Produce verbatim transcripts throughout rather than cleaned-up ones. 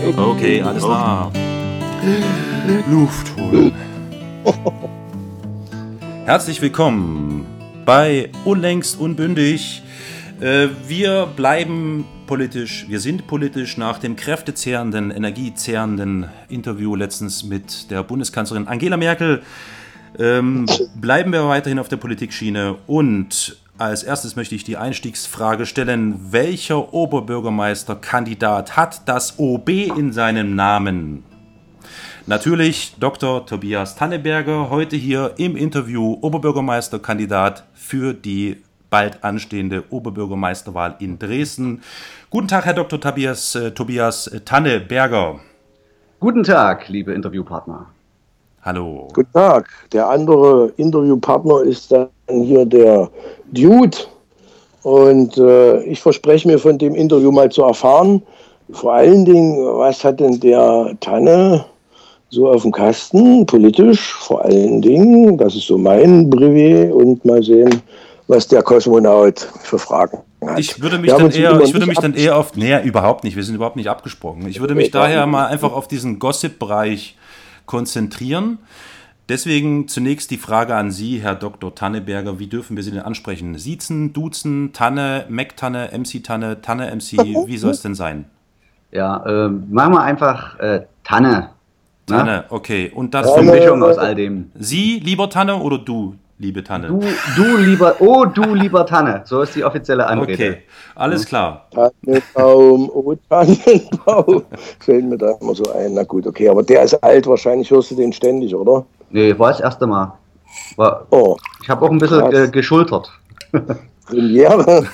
Okay, alles klar. Luft holen. Herzlich willkommen bei Unlängst Unbündig. Äh, wir bleiben politisch, wir sind politisch nach dem kräftezehrenden, energiezehrenden Interview letztens mit der Bundeskanzlerin Angela Merkel. Ähm, bleiben wir weiterhin auf der Politikschiene und als erstes möchte ich die Einstiegsfrage stellen: Welcher Oberbürgermeisterkandidat hat das O B in seinem Namen? Natürlich Doktor Tobias Tanneberger, heute hier im Interview Oberbürgermeisterkandidat für die bald anstehende Oberbürgermeisterwahl in Dresden. Guten Tag, Herr Doktor Tobias, äh, Tobias Tanneberger. Guten Tag, liebe Interviewpartner. Hallo. Guten Tag. Der andere Interviewpartner ist dann hier der Dude. Und äh, ich verspreche mir von dem Interview mal zu erfahren, vor allen Dingen, was hat denn der Tanne so auf dem Kasten, politisch vor allen Dingen. Das ist so mein Brevet. Und mal sehen, was der Kosmonaut für Fragen hat. Ich würde mich, dann eher, ich würde mich dann eher auf... Nee, überhaupt nicht. Wir sind überhaupt nicht abgesprochen. Ich würde mich daher mal einfach auf diesen Gossip-Bereich konzentrieren. Deswegen zunächst die Frage an Sie, Herr Doktor Tanneberger. Wie dürfen wir Sie denn ansprechen? Siezen, duzen, Tanne, Mac-Tanne, M C-Tanne, Tanne-M C, wie soll es denn sein? Ja, äh, machen wir einfach äh, Tanne. Tanne, ne? Okay. Und das ist eine Mischung aus all dem. Sie, lieber Tanne, oder du, liebe Tanne? Du, du lieber, oh, du lieber Tanne. So ist die offizielle Anrede. Okay, alles klar. Tannenbaum, oh Tannenbaum. Fällt mir da immer so ein. Na gut, okay, aber der ist alt, wahrscheinlich hörst du den ständig, oder? Nee, war das erste Mal. War, oh, ich habe auch ein bisschen ge geschultert. Premiere.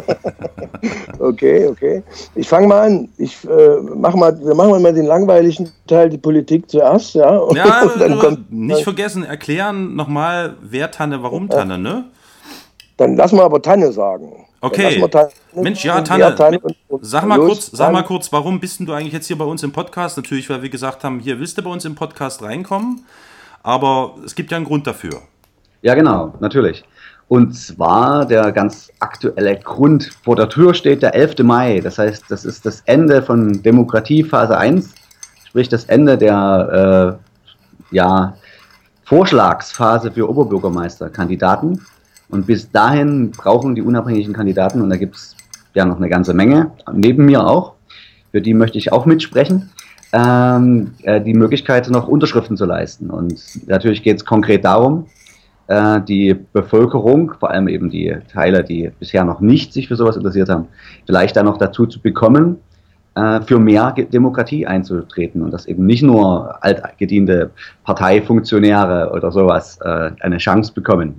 Okay, okay. Ich fange mal an. Ich, äh, mach mal, wir machen mal den langweiligen Teil, die Politik zuerst. Ja, ja und dann kommt, nicht vergessen, erklären nochmal, wer Tanne, warum Tanne, ne? Dann lassen wir aber Tanne sagen. Okay. Tanne, Mensch, ja, Tanne, Tanne und, und sag, mal kurz, sag mal kurz, warum bist denn du eigentlich jetzt hier bei uns im Podcast? Natürlich, weil wir gesagt haben, hier willst du bei uns im Podcast reinkommen, aber es gibt ja einen Grund dafür. Ja, genau, natürlich. Und zwar der ganz aktuelle Grund, vor der Tür steht der elfte Mai. Das heißt, das ist das Ende von Demokratie Phase eins, sprich das Ende der äh, ja, Vorschlagsphase für Oberbürgermeisterkandidaten. Und bis dahin brauchen die unabhängigen Kandidaten, und da gibt es ja noch eine ganze Menge, neben mir auch, für die möchte ich auch mitsprechen, ähm, äh, die Möglichkeit, noch Unterschriften zu leisten. Und natürlich geht es konkret darum, die Bevölkerung, vor allem eben die Teile, die bisher noch nicht sich für sowas interessiert haben, vielleicht dann noch dazu zu bekommen, für mehr Demokratie einzutreten und dass eben nicht nur altgediente Parteifunktionäre oder sowas eine Chance bekommen.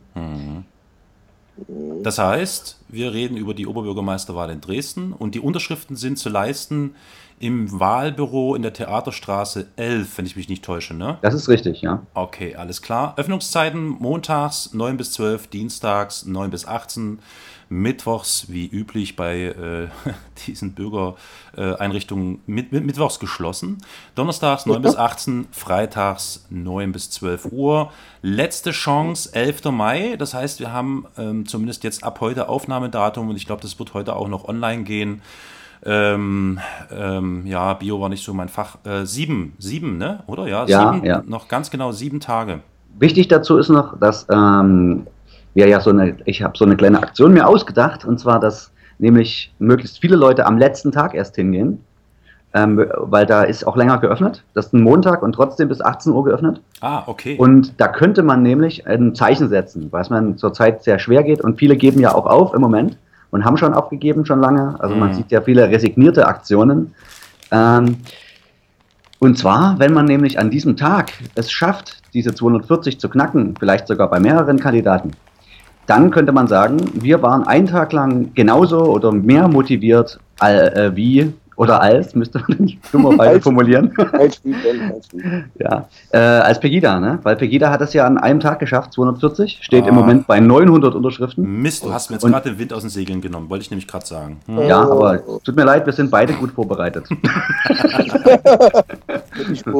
Das heißt, wir reden über die Oberbürgermeisterwahl in Dresden und die Unterschriften sind zu leisten im Wahlbüro in der Theaterstraße elf, wenn ich mich nicht täusche, ne? Das ist richtig, ja. Okay, alles klar. Öffnungszeiten montags neun bis zwölf, dienstags neun bis achtzehn, mittwochs wie üblich bei äh, diesen Bürgereinrichtungen äh, mit, mit, mittwochs geschlossen, donnerstags neun bis achtzehn, freitags neun bis zwölf Uhr. Letzte Chance, elfter Mai, das heißt, wir haben ähm, zumindest jetzt ab heute Aufnahmedatum und ich glaube, das wird heute auch noch online gehen. Ähm, ähm, ja, Bio war nicht so mein Fach. Äh, sieben, sieben, ne? Oder? Ja, ja, sieben, ja. Noch ganz genau sieben Tage. Wichtig dazu ist noch, dass ähm, wir ja so eine, ich habe so eine kleine Aktion mir ausgedacht, und zwar, dass nämlich möglichst viele Leute am letzten Tag erst hingehen, ähm, weil da ist auch länger geöffnet. Das ist ein Montag und trotzdem bis achtzehn Uhr geöffnet. Ah, okay. Und da könnte man nämlich ein Zeichen setzen, was man zurzeit sehr schwer geht, und viele geben ja auch auf im Moment. Und haben schon aufgegeben, schon lange. Also man mhm. sieht ja viele resignierte Aktionen. Ähm, und zwar, wenn man nämlich an diesem Tag es schafft, diese zweihundertvierzig zu knacken, vielleicht sogar bei mehreren Kandidaten, dann könnte man sagen, wir waren einen Tag lang genauso oder mehr motiviert all, äh, wie oder als, müsste man dummerweise formulieren. Als wie denn, als wie. Ja, äh, als Pegida, ne? Weil Pegida hat es ja an einem Tag geschafft, zweihundertvierzig, steht ah. im Moment bei neunhundert Unterschriften. Mist, du hast mir jetzt gerade den Wind aus den Segeln genommen, wollte ich nämlich gerade sagen. Hm. Ja, aber tut mir leid, wir sind beide gut vorbereitet.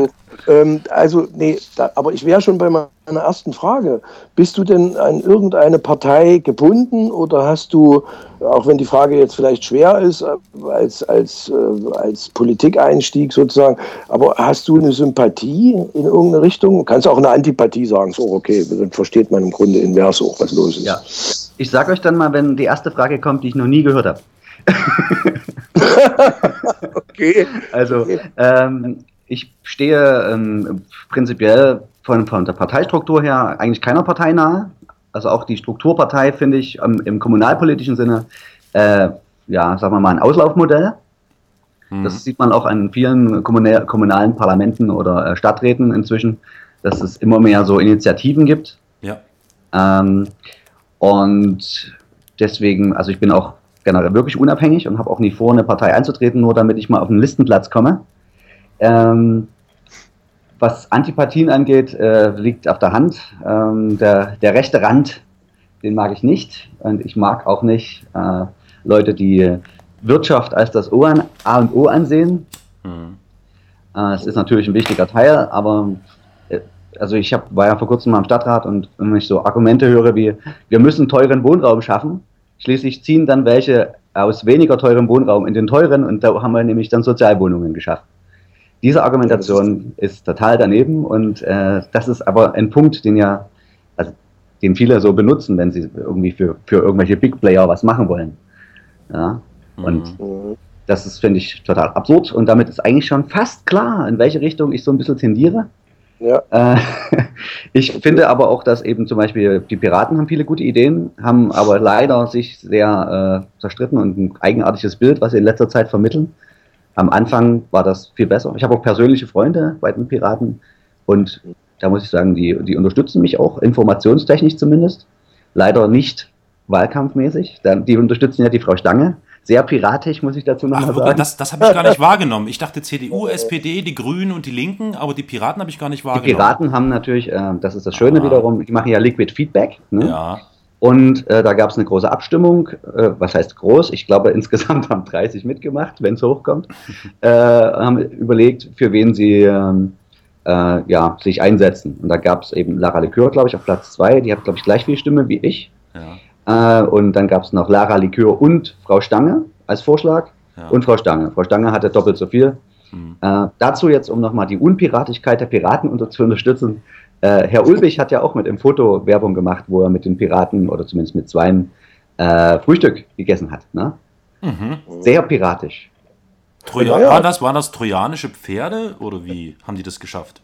Ähm, also, nee, da, aber ich wäre schon bei meiner ersten Frage. Bist du denn an irgendeine Partei gebunden oder hast du, auch wenn die Frage jetzt vielleicht schwer ist, als, als, äh, als Politikeinstieg sozusagen, aber hast du eine Sympathie in irgendeine Richtung? Du kannst auch eine Antipathie sagen, so okay, dann versteht man im Grunde inverso, was los ist. Ja. Ich sage euch dann mal, wenn die erste Frage kommt, die ich noch nie gehört habe. Okay. Also, okay. Ähm, ich stehe ähm, prinzipiell von, von der Parteistruktur her eigentlich keiner Partei nahe. Also auch die Strukturpartei finde ich ähm, im kommunalpolitischen Sinne, äh, ja, sagen wir mal, ein Auslaufmodell. Mhm. Das sieht man auch an vielen kommunal, kommunalen Parlamenten oder äh, Stadträten inzwischen, dass es immer mehr so Initiativen gibt. Ja. Ähm, und deswegen, also ich bin auch generell wirklich unabhängig und habe auch nie vor, eine Partei einzutreten, nur damit ich mal auf einen Listenplatz komme. Ähm, was Antipathien angeht, äh, liegt auf der Hand. Ähm, der, der rechte Rand, den mag ich nicht. Und ich mag auch nicht äh, Leute, die Wirtschaft als das O an, A und O ansehen. Mhm. Äh, es ist natürlich ein wichtiger Teil, aber äh, also ich hab, war ja vor kurzem mal im Stadtrat und wenn ich so Argumente höre wie, wir müssen teuren Wohnraum schaffen, schließlich ziehen dann welche aus weniger teurem Wohnraum in den teuren und da haben wir nämlich dann Sozialwohnungen geschaffen. Diese Argumentation ist total daneben und äh, das ist aber ein Punkt, den ja, also, den viele so benutzen, wenn sie irgendwie für, für irgendwelche Big Player was machen wollen. Ja? Und mhm. das ist, finde ich, total absurd und damit ist eigentlich schon fast klar, in welche Richtung ich so ein bisschen tendiere. Ja. Äh, ich finde aber auch, dass eben zum Beispiel die Piraten haben viele gute Ideen, haben aber leider sich sehr äh, zerstritten und ein eigenartiges Bild, was sie in letzter Zeit vermitteln. Am Anfang war das viel besser. Ich habe auch persönliche Freunde bei den Piraten und da muss ich sagen, die, die unterstützen mich auch, informationstechnisch zumindest. Leider nicht wahlkampfmäßig. Die unterstützen ja die Frau Stange. Sehr piratisch, muss ich dazu nochmal sagen. Das, das habe ich gar nicht wahrgenommen. Ich dachte C D U, S P D, die Grünen und die Linken, aber die Piraten habe ich gar nicht wahrgenommen. Die Piraten haben natürlich, äh, das ist das Schöne ah. wiederum, die machen ja Liquid Feedback. Ne? Ja. Und äh, da gab es eine große Abstimmung, äh, was heißt groß? Ich glaube, insgesamt haben dreißig mitgemacht, wenn es hochkommt, äh, haben überlegt, für wen sie ähm, äh, ja, sich einsetzen. Und da gab es eben Lara Likör, glaube ich, auf Platz zwei, die hat, glaube ich, gleich viel Stimme wie ich. Ja. Äh, und dann gab es noch Lara Likör und Frau Stange als Vorschlag ja. und Frau Stange. Frau Stange hatte doppelt so viel. Mhm. Äh, dazu jetzt, um nochmal die Unpiratigkeit der Piraten unter zu unterstützen, Äh, Herr Ulbich hat ja auch mit dem Foto Werbung gemacht, wo er mit den Piraten oder zumindest mit zweien äh, Frühstück gegessen hat. Ne? Mhm. Sehr piratisch. Troja- ja. war, das, waren das trojanische Pferde oder wie haben die das geschafft?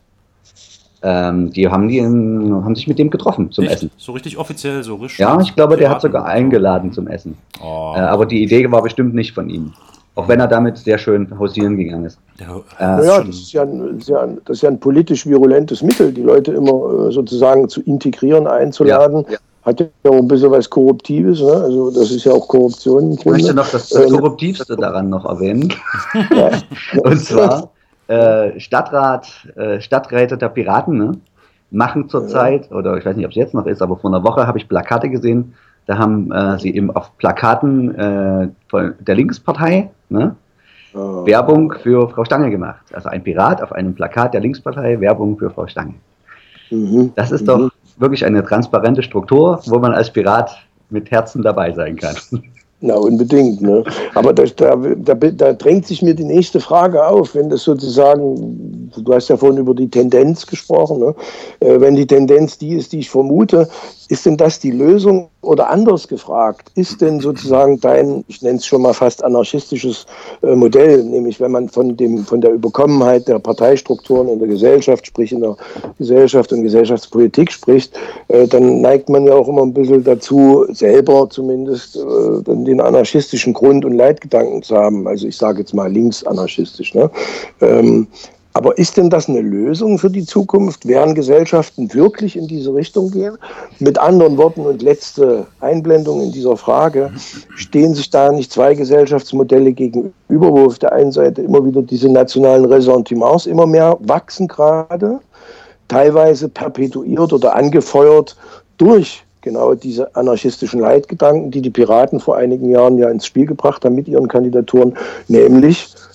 Ähm, die haben, die in, haben sich mit dem getroffen zum Echt? Essen. So richtig offiziell, so richtig? Ja, ich glaube, Piraten. Der hat sogar eingeladen zum Essen. Oh. Äh, aber die Idee war bestimmt nicht von ihm. Auch wenn er damit sehr schön hausieren gegangen ist. Ja, äh, naja, das ist ja, ein, das ist ja ein politisch virulentes Mittel, die Leute immer äh, sozusagen zu integrieren, einzuladen. Ja, ja. Hat ja auch ein bisschen was Korruptives, ne? Also das ist ja auch Korruption im Grunde. Ich möchte noch das, das Korruptivste daran noch erwähnen. Ja. Und zwar äh, Stadtrat, äh, Stadträte der Piraten, ne? Machen zurzeit, ja. oder ich weiß nicht, ob es jetzt noch ist, aber vor einer Woche habe ich Plakate gesehen. Da haben äh, sie eben auf Plakaten äh, von der Linkspartei ne, oh. Werbung für Frau Stange gemacht. Also ein Pirat auf einem Plakat der Linkspartei, Werbung für Frau Stange. Mhm. Das ist mhm. doch wirklich eine transparente Struktur, wo man als Pirat mit Herzen dabei sein kann. Na, unbedingt. Ne? Aber da, da, da, da drängt sich mir die nächste Frage auf, wenn das sozusagen, du hast ja vorhin über die Tendenz gesprochen, ne? äh, wenn die Tendenz die ist, die ich vermute, ist denn das die Lösung oder anders gefragt, ist denn sozusagen dein, ich nenne es schon mal fast anarchistisches äh, Modell, nämlich wenn man von, dem, von der Überkommenheit der Parteistrukturen in der Gesellschaft, sprich in der Gesellschaft und Gesellschaftspolitik spricht, äh, dann neigt man ja auch immer ein bisschen dazu, selber zumindest äh, den anarchistischen Grund- und Leitgedanken zu haben, also ich sage jetzt mal linksanarchistisch. Ne? Ähm, aber ist denn das eine Lösung für die Zukunft? Werden Gesellschaften wirklich in diese Richtung gehen? Mit anderen Worten und letzte Einblendung in dieser Frage, stehen sich da nicht zwei Gesellschaftsmodelle gegenüber, wo auf der einen Seite immer wieder diese nationalen Ressentiments immer mehr wachsen gerade, teilweise perpetuiert oder angefeuert durch genau diese anarchistischen Leitgedanken, die die Piraten vor einigen Jahren ja ins Spiel gebracht haben mit ihren Kandidaturen, nämlich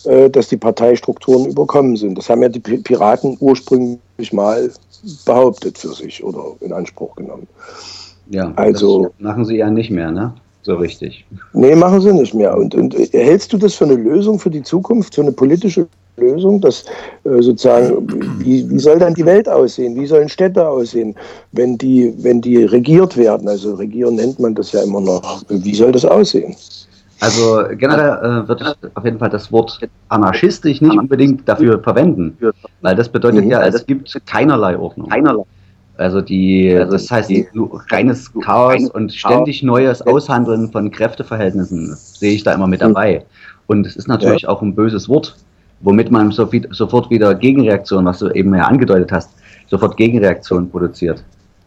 äh, dass die Parteistrukturen überkommen sind. Das haben ja die Piraten ursprünglich mal behauptet für sich oder in Anspruch genommen. Ja, also das machen sie ja nicht mehr, ne? So richtig. Nee, machen sie nicht mehr. Und, und hältst du das für eine Lösung für die Zukunft, für eine politische Lösung, dass äh, sozusagen, wie, wie soll dann die Welt aussehen, wie sollen Städte aussehen, wenn die, wenn die regiert werden, also regieren nennt man das ja immer noch, wie soll das aussehen? Also generell äh, würde ich auf jeden Fall das Wort anarchistisch nicht unbedingt dafür verwenden, weil das bedeutet mhm. ja, es gibt keinerlei Ordnung. Keinerlei. Also die, das heißt nur reines Chaos und ständig neues Aushandeln von Kräfteverhältnissen, das sehe ich da immer mit dabei. Und es ist natürlich ja. auch ein böses Wort, womit man so viel, sofort wieder Gegenreaktion, was du eben ja angedeutet hast, sofort Gegenreaktion produziert.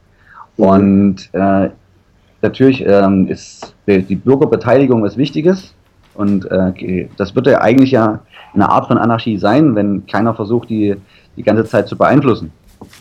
Und äh, natürlich ähm, ist die Bürgerbeteiligung was Wichtiges und äh, das würde ja eigentlich ja eine Art von Anarchie sein, wenn keiner versucht, die die ganze Zeit zu beeinflussen.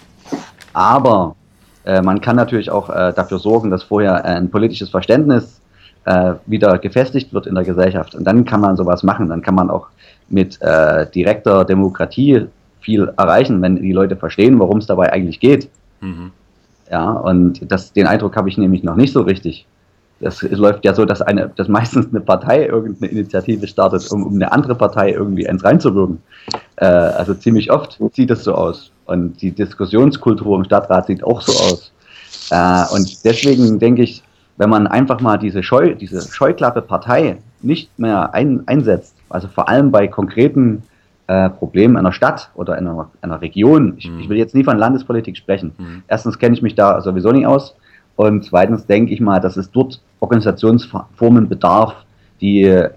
Aber äh, man kann natürlich auch äh, dafür sorgen, dass vorher ein politisches Verständnis äh, wieder gefestigt wird in der Gesellschaft. Und dann kann man sowas machen. Dann kann man auch mit äh, direkter Demokratie viel erreichen, wenn die Leute verstehen, worum es dabei eigentlich geht. Mhm. Ja, und das, den Eindruck habe ich nämlich noch nicht so richtig. Das, es läuft ja so, dass, eine, dass meistens eine Partei irgendeine Initiative startet, um, um eine andere Partei irgendwie eins reinzuwirken. Äh, also ziemlich oft sieht es so aus. Und die Diskussionskultur im Stadtrat sieht auch so aus. Äh, und deswegen denke ich, wenn man einfach mal diese, Scheu, diese Scheuklappe Partei nicht mehr ein, einsetzt, also vor allem bei konkreten äh, Problemen einer Stadt oder einer, einer Region, ich, mhm. ich will jetzt nie von Landespolitik sprechen. Mhm. Erstens kenne ich mich da sowieso nicht aus und zweitens denke ich mal, dass es dort Organisationsformen bedarf, die äh,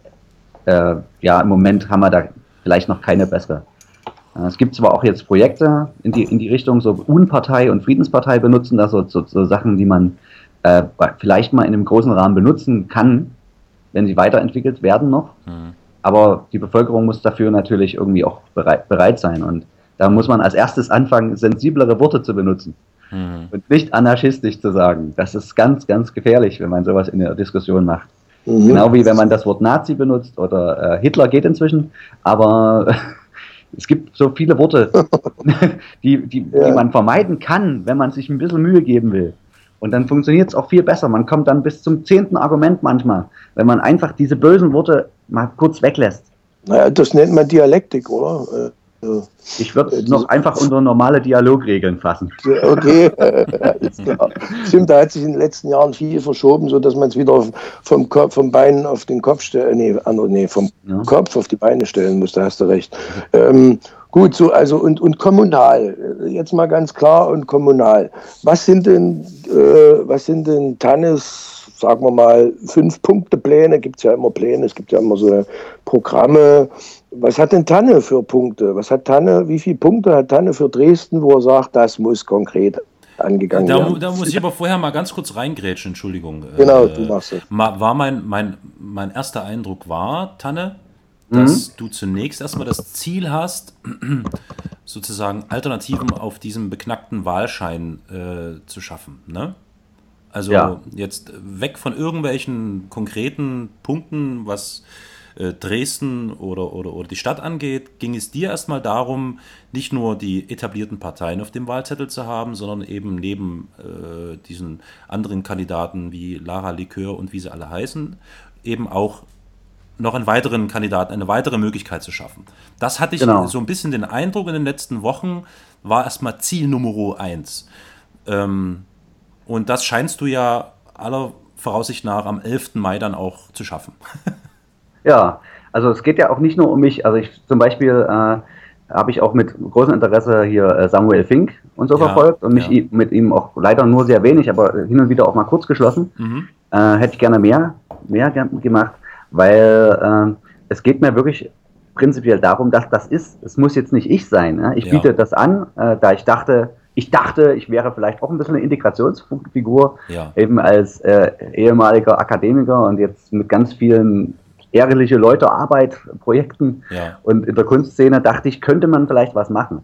ja im Moment haben wir da vielleicht noch keine bessere. Es gibt zwar auch jetzt Projekte in die, in die Richtung, so Unpartei und Friedenspartei benutzen, das so, so, so Sachen, die man äh, vielleicht mal in einem großen Rahmen benutzen kann, wenn sie weiterentwickelt werden noch. Mhm. Aber die Bevölkerung muss dafür natürlich irgendwie auch bereit, bereit sein. Und da muss man als erstes anfangen, sensiblere Worte zu benutzen. Mhm. Und nicht anarchistisch zu sagen. Das ist ganz, ganz gefährlich, wenn man sowas in der Diskussion macht. Mhm. Genau wie wenn man das Wort Nazi benutzt oder äh, Hitler geht inzwischen, aber es gibt so viele Worte, die, die, ja. die man vermeiden kann, wenn man sich ein bisschen Mühe geben will. Und dann funktioniert es auch viel besser. Man kommt dann bis zum zehnten Argument manchmal, wenn man einfach diese bösen Worte mal kurz weglässt. Naja, das nennt man Dialektik, oder? Ich würde es noch einfach unter normale Dialogregeln fassen. Okay, ist klar. Stimmt, da hat sich in den letzten Jahren viel verschoben, sodass man es wieder vom Kopf, vom Bein auf den Kopf stellen, nee, nee, vom ja. Kopf auf die Beine stellen muss, da hast du recht. Ähm, gut, so, also und, und kommunal, jetzt mal ganz klar und kommunal. Was sind denn, äh, was sind denn Tannes, sagen wir mal, Fünf-Punkte-Pläne, gibt es ja immer Pläne, es gibt ja immer so Programme. Was hat denn Tanne für Punkte? Was hat Tanne, wie viele Punkte hat Tanne für Dresden, wo er sagt, das muss konkret angegangen da, werden? Da muss ich aber vorher mal ganz kurz reingrätschen, Entschuldigung. Genau, äh, du machst es. War mein, mein, mein erster Eindruck war, Tanne, dass mhm. du zunächst erstmal das Ziel hast, sozusagen Alternativen auf diesem beknackten Wahlschein äh, zu schaffen, ne? Also ja. jetzt weg von irgendwelchen konkreten Punkten, was äh, Dresden oder, oder, oder die Stadt angeht, ging es dir erstmal darum, nicht nur die etablierten Parteien auf dem Wahlzettel zu haben, sondern eben neben äh, diesen anderen Kandidaten wie Lara Likör und wie sie alle heißen, eben auch noch einen weiteren Kandidaten, eine weitere Möglichkeit zu schaffen. Das hatte ich genau. so ein bisschen den Eindruck in den letzten Wochen, war erstmal Ziel Nummer eins. Ähm, Und das scheinst du ja aller Voraussicht nach am elften Mai dann auch zu schaffen. Ja, also es geht ja auch nicht nur um mich. Also ich zum Beispiel äh, habe ich auch mit großem Interesse hier äh, Samuel Fink und so ja, verfolgt und mich ja. mit ihm auch leider nur sehr wenig, aber hin und wieder auch mal kurz geschlossen. Mhm. Äh, hätte ich gerne mehr, mehr gemacht, weil äh, es geht mir wirklich prinzipiell darum, dass das ist. Es muss jetzt nicht ich sein. Ne? Ich ja. biete das an, äh, da ich dachte, Ich dachte, ich wäre vielleicht auch ein bisschen eine Integrationsfigur, ja. eben als äh, ehemaliger Akademiker und jetzt mit ganz vielen ehrliche Leute, Arbeit, Projekten ja. und in der Kunstszene dachte ich, könnte man vielleicht was machen.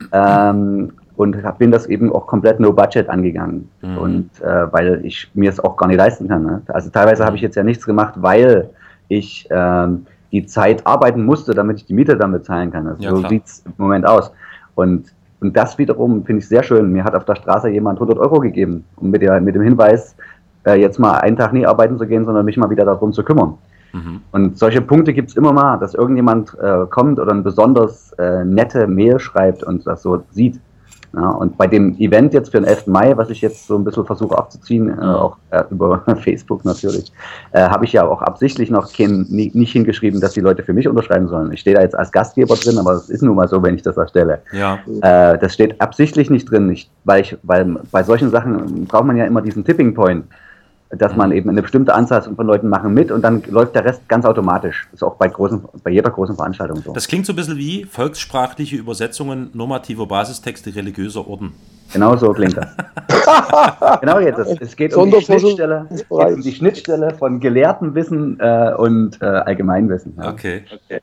ähm, und bin das eben auch komplett no budget angegangen. Mhm. Und äh, weil ich mir es auch gar nicht leisten kann. Ne? Also teilweise habe ich jetzt ja nichts gemacht, weil ich ähm, die Zeit arbeiten musste, damit ich die Miete dann bezahlen kann. Also Ja, so sieht es im Moment aus. Und, und das wiederum finde ich sehr schön. Mir hat auf der Straße jemand hundert Euro gegeben, um mit, der, mit dem Hinweis, äh, jetzt mal einen Tag nie arbeiten zu gehen, sondern mich mal wieder darum zu kümmern. Mhm. Und solche Punkte gibt es immer mal, dass irgendjemand äh, kommt oder eine besonders äh, nette Mail schreibt und das so sieht. Ja, und bei dem Event jetzt für den elften Mai, was ich jetzt so ein bisschen versuche abzuziehen, äh, auch äh, über Facebook natürlich, äh, habe ich ja auch absichtlich noch kein, nie, nicht hingeschrieben, dass die Leute für mich unterschreiben sollen. Ich stehe da jetzt als Gastgeber drin, aber es ist nun mal so, wenn ich das erstelle. Ja. Äh, das steht absichtlich nicht drin, ich, weil, ich, weil bei solchen Sachen braucht man ja immer diesen Tipping Point, dass man eben eine bestimmte Anzahl von Leuten machen mit und dann läuft der Rest ganz automatisch. Das ist auch bei, großen, bei jeder großen Veranstaltung so. Das klingt so ein bisschen wie volkssprachliche Übersetzungen normativer Basistexte religiöser Orden. Genau so klingt das. Genau jetzt. Es, es geht um die, Schnittstelle, es geht um die Schnittstelle von gelehrtem Wissen äh, und äh, Allgemeinwissen. Ja. Okay. okay.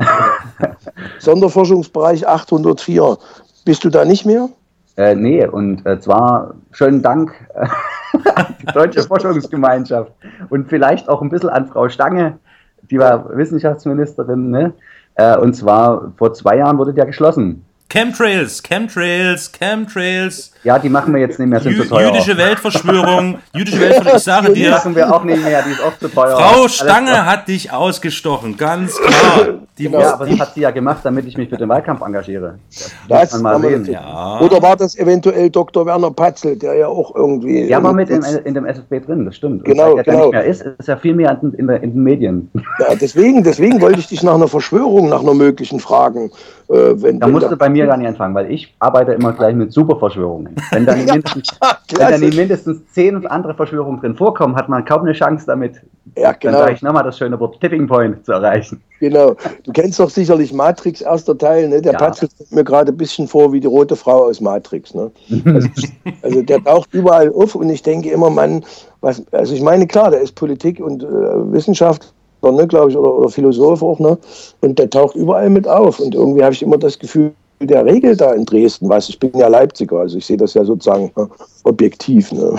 Sonderforschungsbereich achthundertvier. Bist du da nicht mehr? Äh, nee, und äh, zwar schönen Dank äh, an die Deutsche Forschungsgemeinschaft und vielleicht auch ein bisschen an Frau Stange, die war Wissenschaftsministerin, ne? Äh, und zwar vor zwei Jahren wurde der geschlossen. Chemtrails, Chemtrails, Chemtrails. Ja, die machen wir jetzt nicht mehr, sind Jü- zu teuer. Jüdische Weltverschwörung, jüdische Weltverschwörung, ich sage dir. Die machen wir auch nicht mehr, die ist auch zu teuer. Frau Stange Alles hat dich ausgestochen, ganz klar. Die ja, aber das hat sie ja gemacht, damit ich mich für den Wahlkampf engagiere. Das, das man mal sehen. Ja. Oder war das eventuell Doktor Werner Patzel, der ja auch irgendwie... Ja, war mit in, in dem S F B drin, das stimmt. Genau, und genau. nicht mehr ist, ist ja viel mehr in, in, in den Medien. Ja, deswegen, deswegen wollte ich dich nach einer Verschwörung, nach einer möglichen fragen. Äh, wenn, da wenn musst da, du bei mir gar nicht anfangen, weil ich arbeite immer gleich mit Superverschwörungen. Wenn da nicht mindestens, wenn da nicht mindestens zehn andere Verschwörungen drin vorkommen, hat man kaum eine Chance damit, ja, genau. dann sage ich nochmal das schöne Wort Tipping Point zu erreichen. Genau. Du kennst doch sicherlich Matrix, erster Teil, ne? Der ja. Patzel kommt mir gerade ein bisschen vor wie die rote Frau aus Matrix. Ne? Also, also der taucht überall auf und ich denke immer, Mann, was, also ich meine, klar, der ist Politik und äh, Wissenschaft, ne, glaube ich, oder, oder Philosoph auch, ne? Und der taucht überall mit auf. Und irgendwie habe ich immer das Gefühl, der regelt da in Dresden was. Ich bin ja Leipziger, also ich sehe das ja sozusagen ne, objektiv. Ne?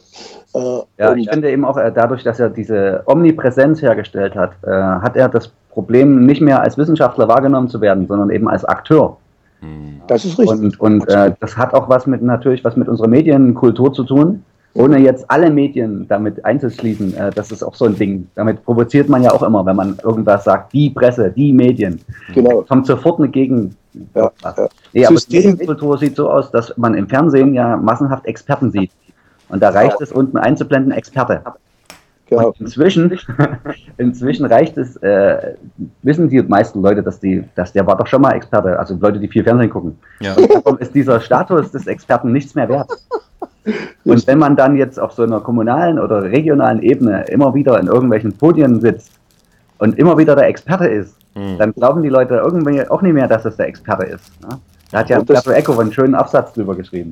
äh, ja, ich finde eben auch, äh, dadurch, dass er diese Omnipräsenz hergestellt hat, äh, hat er das Problem, nicht mehr als Wissenschaftler wahrgenommen zu werden, sondern eben als Akteur. Das ist richtig. Und, und äh, das hat auch was mit natürlich was mit unserer Medienkultur zu tun. Ohne jetzt alle Medien damit einzuschließen, äh, das ist auch so ein Ding. Damit provoziert man ja auch immer, wenn man irgendwas sagt, die Presse, die Medien. Genau. Kommt sofort eine Gegen. Ja, ja. Nee, aber die Medienkultur sieht so aus, dass man im Fernsehen ja massenhaft Experten sieht. Und da reicht ja. es, unten einzublenden, Experte. Genau. Und inzwischen, inzwischen reicht es, äh, wissen die meisten Leute, dass, die, dass der war doch schon mal Experte, also Leute, die viel Fernsehen gucken. Ja. Darum ist dieser Status des Experten nichts mehr wert. Und wenn man dann jetzt auf so einer kommunalen oder regionalen Ebene immer wieder in irgendwelchen Podien sitzt und immer wieder der Experte ist, mhm. dann glauben die Leute irgendwie auch nicht mehr, dass es der Experte ist. Ne? Da hat ja Umberto Eco einen schönen Absatz drüber geschrieben.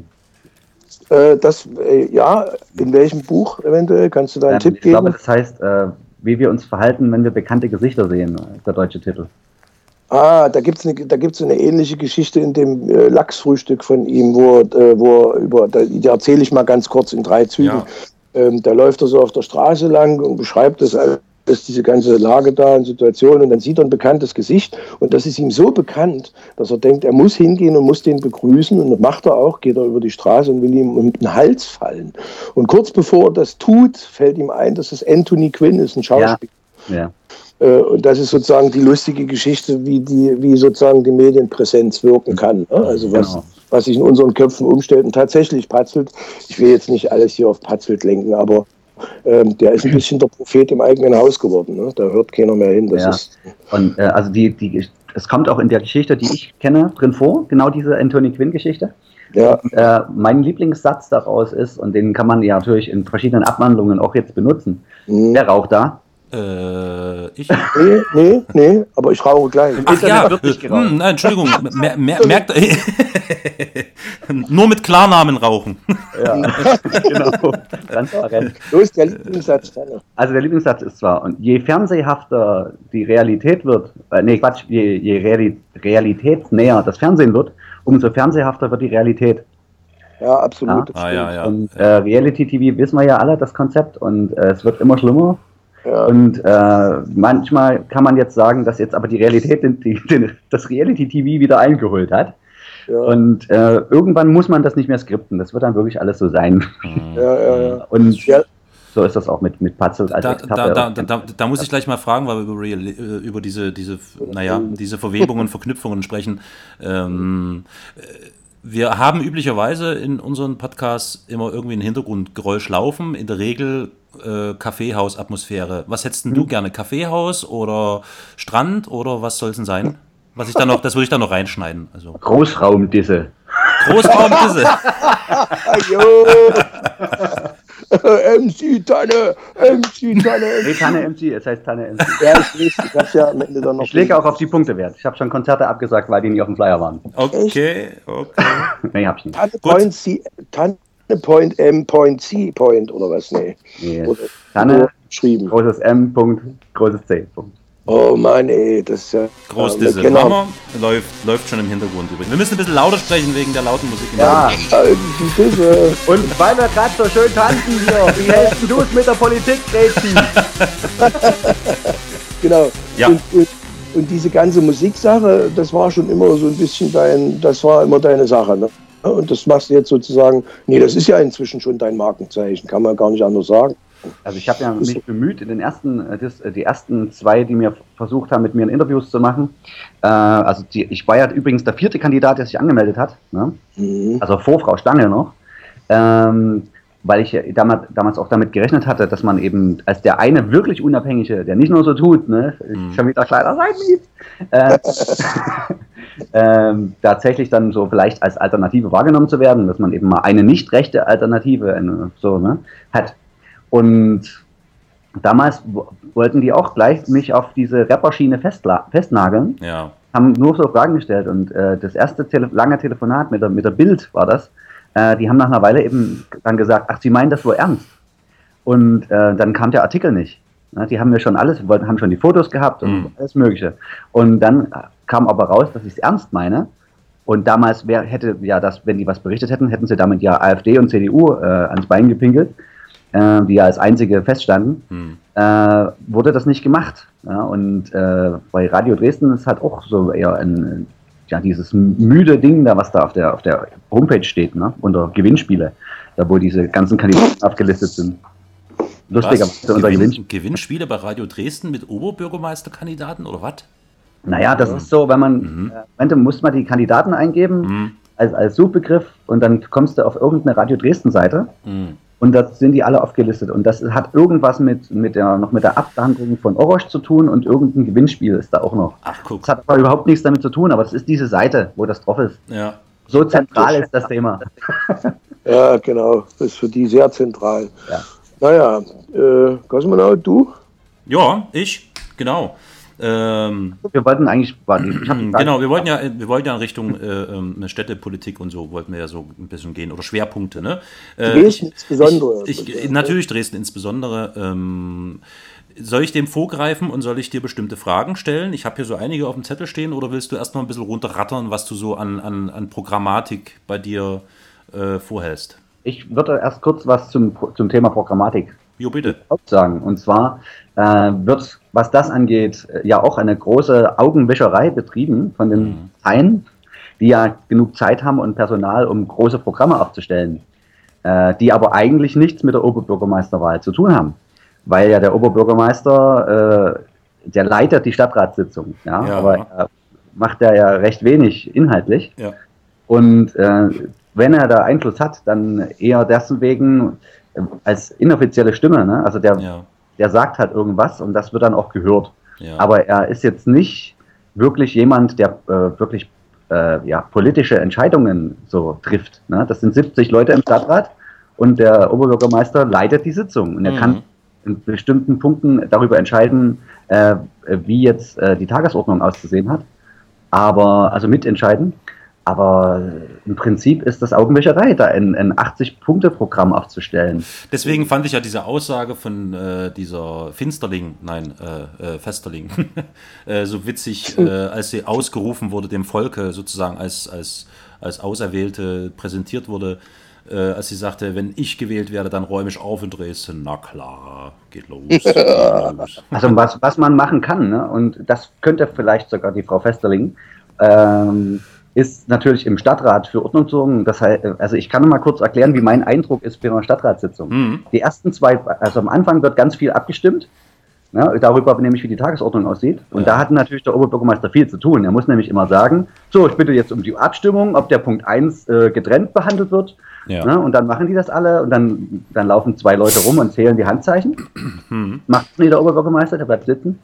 Äh, das, äh, ja, in welchem Buch eventuell? Kannst du da einen ähm, Tipp ich geben? Ich glaube, das heißt, äh, wie wir uns verhalten, wenn wir bekannte Gesichter sehen, ist der deutsche Titel. Ah, da gibt es eine, da gibt's eine ähnliche Geschichte in dem äh, Lachsfrühstück von ihm, wo, äh, wo über, da, die erzähle ich mal ganz kurz in drei Zügen. Ja. Ähm, da läuft er so auf der Straße lang und beschreibt das alles, diese ganze Lage da und Situation, und dann sieht er ein bekanntes Gesicht und das ist ihm so bekannt, dass er denkt, er muss hingehen und muss den begrüßen, und das macht er auch, geht er über die Straße und will ihm um den Hals fallen. Und kurz bevor er das tut, fällt ihm ein, dass es Anthony Quinn ist, ein Schauspieler. Ja. Ja. Und das ist sozusagen die lustige Geschichte, wie die, wie sozusagen die Medienpräsenz wirken kann. Also was, genau. was sich in unseren Köpfen umstellt und tatsächlich Patzelt. Ich will jetzt nicht alles hier auf Patzelt lenken, aber ähm, der ist ein bisschen der Prophet im eigenen Haus geworden. Ne? Da hört keiner mehr hin. Das ja. ist und äh, also die, die, es kommt auch in der Geschichte, die ich kenne, drin vor, genau diese Anthony Quinn-Geschichte. Ja. Und, äh, mein Lieblingssatz daraus ist, und den kann man ja natürlich in verschiedenen Abwandlungen auch jetzt benutzen. Mhm. Wer raucht da? Äh, ich? Nee, nee, nee, aber ich rauche gleich. Ach ja, wird nicht geraucht. Hm, nein, Entschuldigung, mer, mer, merkt, nur mit Klarnamen rauchen. Ja, genau, transparent. So ist der Lieblingssatz. Also der Lieblingssatz ist zwar, und je fernsehhafter die Realität wird, äh, nee, Quatsch, je, je Reali- realitätsnäher das Fernsehen wird, umso fernsehhafter wird die Realität. Ja, absolut. Ja? Ah, ja, ja. Und äh, Reality-T V wissen wir ja alle, das Konzept, und äh, es wird immer schlimmer. Ja. Und äh, manchmal kann man jetzt sagen, dass jetzt aber die Realität den, die, den, das Reality-T V wieder eingeholt hat. Ja. Und äh, irgendwann muss man das nicht mehr skripten. Das wird dann wirklich alles so sein. Ja, ja, ja. Und ja. so ist das auch mit, mit Patzel als da, Experte. Da, da, da, da muss ich gleich mal fragen, weil wir über, über diese, diese, naja, diese Verwebungen, Verknüpfungen sprechen. Ähm, wir haben üblicherweise in unseren Podcasts immer irgendwie ein Hintergrundgeräusch laufen. In der Regel äh, Kaffeehaus-Atmosphäre. Was hättest denn hm. du gerne? Kaffeehaus oder Strand oder was soll es denn sein? Was ich dann noch, das würde ich dann noch reinschneiden. Also. Großraumdisse. Großraumdisse. M C Tanne, M C Tanne. Nee, Tanne M C, es heißt Tanne M C. Ja, ich weiß, ich hab's ja am Ende dann noch. Ich lege auch auf die Punkte Wert. Ich habe schon Konzerte abgesagt, weil die nicht auf dem Flyer waren. Okay, okay. Nee, hab ich nicht. Tanne Point C, Tanne Point M Point C Point oder was? Nee. nee. Tanne, geschrieben. Großes M, Punkt, großes C, Punkt. Oh Mann, ey, das ist ja... Groß diese ja, Hammer läuft, läuft schon im Hintergrund übrigens. Wir müssen ein bisschen lauter sprechen wegen der lauten Musik. Ja, und weil wir gerade so schön tanzen hier, wie hältst du es mit der Politik, Rätsi? Genau. Ja. Und, und, und diese ganze Musiksache, das war schon immer so ein bisschen dein, das war immer deine Sache, ne? Und das machst du jetzt sozusagen, nee, das ist ja inzwischen schon dein Markenzeichen, kann man gar nicht anders sagen. Also ich habe ja mich bemüht, in den ersten, das, die ersten zwei, die mir versucht haben, mit mir Interviews zu machen. Äh, also die, ich war ja übrigens der vierte Kandidat, der sich angemeldet hat. Ne? Mhm. Also vor Frau Stange noch. Ähm, weil ich ja damals, damals auch damit gerechnet hatte, dass man eben als der eine wirklich Unabhängige, der nicht nur so tut, ne, mhm. schon wieder kleiner sein äh, ähm, tatsächlich dann so vielleicht als Alternative wahrgenommen zu werden, dass man eben mal eine nicht rechte Alternative eine, so, ne, hat. Und damals wollten die auch gleich mich auf diese Rapperschiene festnageln, ja. haben nur so Fragen gestellt. Und äh, das erste Tele- lange Telefonat mit der, mit der Bild war das. Äh, die haben nach einer Weile eben dann gesagt, ach, sie meinen das wohl ernst. Und äh, dann kam der Artikel nicht. Ja, die haben mir schon alles, wollten, haben schon die Fotos gehabt und mhm. alles Mögliche. Und dann kam aber raus, dass ich es ernst meine. Und damals wär, hätte ja das, wenn die was berichtet hätten, hätten sie damit ja AfD und C D U äh, ans Bein gepinkelt, äh, die ja als einzige feststanden. Mhm. Äh, wurde das nicht gemacht. Ja, und äh, bei Radio Dresden ist halt auch so eher ein, ja, dieses müde Ding da, was da auf der, auf der Homepage steht, ne? Unter Gewinnspiele, da wo diese ganzen Kandidaten aufgelistet sind. Lustigerweise unter Gewinn, Gewinnspiele bei Radio Dresden mit Oberbürgermeisterkandidaten oder was? Naja, das ja. ist so, wenn man, mhm. äh, muss man die Kandidaten eingeben mhm. als, als Suchbegriff und dann kommst du auf irgendeine Radio Dresden Seite mhm. und da sind die alle aufgelistet und das hat irgendwas mit, mit der, noch mit der Abhandlung von Orosch zu tun und irgendein Gewinnspiel ist da auch noch. Ach, guck. Das hat aber überhaupt nichts damit zu tun, aber das ist diese Seite, wo das drauf ist. Ja. So zentral ist das Thema. Ja, genau, das ist für die sehr zentral. Ja. Naja, äh, Cosmonaut, du? Ja, ich, genau. Ähm, wir wollten eigentlich, warte, ich hab genau, wir wollten ja, wir wollten ja in Richtung äh, Städtepolitik und so wollten wir ja so ein bisschen gehen oder Schwerpunkte, ne? Äh, Dresden ich, insbesondere. Ich, ich, natürlich Dresden insbesondere. Ähm, soll ich dem vorgreifen und soll ich dir bestimmte Fragen stellen? Ich habe hier so einige auf dem Zettel stehen oder willst du erstmal ein bisschen runterrattern, was du so an, an, an Programmatik bei dir äh, vorhältst? Ich würde erst kurz was zum, zum Thema Programmatik jo, bitte. sagen. Und zwar äh, wird, was das angeht, ja auch eine große Augenwischerei betrieben von den mhm. Parteien, die ja genug Zeit haben und Personal, um große Programme aufzustellen, äh, die aber eigentlich nichts mit der Oberbürgermeisterwahl zu tun haben. Weil ja der Oberbürgermeister, äh, der leitet die Stadtratssitzung, ja, ja. aber er macht er ja recht wenig inhaltlich. Ja. Und äh, wenn er da Einfluss hat, dann eher deswegen äh, als inoffizielle Stimme, ne? Also der, ja. der sagt halt irgendwas und das wird dann auch gehört. Ja. Aber er ist jetzt nicht wirklich jemand, der äh, wirklich äh, ja, politische Entscheidungen so trifft. Ne? Das sind siebzig Leute im Stadtrat und der Oberbürgermeister leitet die Sitzung und er mhm. kann in bestimmten Punkten darüber entscheiden, äh, wie jetzt äh, die Tagesordnung auszusehen hat. Aber, also mitentscheiden. Aber im Prinzip ist das Augenwischerei, da ein, ein achtzig-Punkte-Programm aufzustellen. Deswegen fand ich ja diese Aussage von äh, dieser Finsterling, nein, äh, äh, Festerling, äh, so witzig, äh, als sie ausgerufen wurde, dem Volke sozusagen als, als, als Auserwählte präsentiert wurde. äh, als sie sagte, wenn ich gewählt werde, dann räume ich auf in Dresden. Na klar, geht los. Geht los. Also was, was man machen kann, ne? Und das könnte vielleicht sogar die Frau Festerling, ähm, ist natürlich im Stadtrat für Ordnung zu sorgen. Das heißt, also ich kann noch mal kurz erklären, wie mein Eindruck ist für eine Stadtratssitzung. Mhm. Die ersten zwei, also am Anfang wird ganz viel abgestimmt, ja, darüber nämlich, wie die Tagesordnung aussieht. Und ja. da hat natürlich der Oberbürgermeister viel zu tun. Er muss nämlich immer sagen, so, ich bitte jetzt um die Abstimmung, ob der Punkt eins äh, getrennt behandelt wird. Ja. Ne, und dann machen die das alle und dann, dann laufen zwei Leute rum und zählen die Handzeichen. Mhm. Macht nicht der Oberbürgermeister, der bleibt sitzen.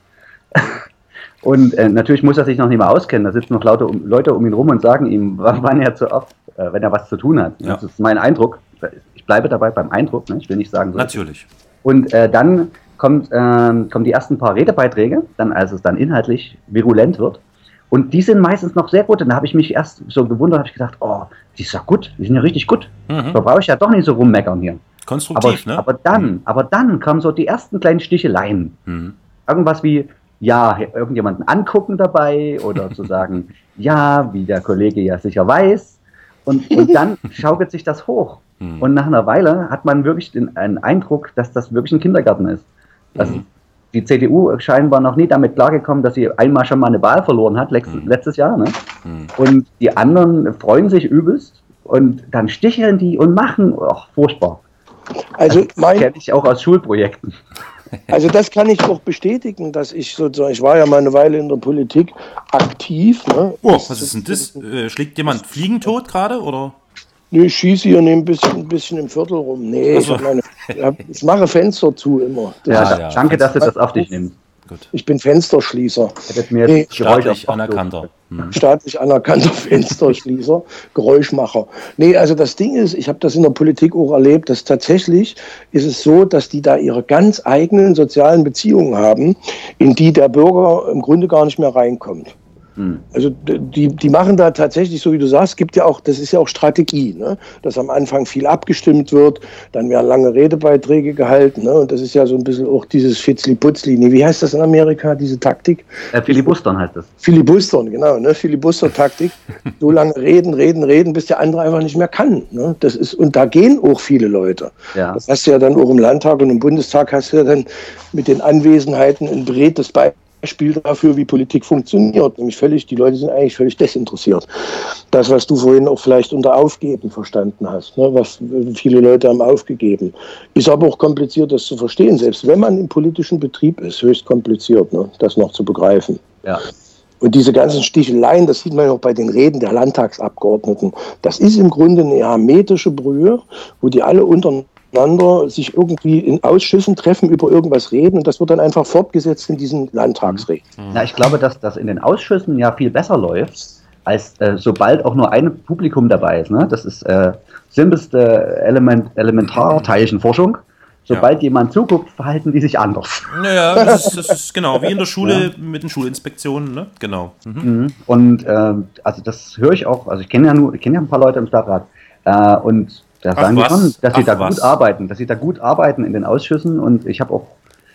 Und äh, natürlich muss er sich noch nicht mal auskennen. Da sitzen noch Leute um, Leute um ihn rum und sagen ihm, wann er zu oft, äh, wenn er was zu tun hat. Ja. Das ist mein Eindruck. Ich bleibe dabei beim Eindruck. Ne? Ich will nicht sagen so. Natürlich. Und äh, dann kommt, äh, kommen die ersten paar Redebeiträge, dann, als es dann inhaltlich virulent wird. Und die sind meistens noch sehr gut. Und da habe ich mich erst so gewundert, habe ich gedacht, oh, die ist ja gut, die sind ja richtig gut. Mhm. Da brauche ich ja doch nicht so rummeckern hier. Konstruktiv, aber, ne? Aber dann, mhm. aber dann kamen so die ersten kleinen Sticheleien. Mhm. Irgendwas wie, ja, irgendjemanden angucken dabei oder zu sagen, ja, wie der Kollege ja sicher weiß. Und, und dann schaukelt sich das hoch. Mhm. Und nach einer Weile hat man wirklich den, einen Eindruck, dass das wirklich ein Kindergarten ist. Also mhm. die C D U scheinbar noch nie damit klargekommen, dass sie einmal schon mal eine Wahl verloren hat, letztes, mhm. letztes Jahr. Ne? Mhm. Und die anderen freuen sich übelst und dann sticheln die und machen, ach, furchtbar. Also das mein, kenne ich auch aus Schulprojekten. Also das kann ich auch bestätigen, dass ich sozusagen, ich war ja mal eine Weile in der Politik aktiv. Ne? Oh, was ist denn das? Äh, schlägt jemand Fliegen tot gerade, oder? Nee, ich schieße hier ein bisschen, ein bisschen im Viertel rum. Nee, also. ich, meine, ich mache Fenster zu immer. Das ja, ja, danke, dass du das auf dich nimmst. Gut. Ich bin Fensterschließer. Mir nee, staatlich anerkannter. Hm. Staatlich anerkannter Fensterschließer, Geräuschmacher. Nee, also das Ding ist, ich habe das in der Politik auch erlebt, dass tatsächlich ist es so, dass die da ihre ganz eigenen sozialen Beziehungen haben, in die der Bürger im Grunde gar nicht mehr reinkommt. Hm. Also die, die machen da tatsächlich, so wie du sagst, gibt ja auch, das ist ja auch Strategie, ne? Dass am Anfang viel abgestimmt wird, dann werden lange Redebeiträge gehalten, ne? Und das ist ja so ein bisschen auch dieses Fitzli-Putzli, nee, wie heißt das in Amerika, diese Taktik? Äh, Filibustern heißt das. Filibustern, genau, ne? Filibuster-Taktik. So lange reden, reden, reden, bis der andere einfach nicht mehr kann. Ne? Das ist, und da gehen auch viele Leute. Ja. Das hast du ja dann auch im Landtag und im Bundestag hast du ja dann mit den Anwesenheiten ein bretes Beispiel. Beispiel dafür, wie Politik funktioniert. Nämlich völlig, die Leute sind eigentlich völlig desinteressiert. Das, was du vorhin auch vielleicht unter Aufgeben verstanden hast, ne? Was viele Leute haben aufgegeben. Ist aber auch kompliziert, das zu verstehen. Selbst wenn man im politischen Betrieb ist, höchst kompliziert, ne? Das noch zu begreifen. Ja. Und diese ganzen Sticheleien, das sieht man ja auch bei den Reden der Landtagsabgeordneten, das ist im Grunde eine hermetische Brühe, wo die alle untereinander sich irgendwie in Ausschüssen treffen, über irgendwas reden und das wird dann einfach fortgesetzt in diesen Landtagsreden. Na, ich glaube, dass das in den Ausschüssen ja viel besser läuft, als äh, sobald auch nur ein Publikum dabei ist. Ne? Das ist äh, simpelste Element, Elementarteilchenforschung. Sobald ja. jemand zuguckt, verhalten die sich anders. Naja, das ist, das ist genau wie in der Schule ja. mit den Schulinspektionen, ne? Genau. Mhm. Und äh, also das höre ich auch, also ich kenne ja nur, ich kenne ja ein paar Leute im Stadtrat äh, und da sagen die schon, dass sie Ach, da was? gut arbeiten, dass sie da gut arbeiten in den Ausschüssen und ich habe auch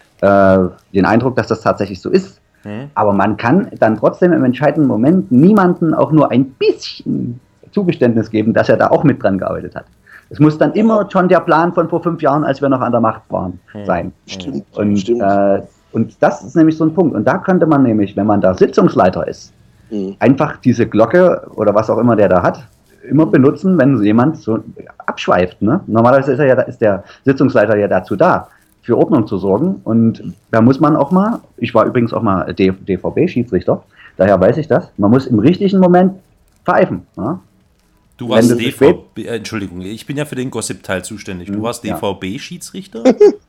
äh, den Eindruck, dass das tatsächlich so ist. Hm. Aber man kann dann trotzdem im entscheidenden Moment niemandem auch nur ein bisschen Zugeständnis geben, dass er da auch mit dran gearbeitet hat. Es muss dann immer schon der Plan von vor fünf Jahren, als wir noch an der Macht waren, hm. sein. Stimmt, und, stimmt. Äh, und das ist nämlich so ein Punkt. Und da könnte man nämlich, wenn man da Sitzungsleiter ist, hm. einfach diese Glocke oder was auch immer der da hat, immer benutzen, wenn jemand so abschweift. Ne? Normalerweise ist, er ja, ist der Sitzungsleiter ja dazu da, für Ordnung zu sorgen. Und da muss man auch mal, ich war übrigens auch mal D V B-Schiedsrichter, daher weiß ich das, man muss im richtigen Moment pfeifen. Ne? Du warst D V B, äh, Entschuldigung, ich bin ja für den Gossip-Teil zuständig. Du warst ja. D V B-Schiedsrichter?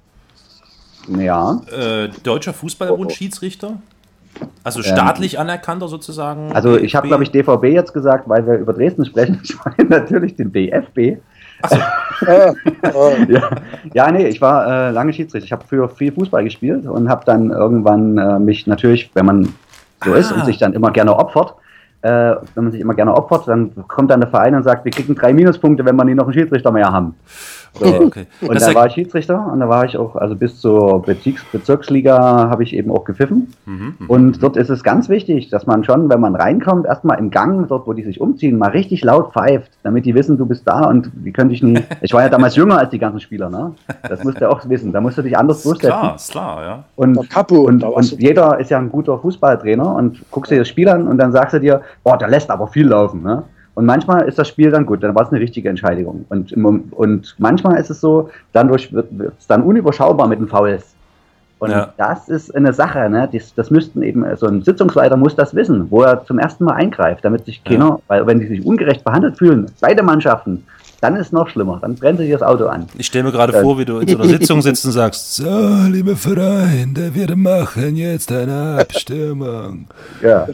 Ja. Äh, Deutscher Fußballbund-Schiedsrichter? Also staatlich ähm, anerkannter sozusagen? Also ich habe, glaube ich, D V B jetzt gesagt, weil wir über Dresden sprechen. Ich meine natürlich den D F B. Ach so. ja. ja, nee, ich war äh, lange Schiedsrichter. Ich habe früher viel Fußball gespielt und habe dann irgendwann äh, mich natürlich, wenn man so ah. ist und sich dann immer gerne opfert, äh, wenn man sich immer gerne opfert, dann kommt dann der Verein und sagt, wir kriegen drei Minuspunkte, wenn wir nie noch einen Schiedsrichter mehr haben. So. Okay. Und das da war ich Schiedsrichter und da war ich auch, also bis zur Bezirks- Bezirksliga habe ich eben auch gepfiffen. Mhm, und dort ist es ganz wichtig, dass man schon, wenn man reinkommt, erstmal im Gang, dort wo die sich umziehen, mal richtig laut pfeift, damit die wissen, du bist da und die können dich nie. Ich war ja damals jünger als die ganzen Spieler, ne? Das musst du auch wissen. Da musst du dich anders durchsetzen. Klar, ist klar, ja. Und, und, und jeder ist ja ein guter Fußballtrainer und guckst dir das Spiel an und dann sagst du dir, boah, der lässt aber viel laufen, ne? Und manchmal ist das Spiel dann gut, dann war es eine richtige Entscheidung. Und, und manchmal ist es so, dadurch wird es dann unüberschaubar mit den Fouls. Und ja. das ist eine Sache, ne? Das, das müssten eben, so ein Sitzungsleiter muss das wissen, wo er zum ersten Mal eingreift, damit sich keiner, ja. weil wenn die sich ungerecht behandelt fühlen, beide Mannschaften, dann ist es noch schlimmer, dann brennt sich das Auto an. Ich stelle mir gerade äh, vor, wie du in so einer Sitzung sitzt und sagst, so, lieber Verein, wir machen jetzt eine Abstimmung. Ja.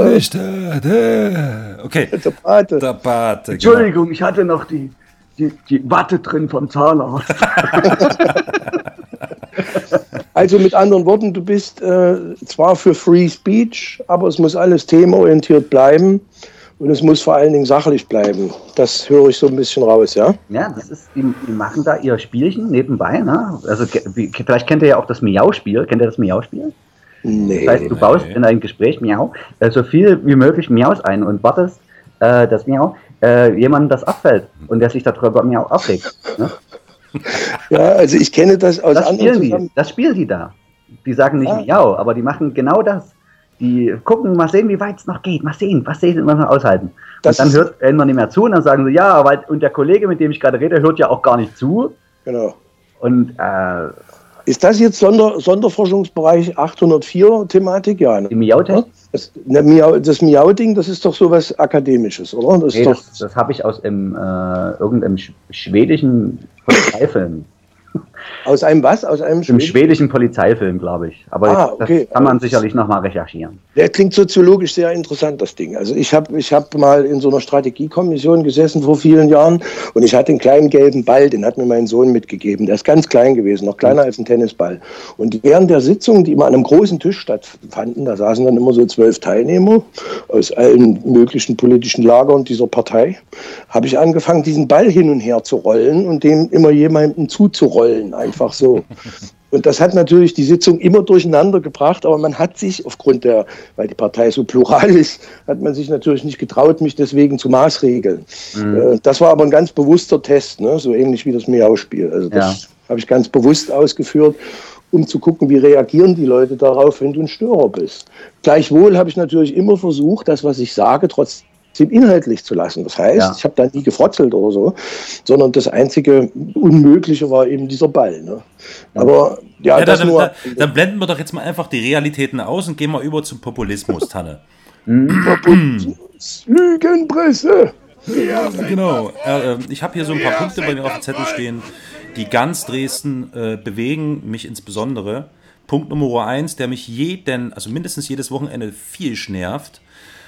Okay. Der Pate. Der Pate, Entschuldigung, genau. Ich hatte noch die, die, die Watte drin vom Zahnarzt. Also mit anderen Worten, du bist äh, zwar für Free Speech, aber es muss alles themenorientiert bleiben. Und es muss vor allen Dingen sachlich bleiben. Das höre ich so ein bisschen raus, ja? Ja, das ist, die, die machen da ihr Spielchen nebenbei, ne? Also wie, vielleicht kennt ihr ja auch das Miau-Spiel. Kennt ihr das Miau-Spiel? Nee. Das heißt, du baust in ein Gespräch Miau, äh, so viel wie möglich Miaus ein und wartest, äh, dass Miau äh, jemandem das abfällt und der sich darüber Miau aufregt. Ne? Ja, also ich kenne das aus das anderen spielen die, Das spielen die da. Die sagen nicht ah. Miau, aber die machen genau das. Die gucken, mal sehen, wie weit es noch geht, mal sehen, was sehen, was wir aushalten. Das und dann hört irgendwann nicht mehr zu und dann sagen sie, ja, weil, und der Kollege, mit dem ich gerade rede, hört ja auch gar nicht zu. Genau. Und äh, ist das jetzt Sonder, Sonderforschungsbereich achthundertvier-Thematik? Ja, ne? Die Miau-Technik? Das, ne, Miau, das Miau-Ding, das ist doch sowas Akademisches, oder? Das, nee, doch das, das habe ich aus im, äh, irgendeinem schwedischen Polizeifilm. Aus einem was? Aus einem Im schwedischen Polizeifilm, glaube ich. Aber ah, okay. das kann man sicherlich nochmal recherchieren. Der klingt soziologisch sehr interessant, das Ding. Also ich habe ich hab mal in so einer Strategiekommission gesessen vor vielen Jahren und ich hatte einen kleinen gelben Ball, den hat mir mein Sohn mitgegeben. Der ist ganz klein gewesen, noch kleiner als ein Tennisball. Und während der Sitzungen, die immer an einem großen Tisch stattfanden, da saßen dann immer so zwölf Teilnehmer aus allen möglichen politischen Lagern dieser Partei, habe ich angefangen, diesen Ball hin und her zu rollen und dem immer jemandem zuzurollen. Einfach so. Und das hat natürlich die Sitzung immer durcheinander gebracht, aber man hat sich aufgrund der, weil die Partei so plural ist, hat man sich natürlich nicht getraut, mich deswegen zu maßregeln. Mhm. Das war aber ein ganz bewusster Test, ne? So ähnlich wie das Miau-Spiel. Also das ja. habe ich ganz bewusst ausgeführt, um zu gucken, wie reagieren die Leute darauf, wenn du ein Störer bist. Gleichwohl habe ich natürlich immer versucht, das, was ich sage, trotzdem inhaltlich zu lassen. Das heißt, ja. ich habe da nie gefrotzelt oder so, sondern das einzige Unmögliche war eben dieser Ball. Ne? Aber ja, ja das dann, nur. Dann, dann blenden wir doch jetzt mal einfach die Realitäten aus und gehen mal über zum Populismus, Tanne. Populismus, Lügenpresse. Ja, genau. Äh, ich habe hier so ein paar Punkte bei mir auf dem Zettel stehen, die ganz Dresden äh, bewegen, mich insbesondere. Punkt Nummer eins, der mich jeden, also mindestens jedes Wochenende viel nervt.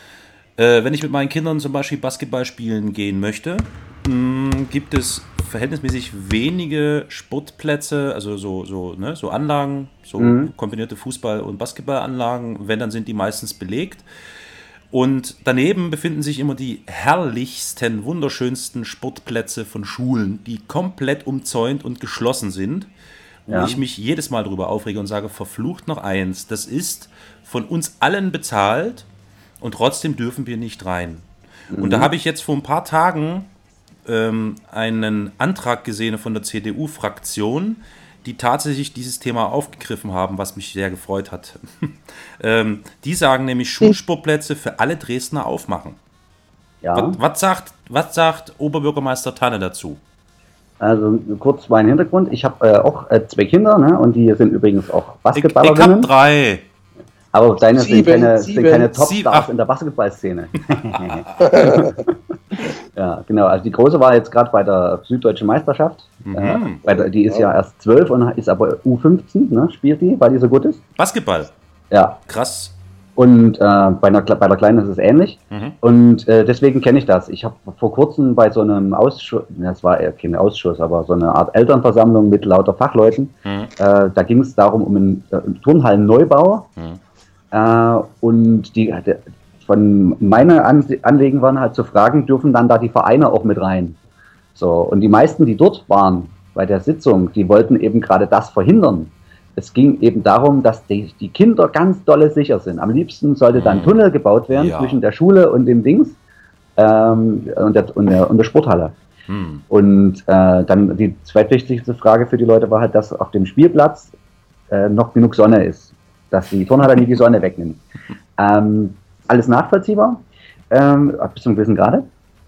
Wenn ich mit meinen Kindern zum Beispiel Basketball spielen gehen möchte, mh, gibt es verhältnismäßig wenige Sportplätze, also so, so, ne, so Anlagen, so mhm. kombinierte Fußball- und Basketballanlagen. Wenn, dann sind die meistens belegt. Und daneben befinden sich immer die herrlichsten, wunderschönsten Sportplätze von Schulen, die komplett umzäunt und geschlossen sind. Wo ja. ich mich jedes Mal drüber aufrege und sage, verflucht noch eins, das ist von uns allen bezahlt. Und trotzdem dürfen wir nicht rein. Mhm. Und da habe ich jetzt vor ein paar Tagen ähm, einen Antrag gesehen von der C D U-Fraktion, die tatsächlich dieses Thema aufgegriffen haben, was mich sehr gefreut hat. ähm, die sagen nämlich, Schulsportplätze für alle Dresdner aufmachen. Ja. Was, was, sagt, was sagt Oberbürgermeister Tanne dazu? Also kurz mein Hintergrund. Ich habe äh, auch äh, zwei Kinder, ne? Und die sind übrigens auch Basketballerinnen. Ich, ich habe drei. Aber deine sind keine, sind keine Topstars in der Basketballszene. Ja, genau. Also die Große war jetzt gerade bei der Süddeutschen Meisterschaft. Mhm. Äh, bei der, die ist ja erst zwölf und ist aber U fünfzehn, ne, spielt die, weil die so gut ist. Basketball? Ja. Krass. Und äh, bei, einer, bei der Kleinen ist es ähnlich. Mhm. Und äh, deswegen kenne ich das. Ich habe vor kurzem bei so einem Ausschuss, das war eher kein Ausschuss, aber so eine Art Elternversammlung mit lauter Fachleuten. Mhm. Äh, da ging es darum, um einen äh, Turnhallenneubau. Mhm. Uh, und die, der, von meiner Anliegen waren halt zu fragen, dürfen dann da die Vereine auch mit rein? So, und die meisten, die dort waren bei der Sitzung, die wollten eben gerade das verhindern. Es ging eben darum, dass die, die Kinder ganz dolle sicher sind. Am liebsten sollte dann ein Tunnel gebaut werden ja. zwischen der Schule und dem Dings ähm, und, der, und, der, und der Sporthalle. Hm. Und äh, dann die zweitwichtigste Frage für die Leute war halt, dass auf dem Spielplatz äh, noch genug Sonne ist, dass die Turnhalle nicht die Sonne wegnimmt. Ähm, alles nachvollziehbar, ähm, bis zum gewissen Grade.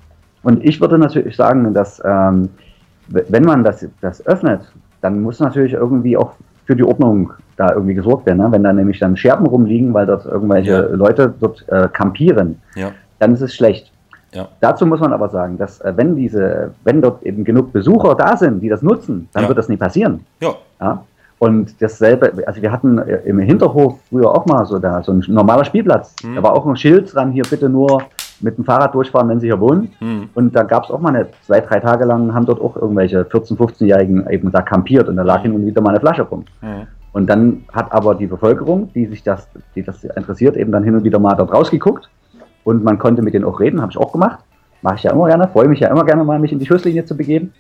Und ich würde natürlich sagen, dass ähm, wenn man das, das öffnet, dann muss natürlich irgendwie auch für die Ordnung da irgendwie gesorgt werden. Ne? Wenn da nämlich dann Scherben rumliegen, weil dort irgendwelche ja. Leute dort äh, kampieren, ja. dann ist es schlecht. Ja. Dazu muss man aber sagen, dass äh, wenn diese, wenn dort eben genug Besucher da sind, die das nutzen, dann ja. wird das nie passieren. Ja. Ja? Und dasselbe, also wir hatten im Hinterhof früher auch mal so da so ein normaler Spielplatz. Mhm. Da war auch ein Schild dran, hier bitte nur mit dem Fahrrad durchfahren, wenn Sie hier wohnen. Mhm. Und da gab es auch mal eine, zwei, drei Tage lang, haben dort auch irgendwelche vierzehn-, fünfzehnjährigen eben da kampiert und da lag hin und wieder mal eine Flasche rum. Mhm. Und dann hat aber die Bevölkerung, die sich das, die das interessiert, eben dann hin und wieder mal dort rausgeguckt und man konnte mit denen auch reden, habe ich auch gemacht. Mache ich ja immer gerne, freue mich ja immer gerne mal, mich in die Schusslinie zu begeben.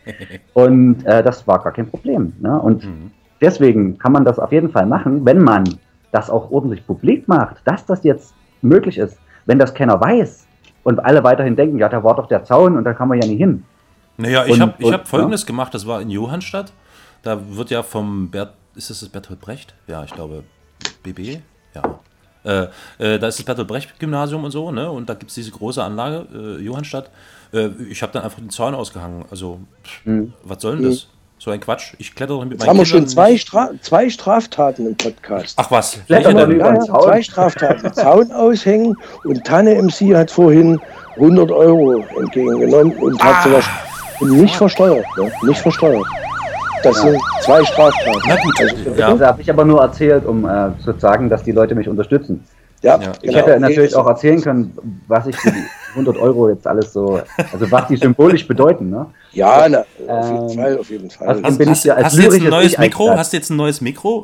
Und äh, das war gar kein Problem. Ne? Und mhm. deswegen kann man das auf jeden Fall machen, wenn man das auch ordentlich publik macht, dass das jetzt möglich ist. Wenn das keiner weiß und alle weiterhin denken, ja, da war doch der Zaun und da kann man ja nie hin. Naja, ich habe hab Folgendes ja? gemacht, das war in Johannstadt. Da wird ja vom, Bert, ist das das Bertolt Brecht? Ja, ich glaube, B B, ja. Äh, äh, da ist das Bertolt Brecht Gymnasium und so, ne? Und da gibt es diese große Anlage, äh, Johannstadt. Äh, ich habe dann einfach den Zaun ausgehangen. Also, pff, mhm. was soll denn das? So ein Quatsch. Ich kletter doch mit meinen Kindern. Haben wir schon zwei, Stra- zwei Straftaten im Podcast. Ach was? Klettern wir über den Zaun. Zwei Straftaten. Zaun aushängen und Tanne M C hat vorhin hundert Euro entgegengenommen und hat sowas nicht versteuert. Ne? Nicht versteuert. Das ja. sind zwei Straftaten. Na gut, also, ja. Das habe ich aber nur erzählt, um äh, zu sagen, dass die Leute mich unterstützen. Ja, ja. Ich genau. hätte natürlich auch erzählen können, was ich für die hundert Euro jetzt alles so, also was die symbolisch bedeuten. Ne? Ja, na, auf jeden ähm, Fall, auf jeden Fall. Also hast, bin hast, ich ja als hast du jetzt ein neues Mikro? Hast du jetzt ein neues Mikro?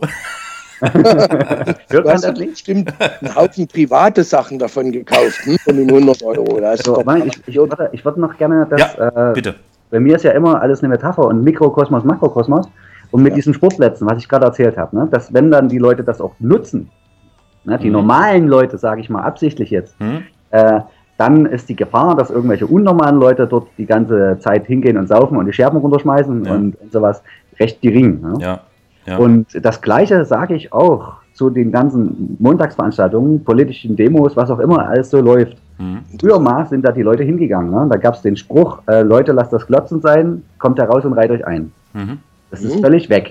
Du hast ja bestimmt einen Haufen private Sachen davon gekauft, hm? Von den hundert Euro. Da also, mein, ich, ich, würde, ich würde noch gerne, dass, ja, bitte. Äh, bei mir ist ja immer alles eine Metapher und Mikrokosmos, Makrokosmos. Und mit ja. diesen Sportplätzen, was ich gerade erzählt habe, ne, dass wenn dann die Leute das auch nutzen, ne, die mhm. normalen Leute, sage ich mal absichtlich jetzt, mhm. äh, dann ist die Gefahr, dass irgendwelche unnormalen Leute dort die ganze Zeit hingehen und saufen und die Scherben runterschmeißen ja. und, und sowas, recht gering. Ne? Ja. Ja. Und das Gleiche sage ich auch zu den ganzen Montagsveranstaltungen, politischen Demos, was auch immer alles so läuft. Mhm. Früher mal sind da die Leute hingegangen. Ne? Da gab es den Spruch, äh, Leute, lasst das Glotzen sein, kommt heraus und reiht euch ein. Mhm. Das ist mhm. völlig weg.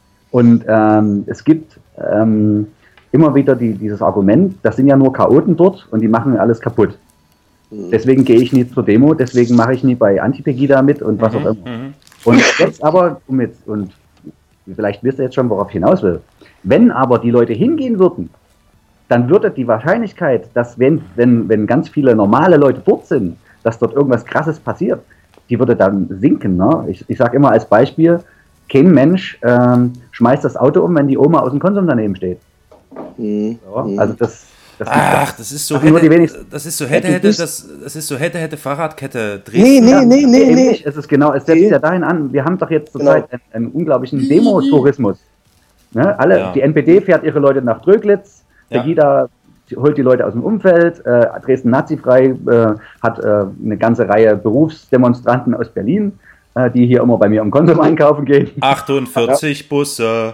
Und ähm, es gibt ähm, immer wieder die, dieses Argument, das sind ja nur Chaoten dort und die machen alles kaputt. Mhm. Deswegen gehe ich nie zur Demo, deswegen mache ich nie bei Anti-Pegida mit und was mhm. auch immer. Mhm. Und jetzt aber, um jetzt, und vielleicht wisst ihr jetzt schon, worauf ich hinaus will, wenn aber die Leute hingehen würden, dann würde die Wahrscheinlichkeit, dass wenn, wenn, wenn ganz viele normale Leute dort sind, dass dort irgendwas Krasses passiert, die würde dann sinken. Ne? Ich, ich sage immer als Beispiel, kein Mensch ähm, schmeißt das Auto um, wenn die Oma aus dem Konsum daneben steht. Mhm. So, also das, das Ach, das ist so hätte, nur die wenigsten. Das ist so hätte, hätte, das, das ist so hätte, hätte Fahrradkette Dresden. Nee, nee, nee, nee, nee. Es ist genau, es setzt nee. ja dahin an, wir haben doch jetzt zurzeit genau. einen, einen unglaublichen Demotourismus. Ne? Alle, ja. Die N P D fährt ihre Leute nach Dröglitz, ja. Pegida holt die Leute aus dem Umfeld, äh, Dresden nazifrei äh, hat äh, eine ganze Reihe Berufsdemonstranten aus Berlin, äh, die hier immer bei mir im Konsum einkaufen gehen. achtundvierzig ja. Busse.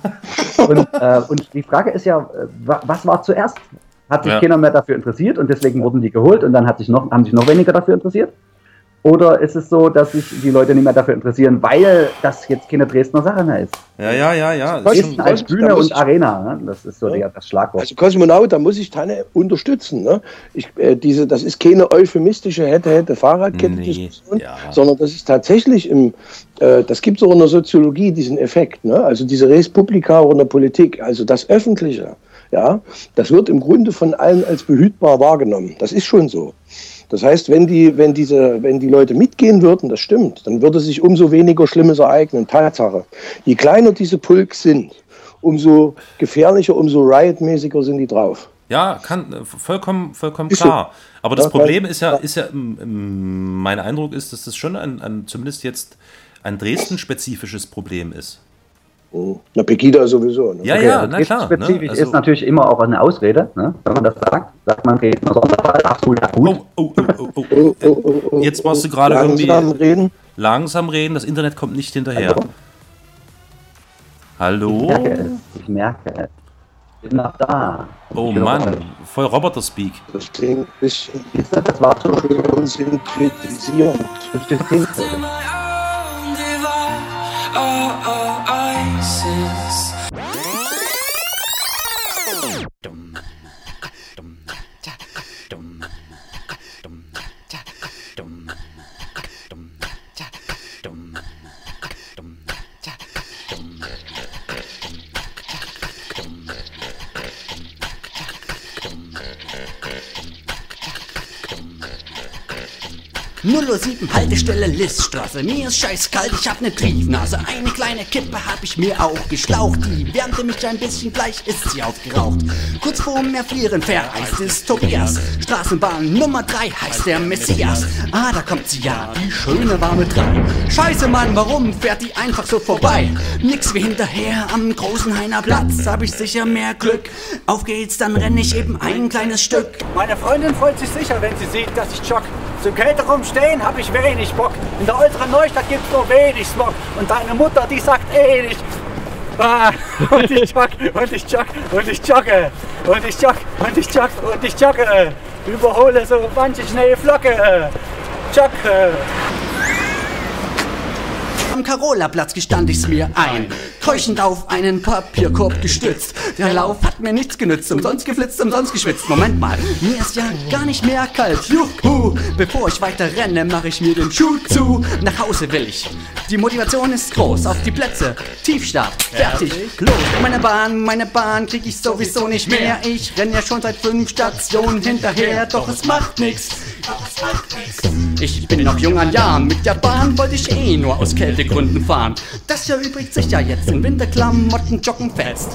Und, äh, und die Frage ist ja, was war zuerst? Hat sich ja. keiner mehr dafür interessiert und deswegen wurden die geholt und dann hat sich noch, haben sich noch weniger dafür interessiert? Oder ist es so, dass sich die Leute nicht mehr dafür interessieren, weil das jetzt keine Dresdner Sache mehr ist? Ja, ja, ja, ja. Dresden als Bühne und Arena, ne? Das ist so ja. der, das Schlagwort. Also Kosmonaut, da muss ich Tanne unterstützen. Ne? Ich, äh, diese, das ist keine euphemistische Hätte-Hätte-Fahrradkette-Diskussion, nee, ja. sondern das ist tatsächlich im, äh, das gibt es auch in der Soziologie, diesen Effekt. Ne? Also diese Res Publica oder in der Politik, also das Öffentliche, ja, das wird im Grunde von allen als behütbar wahrgenommen. Das ist schon so. Das heißt, wenn die, wenn diese, wenn die Leute mitgehen würden, das stimmt, dann würde sich umso weniger Schlimmes ereignen. Tatsache. Je kleiner diese Pulks sind, umso gefährlicher, umso riotmäßiger sind die drauf. Ja, kann vollkommen, vollkommen klar. Aber das Problem ist ja, ist ja, mein Eindruck ist, dass das schon ein, ein zumindest jetzt ein Dresden-spezifisches Problem ist. Na, Pegida sowieso. Ne? Ja, okay, ja, also na klar. Spezifisch Ne? Also, ist natürlich immer auch eine Ausrede, ne? Wenn man das sagt, sagt man Dresdner Sonderfall, absolut akut. oh, oh, oh, oh, oh. Oh, oh, oh, oh. Jetzt warst du gerade Langsam irgendwie reden. langsam reden, das Internet kommt nicht hinterher. Hallo? Ich merke es, ich merke es. Ich bin noch da. Oh Ich bin Mann, noch da. voll Roboter-Speak. Das klingt ein bisschen Das war so schön. synkretisierend. Das klingt so. null Uhr sieben, Haltestelle Liststraße. Mir ist scheißkalt, ich hab ne Triefnase. Eine kleine Kippe hab ich mir auch geschlaucht. Die wärmte mich ein bisschen, gleich ist sie aufgeraucht. Kurz vorm Erfrieren vereist ist Tobias. Straßenbahn Nummer drei heißt der Messias. Ah, da kommt sie ja, die schöne warme drei. Scheiße Mann, warum fährt die einfach so vorbei? Nix wie hinterher am großen Heiner Platz. Hab ich sicher mehr Glück. Auf geht's, dann renn ich eben ein kleines Stück. Meine Freundin freut sich sicher, wenn sie sieht, dass ich jogge. Zum Kälterem stehen hab ich wenig Bock. In der äußeren Neustadt gibt's nur wenig Smog. Und deine Mutter, die sagt eh nicht. Ah, und ich jogge, und ich jogge, und ich jogge. Und ich jogge, und ich jogge, und ich jogge. Überhole so manche Schneeflocke. Jogge. Am Carolaplatz gestand ich's mir ein, keuchend auf einen Papierkorb gestützt. Der Lauf hat mir nichts genützt, umsonst geflitzt, umsonst geschwitzt. Moment mal, mir ist ja gar nicht mehr kalt. Juhu, bevor ich weiter renne, mach ich mir den Schuh zu. Nach Hause will ich. Die Motivation ist groß, auf die Plätze, Tiefstart, fertig, los. Meine Bahn, meine Bahn krieg ich sowieso nicht mehr. Ich renn ja schon seit fünf Stationen hinterher, doch es macht nix. Ich bin noch jung an Jahren, mit der Bahn wollte ich eh nur aus Kältegründen fahren. Das erübrigt sich ja jetzt in Winterklamotten joggen fest.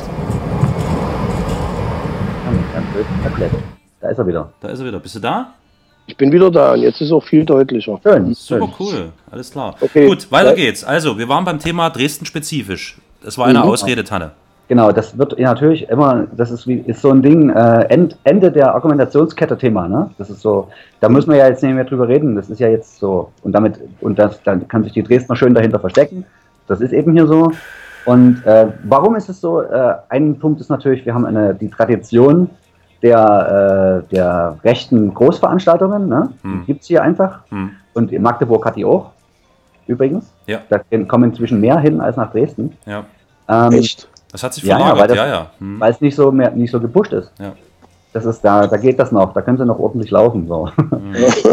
Da ist er wieder. Da ist er wieder. Bist du da? Ich bin wieder da und jetzt ist auch viel deutlicher. Schön. Super schön. cool. Alles klar. Okay. Gut, weiter Ja. geht's. Also, wir waren beim Thema Dresden-spezifisch. Das war eine Mhm. Ausrede, Tanne. Genau, das wird ja natürlich immer, das ist wie ist so ein Ding, äh, End, Ende der Argumentationskette-Thema, ne? Das ist so, da müssen wir ja jetzt nicht mehr drüber reden, das ist ja jetzt so, und damit, und das, dann kann sich die Dresdner schön dahinter verstecken, das ist eben hier so. Und äh, warum ist es so? Äh, ein Punkt ist natürlich, wir haben eine, die Tradition der, äh, der rechten Großveranstaltungen, ne? Hm. Die gibt es hier einfach, Hm. und in Magdeburg hat die auch, übrigens. Ja. Da kommen inzwischen mehr hin als nach Dresden. Ja. Ähm, Echt? Das hat sich Ja, ja, verlagert, weil das- ja, ja. Hm. Weil es nicht so mehr nicht so gepusht ist. Ja. Das ist da, da geht das noch, da können sie noch ordentlich laufen. So. Hm.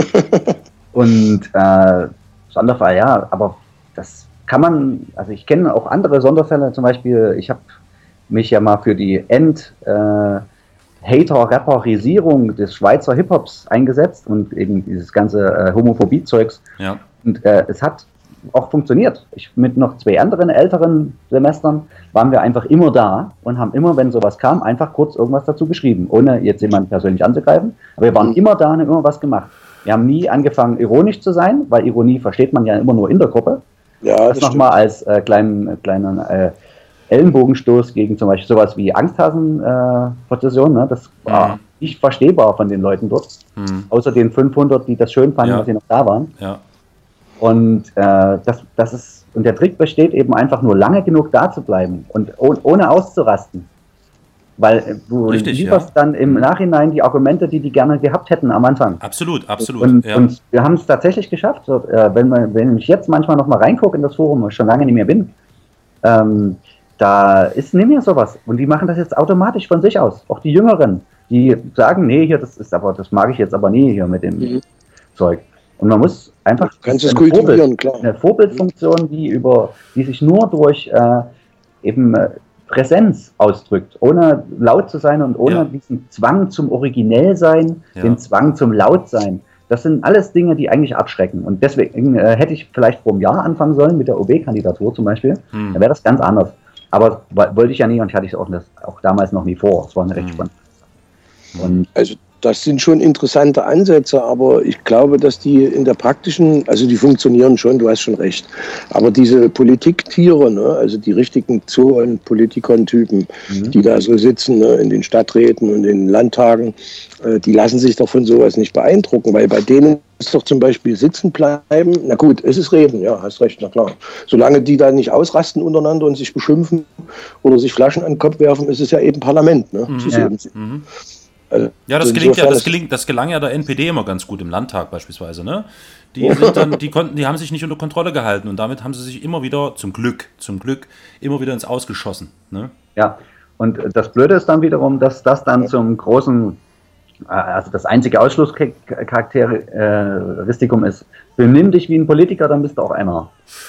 Und äh, Sonderfall, ja, aber das kann man, also ich kenne auch andere Sonderfälle, zum Beispiel, ich habe mich ja mal für die End äh, Hater-Rapperisierung des Schweizer Hip-Hops eingesetzt und eben dieses ganze äh, Homophobie-Zeugs. Ja. Und äh, es hat auch funktioniert. Ich, mit noch zwei anderen älteren Semestern waren wir einfach immer da und haben immer, wenn sowas kam, einfach kurz irgendwas dazu geschrieben, ohne jetzt jemanden persönlich anzugreifen. Aber wir waren immer da und haben immer was gemacht. Wir haben nie angefangen, ironisch zu sein, weil Ironie versteht man ja immer nur in der Gruppe. Ja, Das das stimmt. nochmal als äh, kleinen, kleinen äh, Ellenbogenstoß gegen zum Beispiel sowas wie Angsthasen-Prozession. Ne? Das war Mhm. nicht verstehbar von den Leuten dort. Hm. Außer den fünfhundert, die das schön fanden, Ja. dass sie noch da waren. Ja. Und äh, das, das ist, und der Trick besteht eben einfach nur lange genug da zu bleiben und oh, ohne auszurasten. Weil äh, du Richtig, lieferst ja. dann im Nachhinein die Argumente, die die gerne gehabt hätten am Anfang. Absolut, absolut. Und, ja. und wir haben es tatsächlich geschafft. So, äh, wenn, man, wenn ich jetzt manchmal noch mal reingucke in das Forum, wo ich schon lange nicht mehr bin, ähm, da ist nicht mehr sowas. Und die machen das jetzt automatisch von sich aus. Auch die Jüngeren, die sagen, nee, hier, das ist aber, das mag ich jetzt aber nie hier mit dem Mhm. Zeug. Und man muss einfach Du kannst es eine kultivieren, Vorbild- klar. eine Vorbildfunktion, die über, die sich nur durch äh, eben äh, Präsenz ausdrückt, ohne laut zu sein und ohne Ja. diesen Zwang zum Originellsein, Ja. den Zwang zum Lautsein. Das sind alles Dinge, die eigentlich abschrecken. Und deswegen äh, hätte ich vielleicht vor einem Jahr anfangen sollen mit der O B-Kandidatur zum Beispiel. Hm. Dann wäre das ganz anders. Aber wa- wollte ich ja nie und ich hatte es auch, das, auch damals noch nie vor. Es war eine recht Hm. spannende. Und also das sind schon interessante Ansätze, aber ich glaube, dass die in der praktischen, also die funktionieren schon, du hast schon recht, aber diese Politiktiere, ne, also die richtigen Zoo- und Politikon-Typen, mhm. die da so sitzen, ne, in den Stadträten und in den Landtagen, äh, die lassen sich doch von sowas nicht beeindrucken, weil bei denen ist doch zum Beispiel sitzen bleiben, na gut, es ist Reden, ja, hast recht, na klar. Solange die da nicht ausrasten untereinander und sich beschimpfen oder sich Flaschen an den Kopf werfen, ist es ja eben Parlament, ne? Mhm. Das ist Ja. eben, Mhm. Also ja, das gelingt ja, das gelingt, das gelang ja der N P D immer ganz gut im Landtag beispielsweise, ne? Die sind dann, die konnten, die haben sich nicht unter Kontrolle gehalten und damit haben sie sich immer wieder, zum Glück, zum Glück, immer wieder ins Ausgeschossen, ne? Ja, und das Blöde ist dann wiederum, dass das dann zum großen, also das einzige Ausschlusscharakteristikum ist, benimm dich wie ein Politiker, dann bist du auch einer.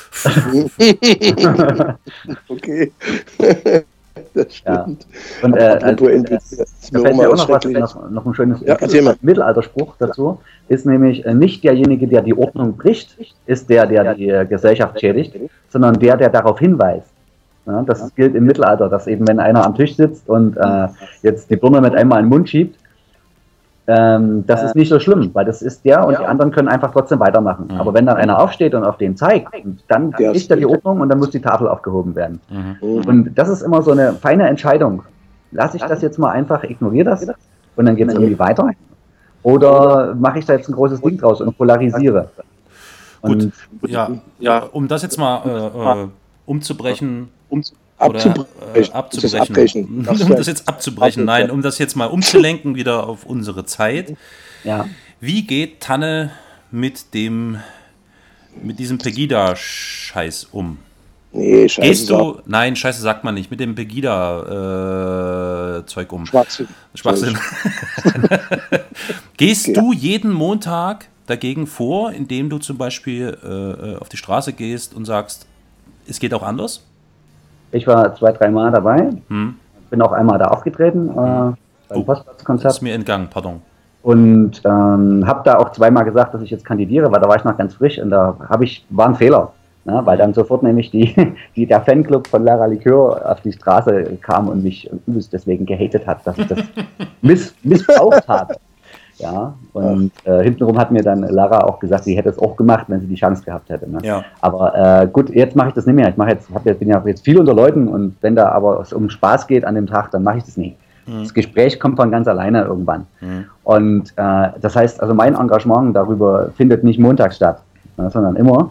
Okay. Das stimmt. Ja. Und äh, also, äh, da fällt mir auch noch, was, noch, noch ein schönes ja, Mittelalterspruch dazu, ist nämlich äh, nicht derjenige, der die Ordnung bricht, ist der, der die äh, Gesellschaft schädigt, sondern der, der darauf hinweist. Ja, das gilt im Mittelalter, dass eben, wenn einer am Tisch sitzt und äh, jetzt die Birne mit einmal in den Mund schiebt, ähm, das ist nicht so schlimm, weil das ist der und die anderen können einfach trotzdem weitermachen. Mhm. Aber wenn dann einer aufsteht und auf den zeigt, dann bricht er die Ordnung und dann muss die Tafel aufgehoben werden. Mhm. Und das ist immer so eine feine Entscheidung. Lasse ich das jetzt mal einfach, ignoriere das und dann geht es irgendwie weiter? Oder mache ich da jetzt ein großes Ding draus und polarisiere? Und Gut, ja, ja, um das jetzt mal äh, äh, umzubrechen, umzubrechen. Abzubrechen. Oder, äh, abzubrechen. Um das jetzt abzubrechen, nein, um das jetzt mal umzulenken wieder auf unsere Zeit. Ja. Wie geht Tanne mit dem, mit diesem Pegida-Scheiß um? Nee, Scheiße. Gehst du, nein, Scheiße sagt man nicht, mit dem Pegida-Zeug äh, um. Schwachsinn. Schwachsinn. Gehst ja. du jeden Montag dagegen vor, indem du zum Beispiel äh, auf die Straße gehst und sagst, es geht auch anders? Ich war zwei, drei Mal dabei, hm. bin auch einmal da aufgetreten, äh, beim oh, Postplatzkonzert. Das ist mir entgangen, pardon. Und ähm, habe da auch zweimal gesagt, dass ich jetzt kandidiere, weil da war ich noch ganz frisch und da habe ich, war ein Fehler. Ne, weil dann sofort nämlich die, die, der Fanclub von Lara Likör auf die Straße kam und mich übelst deswegen gehatet hat, dass ich das miss, missbraucht habe. Ja, und äh, hintenrum hat mir dann Lara auch gesagt, sie hätte es auch gemacht, wenn sie die Chance gehabt hätte. Ne? Ja. Aber äh, gut, jetzt mache ich das nicht mehr. Ich mache jetzt, hab, bin ja jetzt viel unter Leuten und wenn da aber es um Spaß geht an dem Tag, dann mache ich das nicht. Mhm. Das Gespräch kommt von ganz alleine irgendwann. Mhm. Und äh, das heißt, also mein Engagement darüber findet nicht montags statt, ne, sondern immer.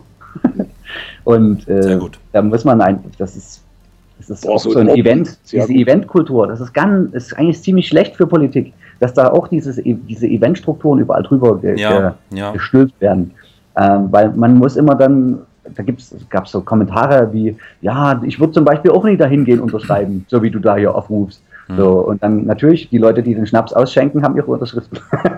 Und äh, Sehr gut. Da muss man ein, das ist, das ist auch so ein Event, diese Eventkultur, das ist ganz, ist eigentlich ziemlich schlecht für Politik, dass da auch dieses, diese Eventstrukturen überall drüber ge, ja, ge, ja. gestülpt werden. Ähm, weil man muss immer dann, da gab es so Kommentare wie, ja, ich würde zum Beispiel auch nie dahin gehen unterschreiben, so wie du da hier aufrufst. Mhm. So, und dann natürlich, die Leute, die den Schnaps ausschenken, haben ihre Unterschriften.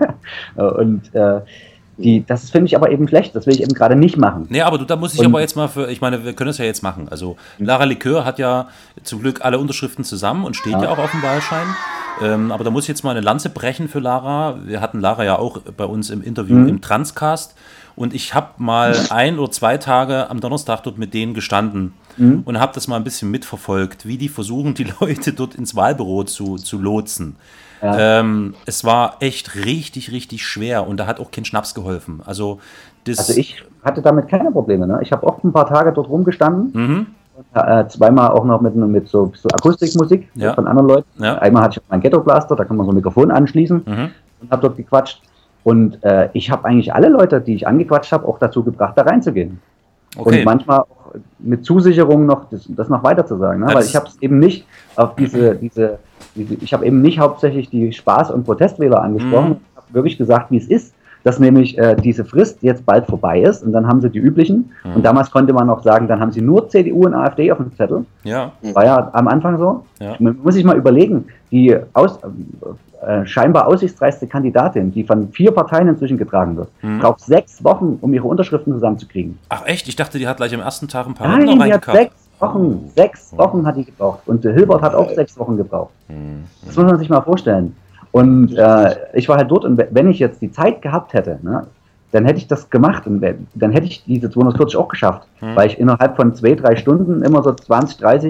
und äh, Die, das finde ich aber eben schlecht, das will ich eben gerade nicht machen. Nee, aber du, da muss ich und, aber jetzt mal für, ich meine, wir können es ja jetzt machen. Also Lara Likör hat ja zum Glück alle Unterschriften zusammen und steht ja, ja auch auf dem Wahlschein. Ähm, aber da muss ich jetzt mal eine Lanze brechen für Lara. Wir hatten Lara ja auch bei uns im Interview mhm. im Transcast und ich habe mal ein oder zwei Tage am Donnerstag dort mit denen gestanden mhm. und habe das mal ein bisschen mitverfolgt, wie die versuchen, die Leute dort ins Wahlbüro zu, zu lotsen. Ja. Ähm, es war echt richtig, richtig schwer und da hat auch kein Schnaps geholfen. Also, das also ich hatte damit keine Probleme. Ne? Ich habe oft ein paar Tage dort rumgestanden, mhm. und, äh, zweimal auch noch mit, mit so, so Akustikmusik ja. von anderen Leuten. Ja. Einmal hatte ich meinen Ghetto-Blaster, da kann man so ein Mikrofon anschließen mhm. und habe dort gequatscht. Und äh, ich habe eigentlich alle Leute, die ich angequatscht habe, auch dazu gebracht, da reinzugehen. Okay. Und manchmal auch mit Zusicherung noch das, das noch weiter zu sagen. Ne? Weil ich habe es eben nicht auf diese, diese, diese ich habe eben nicht hauptsächlich die Spaß- und Protestwähler angesprochen. Mhm. Ich habe wirklich gesagt, wie es ist, dass nämlich äh, diese Frist jetzt bald vorbei ist und dann haben sie die üblichen. Mhm. Und damals konnte man auch sagen, dann haben sie nur C D U und AfD auf dem Zettel. Ja. War ja am Anfang so. Ja. Man muss sich mal überlegen, die aus, äh, scheinbar aussichtsreichste Kandidatin, die von vier Parteien inzwischen getragen wird, mhm. braucht sechs Wochen, um ihre Unterschriften zusammenzukriegen. Ach echt? Ich dachte, die hat gleich am ersten Tag ein paar Nein, Wochen die hat sechs Wochen. Oh. Sechs oh. Wochen hat die gebraucht. Und äh, Hilbert hat auch sechs Wochen gebraucht. Mhm. Das muss man sich mal vorstellen. Und äh, ich war halt dort und wenn ich jetzt die Zeit gehabt hätte, ne, dann hätte ich das gemacht und dann hätte ich diese zweihundertvierzig auch geschafft, mhm. weil ich innerhalb von zwei, drei Stunden immer so zwanzig, dreißig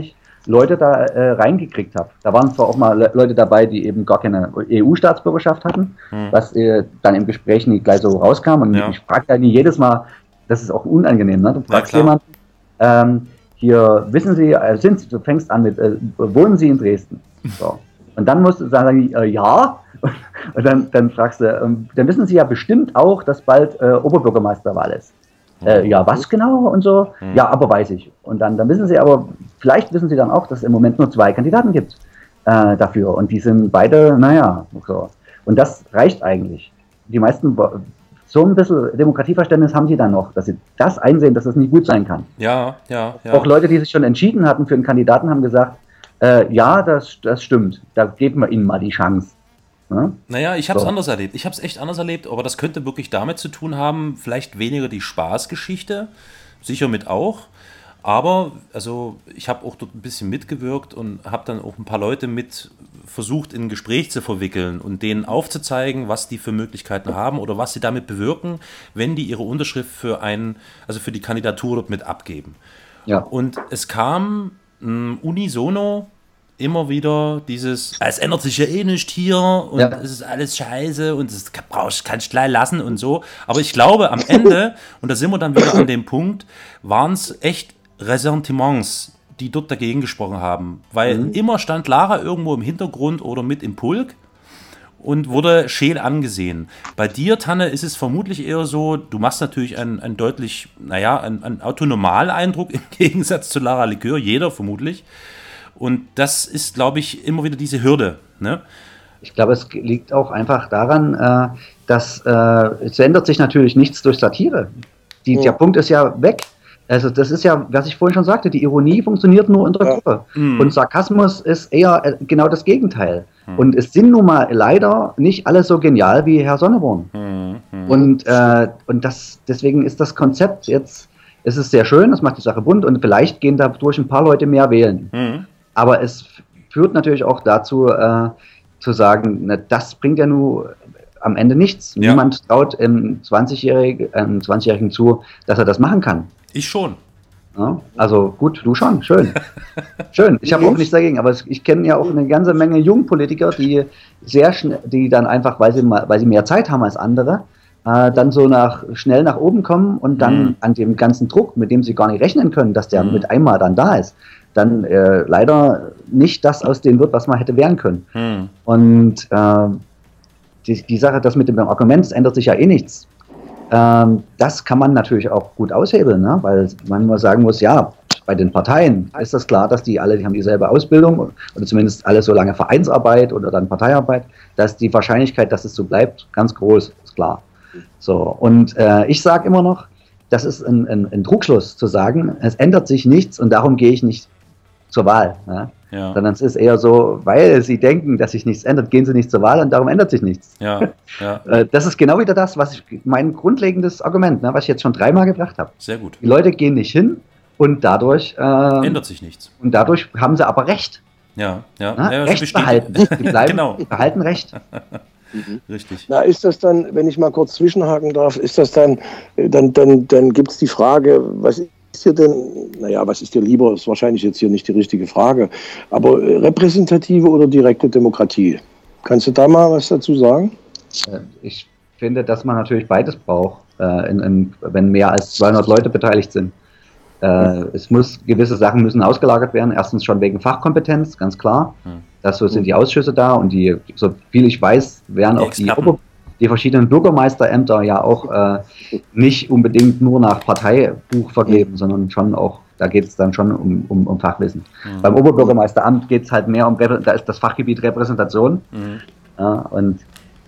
Leute da äh, reingekriegt habe. Da waren zwar auch mal Le- Leute dabei, die eben gar keine E U-Staatsbürgerschaft hatten, hm. was äh, dann im Gespräch nicht gleich so rauskam. Und ja. ich frage ja nie jedes Mal, das ist auch unangenehm, ne? Du fragst ja, jemanden, ähm, hier, wissen Sie, äh, sind Sie, du fängst an mit, äh, wohnen Sie in Dresden? So. Und dann musst du sagen, äh, ja. Und dann, dann fragst du, ähm, dann wissen Sie ja bestimmt auch, dass bald äh, Oberbürgermeisterwahl ist. Äh, ja, was genau und so? Mhm. Ja, aber weiß ich. Und dann, dann wissen Sie aber, vielleicht wissen Sie dann auch, dass es im Moment nur zwei Kandidaten gibt äh, dafür. Und die sind beide, naja, so. Und das reicht eigentlich. Die meisten, so ein bisschen Demokratieverständnis haben sie dann noch, dass sie das einsehen, dass das nicht gut sein kann. Ja, ja, ja. Auch Leute, die sich schon entschieden hatten für einen Kandidaten, haben gesagt, äh, ja, das, das stimmt, da geben wir ihnen mal die Chance. Ja? Naja, ich habe es so. anders erlebt. Ich habe es echt anders erlebt, aber das könnte wirklich damit zu tun haben, vielleicht weniger die Spaßgeschichte, sicher mit auch, aber also ich habe auch dort ein bisschen mitgewirkt und habe dann auch ein paar Leute mit versucht in ein Gespräch zu verwickeln und denen aufzuzeigen, was die für Möglichkeiten haben oder was sie damit bewirken, wenn die ihre Unterschrift für einen, also für die Kandidatur dort mit abgeben. Ja. Und es kam mh, unisono immer wieder dieses, es ändert sich ja eh nicht hier und ja. es ist alles scheiße und das brauchst, kannst du gleich lassen und so. Aber ich glaube, am Ende, und da sind wir dann wieder an dem Punkt, waren es echt Ressentiments, die dort dagegen gesprochen haben. Weil mhm. immer stand Lara irgendwo im Hintergrund oder mit im Pulk und wurde scheel angesehen. Bei dir, Tanne, ist es vermutlich eher so, du machst natürlich einen, einen deutlich, naja, einen, einen Autonomaleindruck im Gegensatz zu Lara Likör, jeder vermutlich. Und das ist, glaube ich, immer wieder diese Hürde. Ne? Ich glaube, es liegt auch einfach daran, äh, dass äh, es ändert sich natürlich nichts durch Satire. Die, ja. Der Punkt ist ja weg. Also das ist ja, was ich vorhin schon sagte, die Ironie funktioniert nur in der ja. Gruppe. Mhm. Und Sarkasmus ist eher äh, genau das Gegenteil. Mhm. Und es sind nun mal leider nicht alle so genial wie Herr Sonneborn. Mhm. Mhm. Und, äh, und das, deswegen ist das Konzept jetzt, es ist sehr schön, das macht die Sache bunt und vielleicht gehen dadurch ein paar Leute mehr wählen. Mhm. Aber es führt natürlich auch dazu, äh, zu sagen, na, das bringt ja nur am Ende nichts. Ja. Niemand traut einem zwanzigjährigen, einem zwanzigjährigen zu, dass er das machen kann. Ich schon. Ja, also gut, du schon, schön. Schön, ich habe auch nichts dagegen, aber ich kenne ja auch eine ganze Menge Jungpolitiker, die sehr schnell, die dann einfach, weil sie, mal, weil sie mehr Zeit haben als andere, äh, dann so nach, schnell nach oben kommen und dann mhm. an dem ganzen Druck, mit dem sie gar nicht rechnen können, dass der mhm. mit einmal dann da ist, dann äh, leider nicht das aus denen wird, was man hätte werden können. Hm. Und äh, die, die Sache, das mit dem Argument, es ändert sich ja eh nichts, ähm, das kann man natürlich auch gut aushebeln, ne? Weil man nur sagen muss, ja, bei den Parteien ist das klar, dass die alle, die haben dieselbe Ausbildung oder zumindest alle so lange Vereinsarbeit oder dann Parteiarbeit, dass die Wahrscheinlichkeit, dass es so bleibt, ganz groß, ist klar. So, und äh, ich sage immer noch, das ist ein, ein, ein Trugschluss zu sagen, es ändert sich nichts und darum gehe ich nicht zur Wahl. Ne? Ja. Sondern es ist eher so, weil sie denken, dass sich nichts ändert, gehen sie nicht zur Wahl und darum ändert sich nichts. Ja. Ja. Das ist genau wieder das, was ich, mein grundlegendes Argument, ne, was ich jetzt schon dreimal gebracht habe. Sehr gut. Die Leute gehen nicht hin und dadurch äh, ändert sich nichts. Und dadurch haben sie aber Recht. Ja, ja. Ne? ja Recht behalten. Die bleiben, genau. behalten Recht. Mhm. Richtig. Na, ist das dann, wenn ich mal kurz zwischenhaken darf, ist das dann, dann, dann, dann gibt es die Frage, was ist dir denn, naja, was ist dir lieber, ist wahrscheinlich jetzt hier nicht die richtige Frage, aber repräsentative oder direkte Demokratie? Kannst du da mal was dazu sagen? Ich finde, dass man natürlich beides braucht, äh, in, in, wenn mehr als zweihundert Leute beteiligt sind. Äh, es muss, gewisse Sachen müssen ausgelagert werden, erstens schon wegen Fachkompetenz, ganz klar. Hm. Dazu sind die Ausschüsse da und die, so viel ich weiß, werden auch die, die verschiedenen Bürgermeisterämter ja auch äh, nicht unbedingt nur nach Parteibuch vergeben, mhm. sondern schon auch, da geht es dann schon um, um, um Fachwissen. Mhm. Beim Oberbürgermeisteramt geht es halt mehr um, da ist das Fachgebiet Repräsentation. Mhm. Ja, und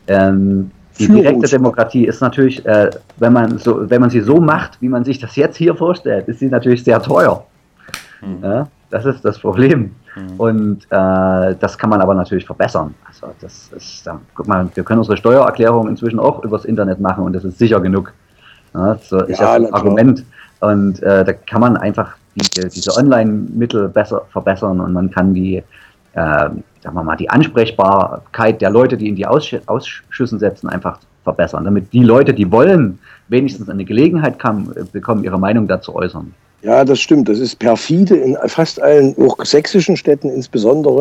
ähm, die direkte Demokratie ist natürlich, äh, wenn man so, wenn man sie so macht, wie man sich das jetzt hier vorstellt, ist sie natürlich sehr teuer. Mhm. Ja, das ist das Problem. Mhm. Und äh, das kann man aber natürlich verbessern. Also das ist, da, guck mal, wir können unsere Steuererklärung inzwischen auch übers Internet machen und das ist sicher genug. Ja, das ist ja, ja ein Argument. Und äh, da kann man einfach die, diese Online-Mittel besser verbessern und man kann die, äh, sagen wir mal, die Ansprechbarkeit der Leute, die in die Aussch- Ausschüssen setzen, einfach verbessern, damit die Leute, die wollen, wenigstens eine Gelegenheit kann, bekommen, ihre Meinung dazu äußern. Ja, das stimmt. Das ist perfide in fast allen, auch sächsischen Städten insbesondere.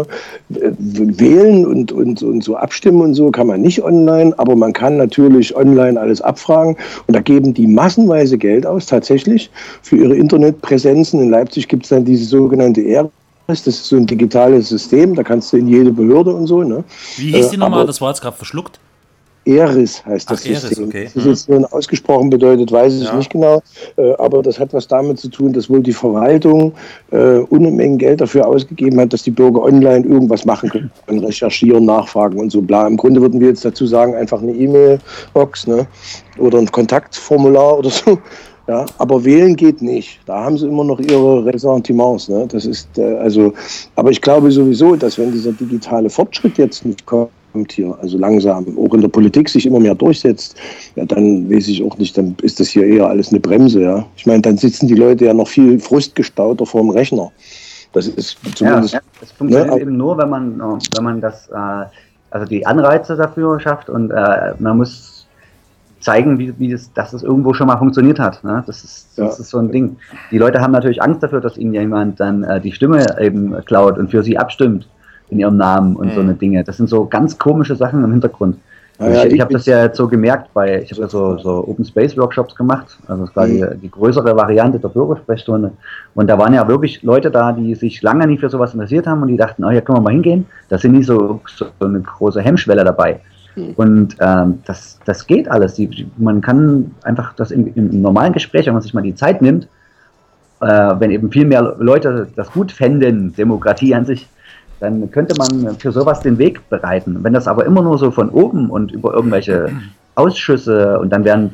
Wählen und, und, und so abstimmen und so kann man nicht online, aber man kann natürlich online alles abfragen. Und da geben die massenweise Geld aus, tatsächlich, für ihre Internetpräsenzen. In Leipzig gibt es dann diese sogenannte E R I S. Das ist so ein digitales System, da kannst du in jede Behörde und so. Ne? Wie hieß die äh, nochmal? Das war jetzt gerade verschluckt. E R I S heißt das Ach, E R I S, System. okay. Was das jetzt nun ausgesprochen bedeutet, weiß ich Ja. nicht genau. Äh, aber das hat was damit zu tun, dass wohl die Verwaltung äh, Unmengen Geld dafür ausgegeben hat, dass die Bürger online irgendwas machen können. Recherchieren, nachfragen und so bla. Im Grunde würden wir jetzt dazu sagen, einfach eine E-Mail-Box, ne? Oder ein Kontaktformular oder so. Ja, aber wählen geht nicht. Da haben sie immer noch ihre Ressentiments. Ne? Das ist äh, also, aber ich glaube sowieso, dass wenn dieser digitale Fortschritt jetzt nicht kommt hier, also langsam auch in der Politik sich immer mehr durchsetzt, ja, dann weiß ich auch nicht, dann ist das hier eher alles eine Bremse. Ja, ich meine, dann sitzen die Leute ja noch viel frustgestauter vor dem Rechner. Das ist zumindest. Ja, das funktioniert ne, eben nur, wenn man, wenn man das, äh, also die Anreize dafür schafft und äh, man muss zeigen, wie, wie das, dass es irgendwo schon mal funktioniert hat. Ne? Das ist, das Ja. ist so ein Ding. Die Leute haben natürlich Angst dafür, dass ihnen jemand dann äh, die Stimme eben klaut und für sie abstimmt in ihrem Namen und mhm. so eine Dinge. Das sind so ganz komische Sachen im Hintergrund. Ja, ja, ich ich ich habe das ja jetzt so gemerkt, bei, ich habe ja so, so Open Space Workshops gemacht, also das war mhm. die, die größere Variante der Bürgersprechstunde. Und da waren ja wirklich Leute da, die sich lange nicht für sowas interessiert haben und die dachten, oh, hier können wir mal hingehen. Da sind nicht so, so eine große Hemmschwelle dabei. Und ähm, das, das geht alles. Die, man kann einfach das im, im normalen Gespräch, wenn man sich mal die Zeit nimmt, äh, wenn eben viel mehr Leute das gut fänden, Demokratie an sich, dann könnte man für sowas den Weg bereiten. Wenn das aber immer nur so von oben und über irgendwelche Ausschüsse und dann werden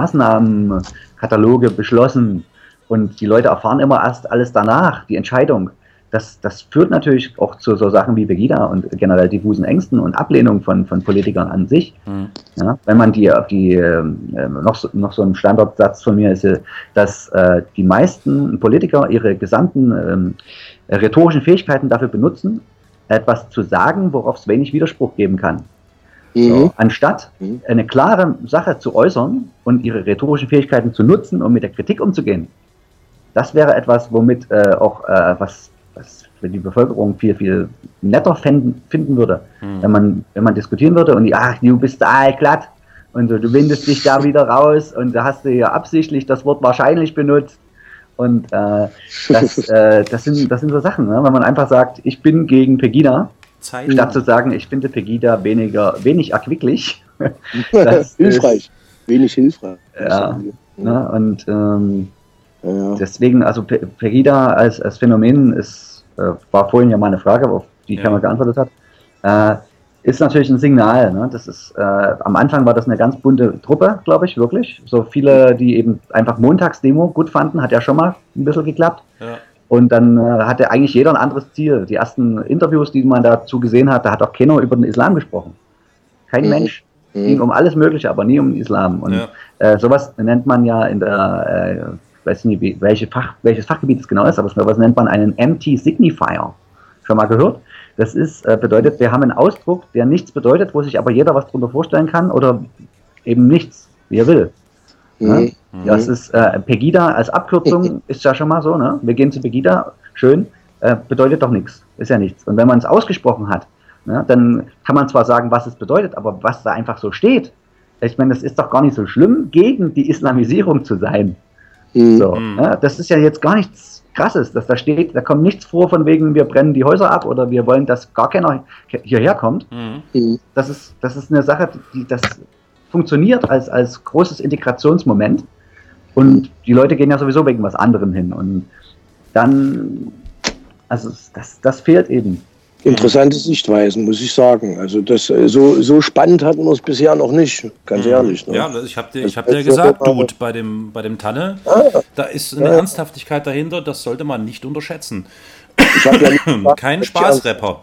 Maßnahmenkataloge beschlossen und die Leute erfahren immer erst alles danach, die Entscheidung. Das, das führt natürlich auch zu so Sachen wie Pegida und generell diffusen Ängsten und Ablehnung von, von Politikern an sich. Mhm. Ja, wenn man die auf die, äh, noch, so, noch so ein Standardsatz von mir ist, dass äh, die meisten Politiker ihre gesamten äh, rhetorischen Fähigkeiten dafür benutzen, etwas zu sagen, worauf es wenig Widerspruch geben kann. Mhm. So, anstatt mhm. eine klare Sache zu äußern und ihre rhetorischen Fähigkeiten zu nutzen, um mit der Kritik umzugehen. Das wäre etwas, womit äh, auch äh, was was für die Bevölkerung viel, viel netter finden, finden würde, hm. wenn man, wenn man diskutieren würde und die, ach, du bist da glatt und du, du windest dich da wieder raus und da hast du hier absichtlich das Wort wahrscheinlich benutzt und äh, das, äh, das, sind, das sind so Sachen, ne? Wenn man einfach sagt, ich bin gegen Pegida, Zeit. Statt zu sagen, ich finde Pegida weniger, wenig erquicklich. Das hilfreich, ist, wenig hilfreich. Ja, ne? Und ähm, Ja. Deswegen, also Pe Pegida als, als Phänomen ist, äh, war vorhin ja mal eine Frage, auf die ja. keiner geantwortet hat, äh, ist natürlich ein Signal. Ne? Das ist, äh, am Anfang war das eine ganz bunte Truppe, glaube ich, wirklich. So viele, die eben einfach Montagsdemo gut fanden, hat ja schon mal ein bisschen geklappt. Ja. Und dann äh, hatte eigentlich jeder ein anderes Ziel. Die ersten Interviews, die man dazu gesehen hat, da hat auch keiner über den Islam gesprochen. Kein mhm. Mensch. Es mhm. ging um alles Mögliche, aber nie um den Islam. Und ja. äh, sowas nennt man ja in der... Äh, ich weiß nicht, welche Fach, welches Fachgebiet es genau ist, aber was nennt man einen Empty Signifier? Schon mal gehört? Das ist, äh, bedeutet, wir haben einen Ausdruck, der nichts bedeutet, wo sich aber jeder was drunter vorstellen kann oder eben nichts, wie er will. Mhm. Ne? Das ist äh, Pegida als Abkürzung, ist ja schon mal so, ne? Wir gehen zu Pegida, schön, äh, bedeutet doch nichts, ist ja nichts. Und wenn man es ausgesprochen hat, ne, dann kann man zwar sagen, was es bedeutet, aber was da einfach so steht, ich meine, das ist doch gar nicht so schlimm, gegen die Islamisierung zu sein. So, mhm. ja, das ist ja jetzt gar nichts Krasses, dass da steht, da kommt nichts vor von wegen, wir brennen die Häuser ab oder wir wollen, dass gar keiner hierher kommt. Mhm. Das ist, das ist eine Sache, die das funktioniert als, als großes Integrationsmoment und die Leute gehen ja sowieso wegen was anderem hin und dann, also das, das fehlt eben. Interessante Sichtweisen, muss ich sagen. Also das so, so spannend hatten wir es bisher noch nicht, ganz mhm. ehrlich. Ne? Ja, ich habe dir, ich hab dir gesagt, Dude, bei dem, bei dem Tanne, ah, da ist eine ja. Ernsthaftigkeit dahinter, das sollte man nicht unterschätzen. Ich hab ja nicht gesagt, kein Spaßrapper.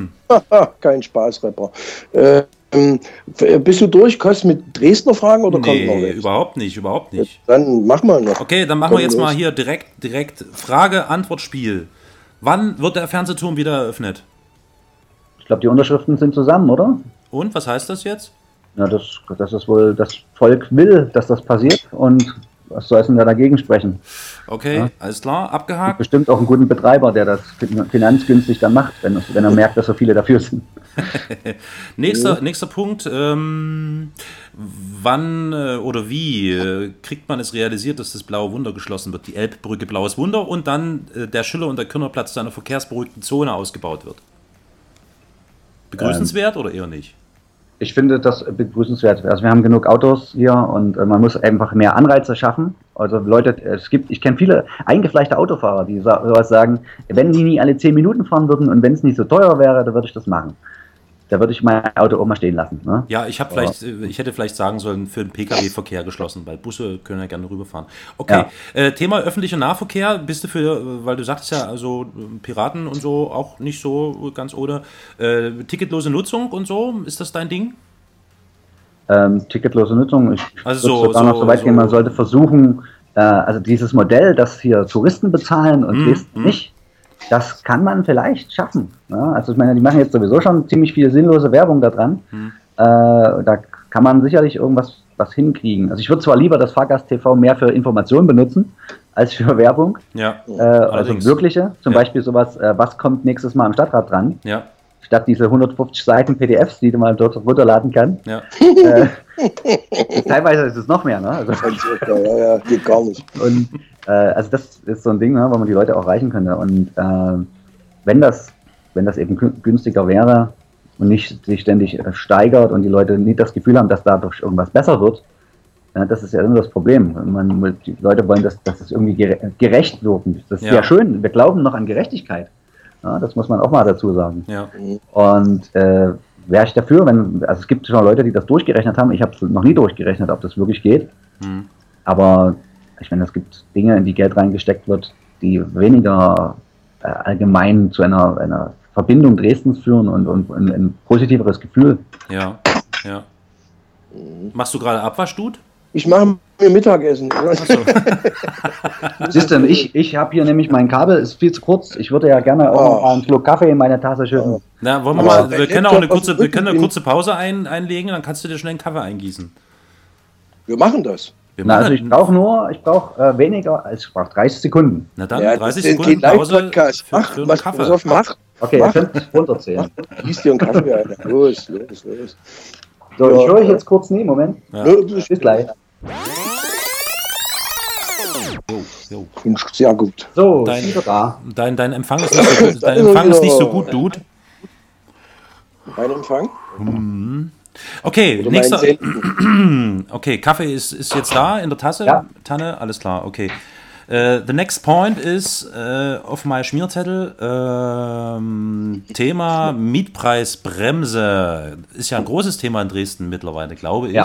Kein Spaßrapper. Äh, bist du durch, Kost, mit Dresdner Fragen oder nee, kommt noch was? Überhaupt nicht, überhaupt nicht. Dann machen wir noch. Okay, dann machen Komm wir jetzt los. mal hier direkt, direkt Frage-Antwort-Spiel. Wann wird der Fernsehturm wieder eröffnet? Ich glaube, die Unterschriften sind zusammen, oder? Und, was heißt das jetzt? Ja, das, das ist wohl, das Volk will, dass das passiert und was soll es denn da dagegen sprechen? Okay, ja. Alles klar, abgehakt. Bestimmt auch einen guten Betreiber, der das finanzgünstig dann macht, wenn, wenn er merkt, dass so viele dafür sind. nächster, mhm. nächster Punkt, ähm, wann äh, oder wie äh, kriegt man es realisiert, dass das Blaue Wunder geschlossen wird, die Elbbrücke Blaues Wunder und dann äh, der Schiller- und der Kürnerplatz zu einer verkehrsberuhigten Zone ausgebaut wird? Begrüßenswert ähm, oder eher nicht? Ich finde das begrüßenswert. Also wir haben genug Autos hier und äh, man muss einfach mehr Anreize schaffen. Also Leute, es gibt, ich kenne viele eingefleischte Autofahrer, die sa- sowas sagen, wenn die nie alle zehn Minuten fahren würden und wenn es nicht so teuer wäre, dann würde ich das machen. Da würde ich mein Auto auch mal stehen lassen. Ne? Ja, ich habe vielleicht, ich hätte vielleicht sagen sollen, für den Pkw-Verkehr geschlossen, weil Busse können ja gerne rüberfahren. Okay, ja. äh, Thema öffentlicher Nahverkehr, bist du für, weil du sagtest ja, also Piraten und so auch nicht so ganz ohne, äh, ticketlose Nutzung und so, ist das dein Ding? Ähm, ticketlose Nutzung, ich also würde so, sogar so, noch so weit so gehen, man sollte versuchen, äh, also dieses Modell, dass hier Touristen bezahlen und mm, Dresden mm. nicht, das kann man vielleicht schaffen. Ja? Also ich meine, die machen jetzt sowieso schon ziemlich viel sinnlose Werbung da dran. Hm. Äh, da kann man sicherlich irgendwas was hinkriegen. Also ich würde zwar lieber das Fahrgast-T V mehr für Informationen benutzen, als für Werbung. Ja, äh, also wirkliche. Zum ja. Beispiel sowas, äh, was kommt nächstes Mal am Stadtrat dran? Ja. Statt diese hundertfünfzig Seiten P D Fs, die man dort runterladen kann. Ja. Äh, teilweise ist es noch mehr, ne? Also, ja, ja, geht gar nicht. Und äh, also das ist so ein Ding, ne, wo man die Leute auch erreichen könnte. Und äh, wenn das, wenn das eben günstiger wäre und nicht sich ständig äh, steigert und die Leute nicht das Gefühl haben, dass dadurch irgendwas besser wird, äh, das ist ja immer das Problem. Man, die Leute wollen, dass, dass es irgendwie gere- gerecht wird. Das ist ja. Sehr schön. Wir glauben noch an Gerechtigkeit. Ja, das muss man auch mal dazu sagen. Ja. Und äh, wäre ich dafür, wenn, also es gibt schon Leute, die das durchgerechnet haben. Ich habe es noch nie durchgerechnet, ob das wirklich geht. Hm. Aber ich meine, es gibt Dinge, in die Geld reingesteckt wird, die weniger äh, allgemein zu einer, einer Verbindung Dresdens führen und, und, und ein positiveres Gefühl. Ja, ja. Machst du gerade Abwaschstut? Ich mache mir Mittagessen. Achso. Siehst du, ich, ich habe hier nämlich mein Kabel, ist viel zu kurz. Ich würde ja gerne auch Oh. noch mal einen Schluck Kaffee in meine Tasse schütten. Na, wollen wir Aber mal, wir können auch eine kurze, wir können eine kurze Pause ein, einlegen, dann kannst du dir schnell einen Kaffee eingießen. Wir machen das. Wir Na, machen also ich brauche nur, ich brauche äh, weniger, als ich brauche dreißig Sekunden. Na dann, Ja, dreißig das ist Sekunden ein Pause Live-Podcast. für, Mach, für einen was, Kaffee. pass auf, mach. Okay, ihr könnt runterzählen. Gieß dir einen Kaffee ein. Los, los, los. So, ich höre euch jetzt kurz, nee, Moment. Ja. Bis gleich. Jo, jo. Sehr gut. So, Dein- ist wieder da. Dein, dein Empfang ist nicht so gut, dein Empfang ist nicht so gut, Dude. Ein Empfang? Okay, Oder nächster. meinen Senden? Okay, Kaffee ist, ist jetzt da in der Tasse. Ja. Tanne, alles klar, okay. Uh, the next point is uh, auf meinem Schmierzettel ähm, Thema Mietpreisbremse. Ist ja ein großes Thema in Dresden mittlerweile, glaube ich. Ja.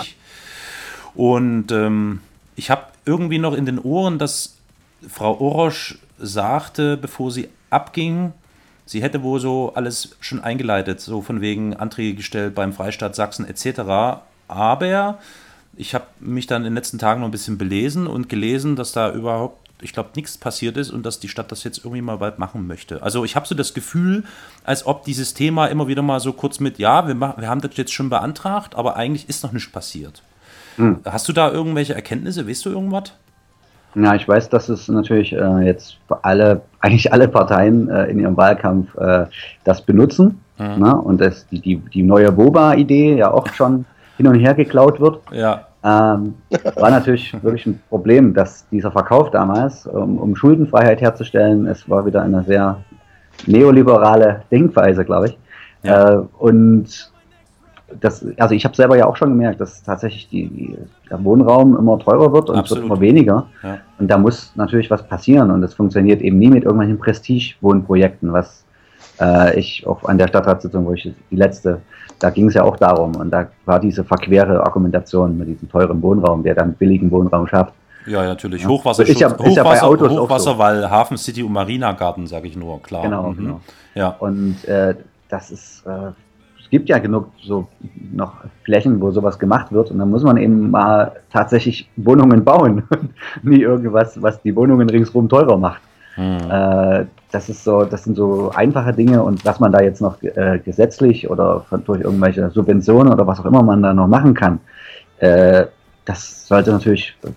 Und ähm, ich habe irgendwie noch in den Ohren, dass Frau Orosch sagte, bevor sie abging, sie hätte wohl so alles schon eingeleitet, so von wegen Anträge gestellt beim Freistaat Sachsen et cetera. Aber ich habe mich dann in den letzten Tagen noch ein bisschen belesen und gelesen, dass da überhaupt, ich glaube, nichts passiert ist und dass die Stadt das jetzt irgendwie mal bald machen möchte. Also ich habe so das Gefühl, als ob dieses Thema immer wieder mal so kurz mit, ja, wir, machen, wir haben das jetzt schon beantragt, aber eigentlich ist noch nichts passiert. Hm. Hast du da irgendwelche Erkenntnisse? Weißt du irgendwas? Ja, ich weiß, dass es natürlich äh, jetzt für alle, eigentlich alle Parteien äh, in ihrem Wahlkampf äh, das benutzen. Mhm. Ne? Und dass die, die, die neue WOBA-Idee ja auch schon hin und her geklaut wird. Ja. Ähm, war natürlich wirklich ein Problem, dass dieser Verkauf damals, um, um Schuldenfreiheit herzustellen, es war wieder eine sehr neoliberale Denkweise, glaube ich. Ja. Äh, und das, also ich habe selber ja auch schon gemerkt, dass tatsächlich die, die, der Wohnraum immer teurer wird und es wird immer weniger. Ja. Und da muss natürlich was passieren und es funktioniert eben nie mit irgendwelchen Prestige-Wohnprojekten, was äh, ich auch an der Stadtratssitzung, wo ich die letzte, da ging es ja auch darum und da war diese verquere Argumentation mit diesem teuren Wohnraum, der dann billigen Wohnraum schafft. Ja, natürlich. Ja. Hochwasserschutz, Ist ja- ist ja bei Hochwasser, Autos auch Hochwasser so. weil Hafen City und Marina-Garten, sage ich nur, klar. Genau, Mhm. genau. Ja. Und äh, das ist, äh, es gibt ja genug so noch Flächen, wo sowas gemacht wird und dann muss man eben mal tatsächlich Wohnungen bauen und nie irgendwas, was die Wohnungen ringsherum teurer macht. Hm. Äh, das ist so, das sind so einfache Dinge und was man da jetzt noch äh, gesetzlich oder von, durch irgendwelche Subventionen oder was auch immer man da noch machen kann, äh, das sollte natürlich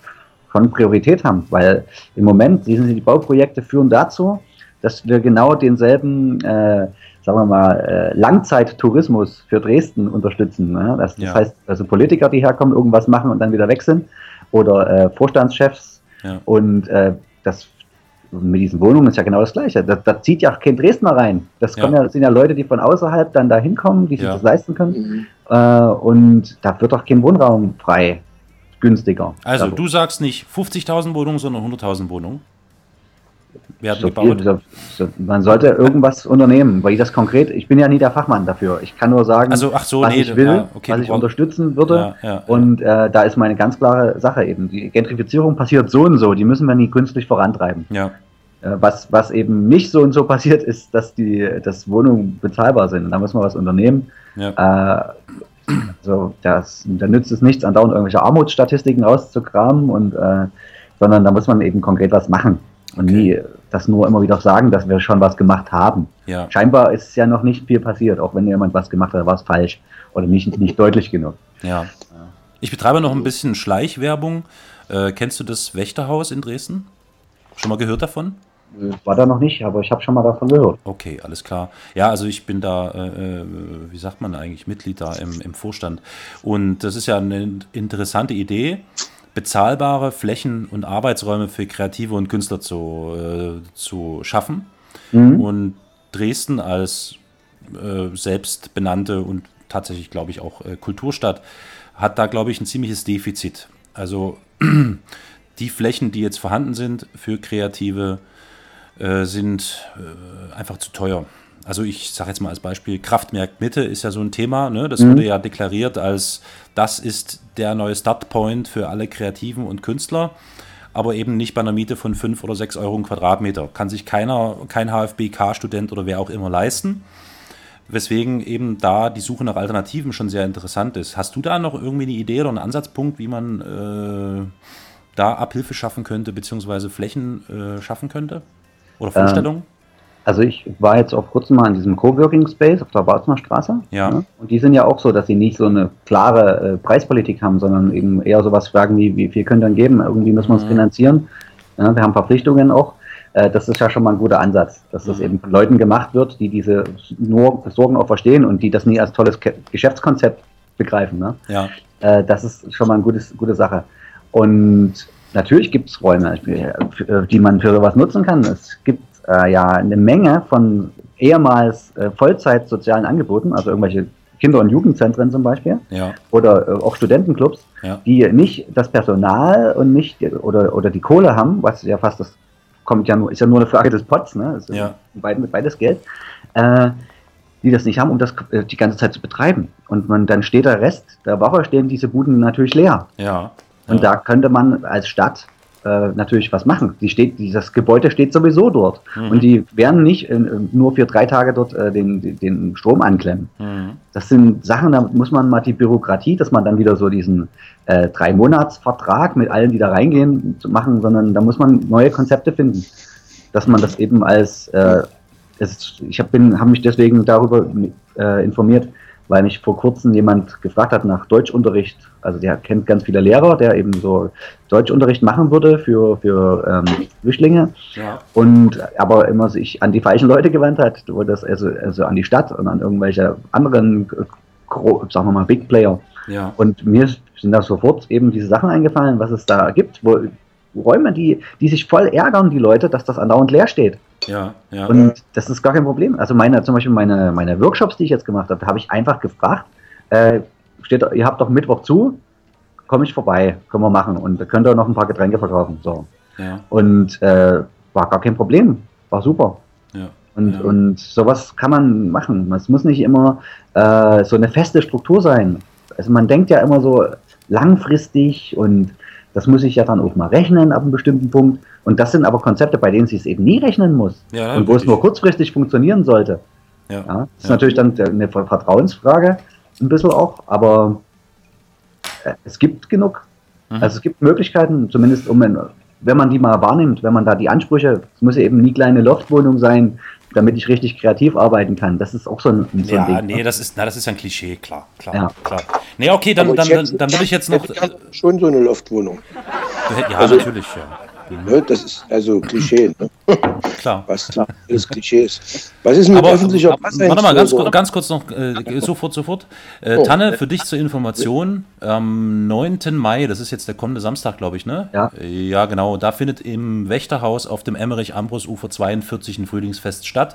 von Priorität haben, weil im Moment, diese die Bauprojekte führen dazu, dass wir genau denselben, äh, sagen wir mal, äh, Langzeittourismus für Dresden unterstützen. Ne? Das, das ja. heißt, also Politiker, die herkommen, irgendwas machen und dann wieder weg sind, oder äh, Vorstandschefs ja. und äh, das mit diesen Wohnungen ist ja genau das Gleiche. Da, da zieht ja kein Dresdner rein. Das ja. Ja, sind ja Leute, die von außerhalb dann da hinkommen, die sich ja. das leisten können. Mhm. Äh, und da wird doch kein Wohnraum frei, günstiger. Also dadurch. Du sagst nicht fünfzigtausend Wohnungen, sondern hunderttausend Wohnungen? Werden so gebaut? Viel, so, so, man sollte irgendwas unternehmen, weil ich das konkret, ich bin ja nie der Fachmann dafür. Ich kann nur sagen, also, ach so, was nee, ich will, ja, okay, was ich unterstützen würde. Ja, ja, und äh, da ist meine ganz klare Sache eben. Die Gentrifizierung passiert so und so, die müssen wir nie künstlich vorantreiben. Ja. Äh, was, was eben nicht so und so passiert, ist, dass die dass Wohnungen bezahlbar sind. Und da muss man was unternehmen. Ja. Äh, so, das, da nützt es nichts, andauernd irgendwelche Armutsstatistiken rauszukramen, und, äh, sondern da muss man eben konkret was machen. Und okay. nie das nur immer wieder sagen, dass wir schon was gemacht haben. Ja. Scheinbar ist ja noch nicht viel passiert. Auch wenn jemand was gemacht hat, war es falsch oder nicht, nicht deutlich genug. Ja. Ich betreibe noch ein bisschen Schleichwerbung. Äh, kennst du das Wächterhaus in Dresden? Schon mal gehört davon? War da noch nicht, aber ich habe schon mal davon gehört. Okay, alles klar. Ja, also ich bin da, äh, wie sagt man eigentlich, Mitglied da im, im Vorstand. Und das ist ja eine interessante Idee, bezahlbare Flächen und Arbeitsräume für Kreative und Künstler zu, äh, zu schaffen. Mhm. Und Dresden als äh, selbstbenannte und tatsächlich, glaube ich, auch äh, Kulturstadt hat da, glaube ich, ein ziemliches Defizit. Also die Flächen, die jetzt vorhanden sind für Kreative, äh, sind äh, einfach zu teuer. Also ich sage jetzt mal als Beispiel, Kraftwerk Mitte ist ja so ein Thema, ne? Das mhm. wurde ja deklariert als, das ist der neue Startpoint für alle Kreativen und Künstler, aber eben nicht bei einer Miete von fünf oder sechs Euro im Quadratmeter. Kann sich keiner, kein H F B K-Student oder wer auch immer leisten, weswegen eben da die Suche nach Alternativen schon sehr interessant ist. Hast du da noch irgendwie eine Idee oder einen Ansatzpunkt, wie man äh, da Abhilfe schaffen könnte, beziehungsweise Flächen äh, schaffen könnte? Oder Vorstellungen? Ähm. Also ich war jetzt auch kurz mal in diesem Coworking Space auf der Bautzner Straße. Ja. Ja. Und die sind ja auch so, dass sie nicht so eine klare äh, Preispolitik haben, sondern eben eher sowas fragen wie, wie viel könnt ihr denn geben? Irgendwie müssen wir es mhm. finanzieren. Ja, wir haben Verpflichtungen auch. Äh, das ist ja schon mal ein guter Ansatz, dass das mhm. eben von Leuten gemacht wird, die diese nur Sorgen auch verstehen und die das nie als tolles Ke- Geschäftskonzept begreifen. Ne? Ja. Äh, das ist schon mal eine gutes, gute Sache. Und natürlich gibt es Räume, die man für sowas nutzen kann. Es gibt Äh, ja eine Menge von ehemals äh, Vollzeit-sozialen Angeboten, also irgendwelche Kinder- und Jugendzentren zum Beispiel, ja. oder äh, auch Studentenclubs, ja. die nicht das Personal und nicht oder, oder die Kohle haben, was ja fast das kommt ja nur, ist ja nur eine Frage des Pots, ne? Ist ja. beid, beides Geld, äh, die das nicht haben, um das äh, die ganze Zeit zu betreiben. Und man dann steht der Rest der Woche stehen diese Buden natürlich leer. Ja. Und ja. da könnte man als Stadt Äh, natürlich was machen. Die steht, dieses Gebäude steht sowieso dort. Mhm. Und die werden nicht äh, nur für drei Tage dort äh, den, den Strom anklemmen. Mhm. Das sind Sachen, da muss man mal die Bürokratie, dass man dann wieder so diesen äh, Drei-Monats-Vertrag mit allen, die da reingehen, zu machen, sondern da muss man neue Konzepte finden. Dass man das eben als, äh, es, ich habe hab mich deswegen darüber äh, informiert, weil mich vor kurzem jemand gefragt hat nach Deutschunterricht. Also der kennt ganz viele Lehrer, der eben so Deutschunterricht machen würde für, für ähm, Flüchtlinge. Ja. Und aber immer sich an die falschen Leute gewandt hat, wo das also, also an die Stadt und an irgendwelche anderen, sagen wir mal, Big Player. Ja. Und mir sind da sofort eben diese Sachen eingefallen, was es da gibt, wo Räume, die, die sich voll ärgern, die Leute, dass das andauernd leer steht. Ja, ja. Und das ist gar kein Problem. Also meine, zum Beispiel meine, meine Workshops, die ich jetzt gemacht habe, da habe ich einfach gefragt, äh, steht, ihr habt doch Mittwoch zu, komme ich vorbei, können wir machen und da könnt ihr noch ein paar Getränke verkaufen. So. Ja. Und äh, war gar kein Problem, war super. Ja. Und, ja. und sowas kann man machen. Es muss nicht immer äh, so eine feste Struktur sein. Also man denkt ja immer so langfristig und das muss ich ja dann auch mal rechnen ab einem bestimmten Punkt. Und das sind aber Konzepte, bei denen sie es eben nie rechnen muss. Ja, und wo es nur kurzfristig funktionieren sollte. Ja. Ja, das ist ja. natürlich dann eine Vertrauensfrage, ein bisschen auch, aber äh, es gibt genug. Mhm. Also es gibt Möglichkeiten, zumindest um, wenn man die mal wahrnimmt, wenn man da die Ansprüche, es muss ja eben nie kleine Loftwohnung sein, damit ich richtig kreativ arbeiten kann. Das ist auch so ein, so ja, ein Ding. nee, das ist, na, das ist ein Klischee, klar, klar, ja. klar. Nee, okay, dann, dann, dann, dann würde ich jetzt noch... Schon so eine Loftwohnung. Ja, also, natürlich, ja. Ne, das ist also Klischee. Ne? Klar. Was klar, alles Klischee ist. Was ist mit Aber, öffentlicher warte mal, ganz, ganz kurz noch, äh, sofort, sofort. Äh, Oh. Tanne, für dich zur Information, am neunten Mai, das ist jetzt der kommende Samstag, glaube ich, ne? Ja. Äh, Ja, genau, da findet im Wächterhaus auf dem Emmerich-Ambros-Ufer zweiundvierzig ein Frühlingsfest statt.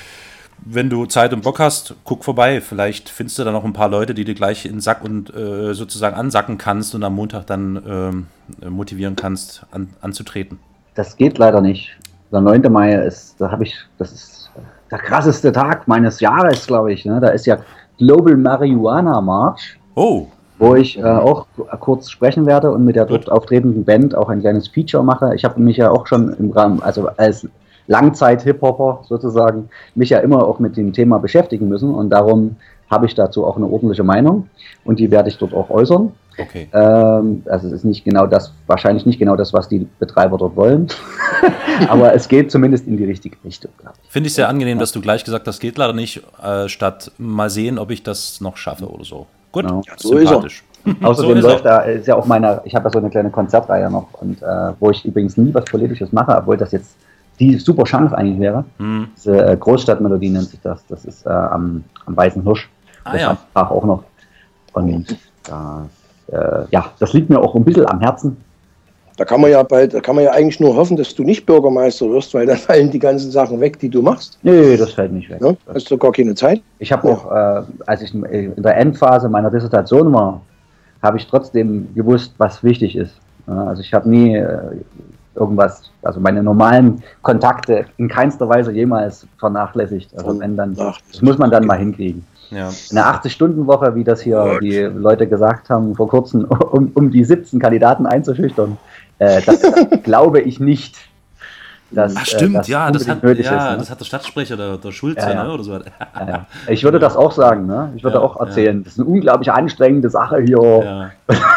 Wenn du Zeit und Bock hast, guck vorbei. Vielleicht findest du da noch ein paar Leute, die du gleich in den Sack und äh, sozusagen ansacken kannst und am Montag dann ähm, motivieren kannst, an, anzutreten. Das geht leider nicht. Der neunte Mai ist, da habe ich, das ist der krasseste Tag meines Jahres, glaube ich. Ne? Da ist ja Global Marihuana March, Oh, wo ich äh, auch kurz sprechen werde und mit der dort auftretenden Band auch ein kleines Feature mache. Ich habe mich ja auch schon im Rahmen, also als Langzeit-Hip-Hopper sozusagen, mich ja immer auch mit dem Thema beschäftigen müssen und darum habe ich dazu auch eine ordentliche Meinung und die werde ich dort auch äußern. okay. Ähm, also es ist nicht genau das, wahrscheinlich nicht genau das, was die Betreiber dort wollen, aber es geht zumindest in die richtige Richtung, glaube ich. Finde ich sehr angenehm, dass du gleich gesagt hast, geht leider nicht, äh, statt mal sehen, ob ich das noch schaffe oder so. Gut, Genau. Ja, so ist er. sympathisch. Außerdem So ist läuft er. da, ist ja auch meine, ich habe ja so eine kleine Konzertreihe noch, und äh, wo ich übrigens nie was Politisches mache, obwohl das jetzt die super Chance eigentlich wäre. Hm. Diese äh, Großstadtmelodie nennt sich das, das ist äh, am, am Weißen Hirsch, Ah, das ja. Tag auch noch. Und da, äh, ja, das liegt mir auch ein bisschen am Herzen. Da kann man ja bald, da kann man ja eigentlich nur hoffen, dass du nicht Bürgermeister wirst, weil dann fallen die ganzen Sachen weg, die du machst. Nee, das fällt nicht weg. Ne? Hast du gar keine Zeit? Ich habe auch, äh, als ich in der Endphase meiner Dissertation war, habe ich trotzdem gewusst, was wichtig ist. Ja, also ich habe nie äh, irgendwas, also meine normalen Kontakte in keinster Weise jemals vernachlässigt. Also wenn dann, das muss man dann mal hinkriegen. Ja. Eine achtzig-Stunden-Woche, wie das hier die Leute gesagt haben vor kurzem, um, um die siebzehn Kandidaten einzuschüchtern, äh, das glaube ich nicht. Dass, Ach stimmt, äh, das ja, das hat, nötig ja ist, ne? das hat der Stadtsprecher, der, der Schulze, Ja, ja. ne, oder so. Ja, ja. Ich würde das auch sagen, ne? Ich würde Ja, auch erzählen, das ist eine unglaublich anstrengende Sache hier. Ja.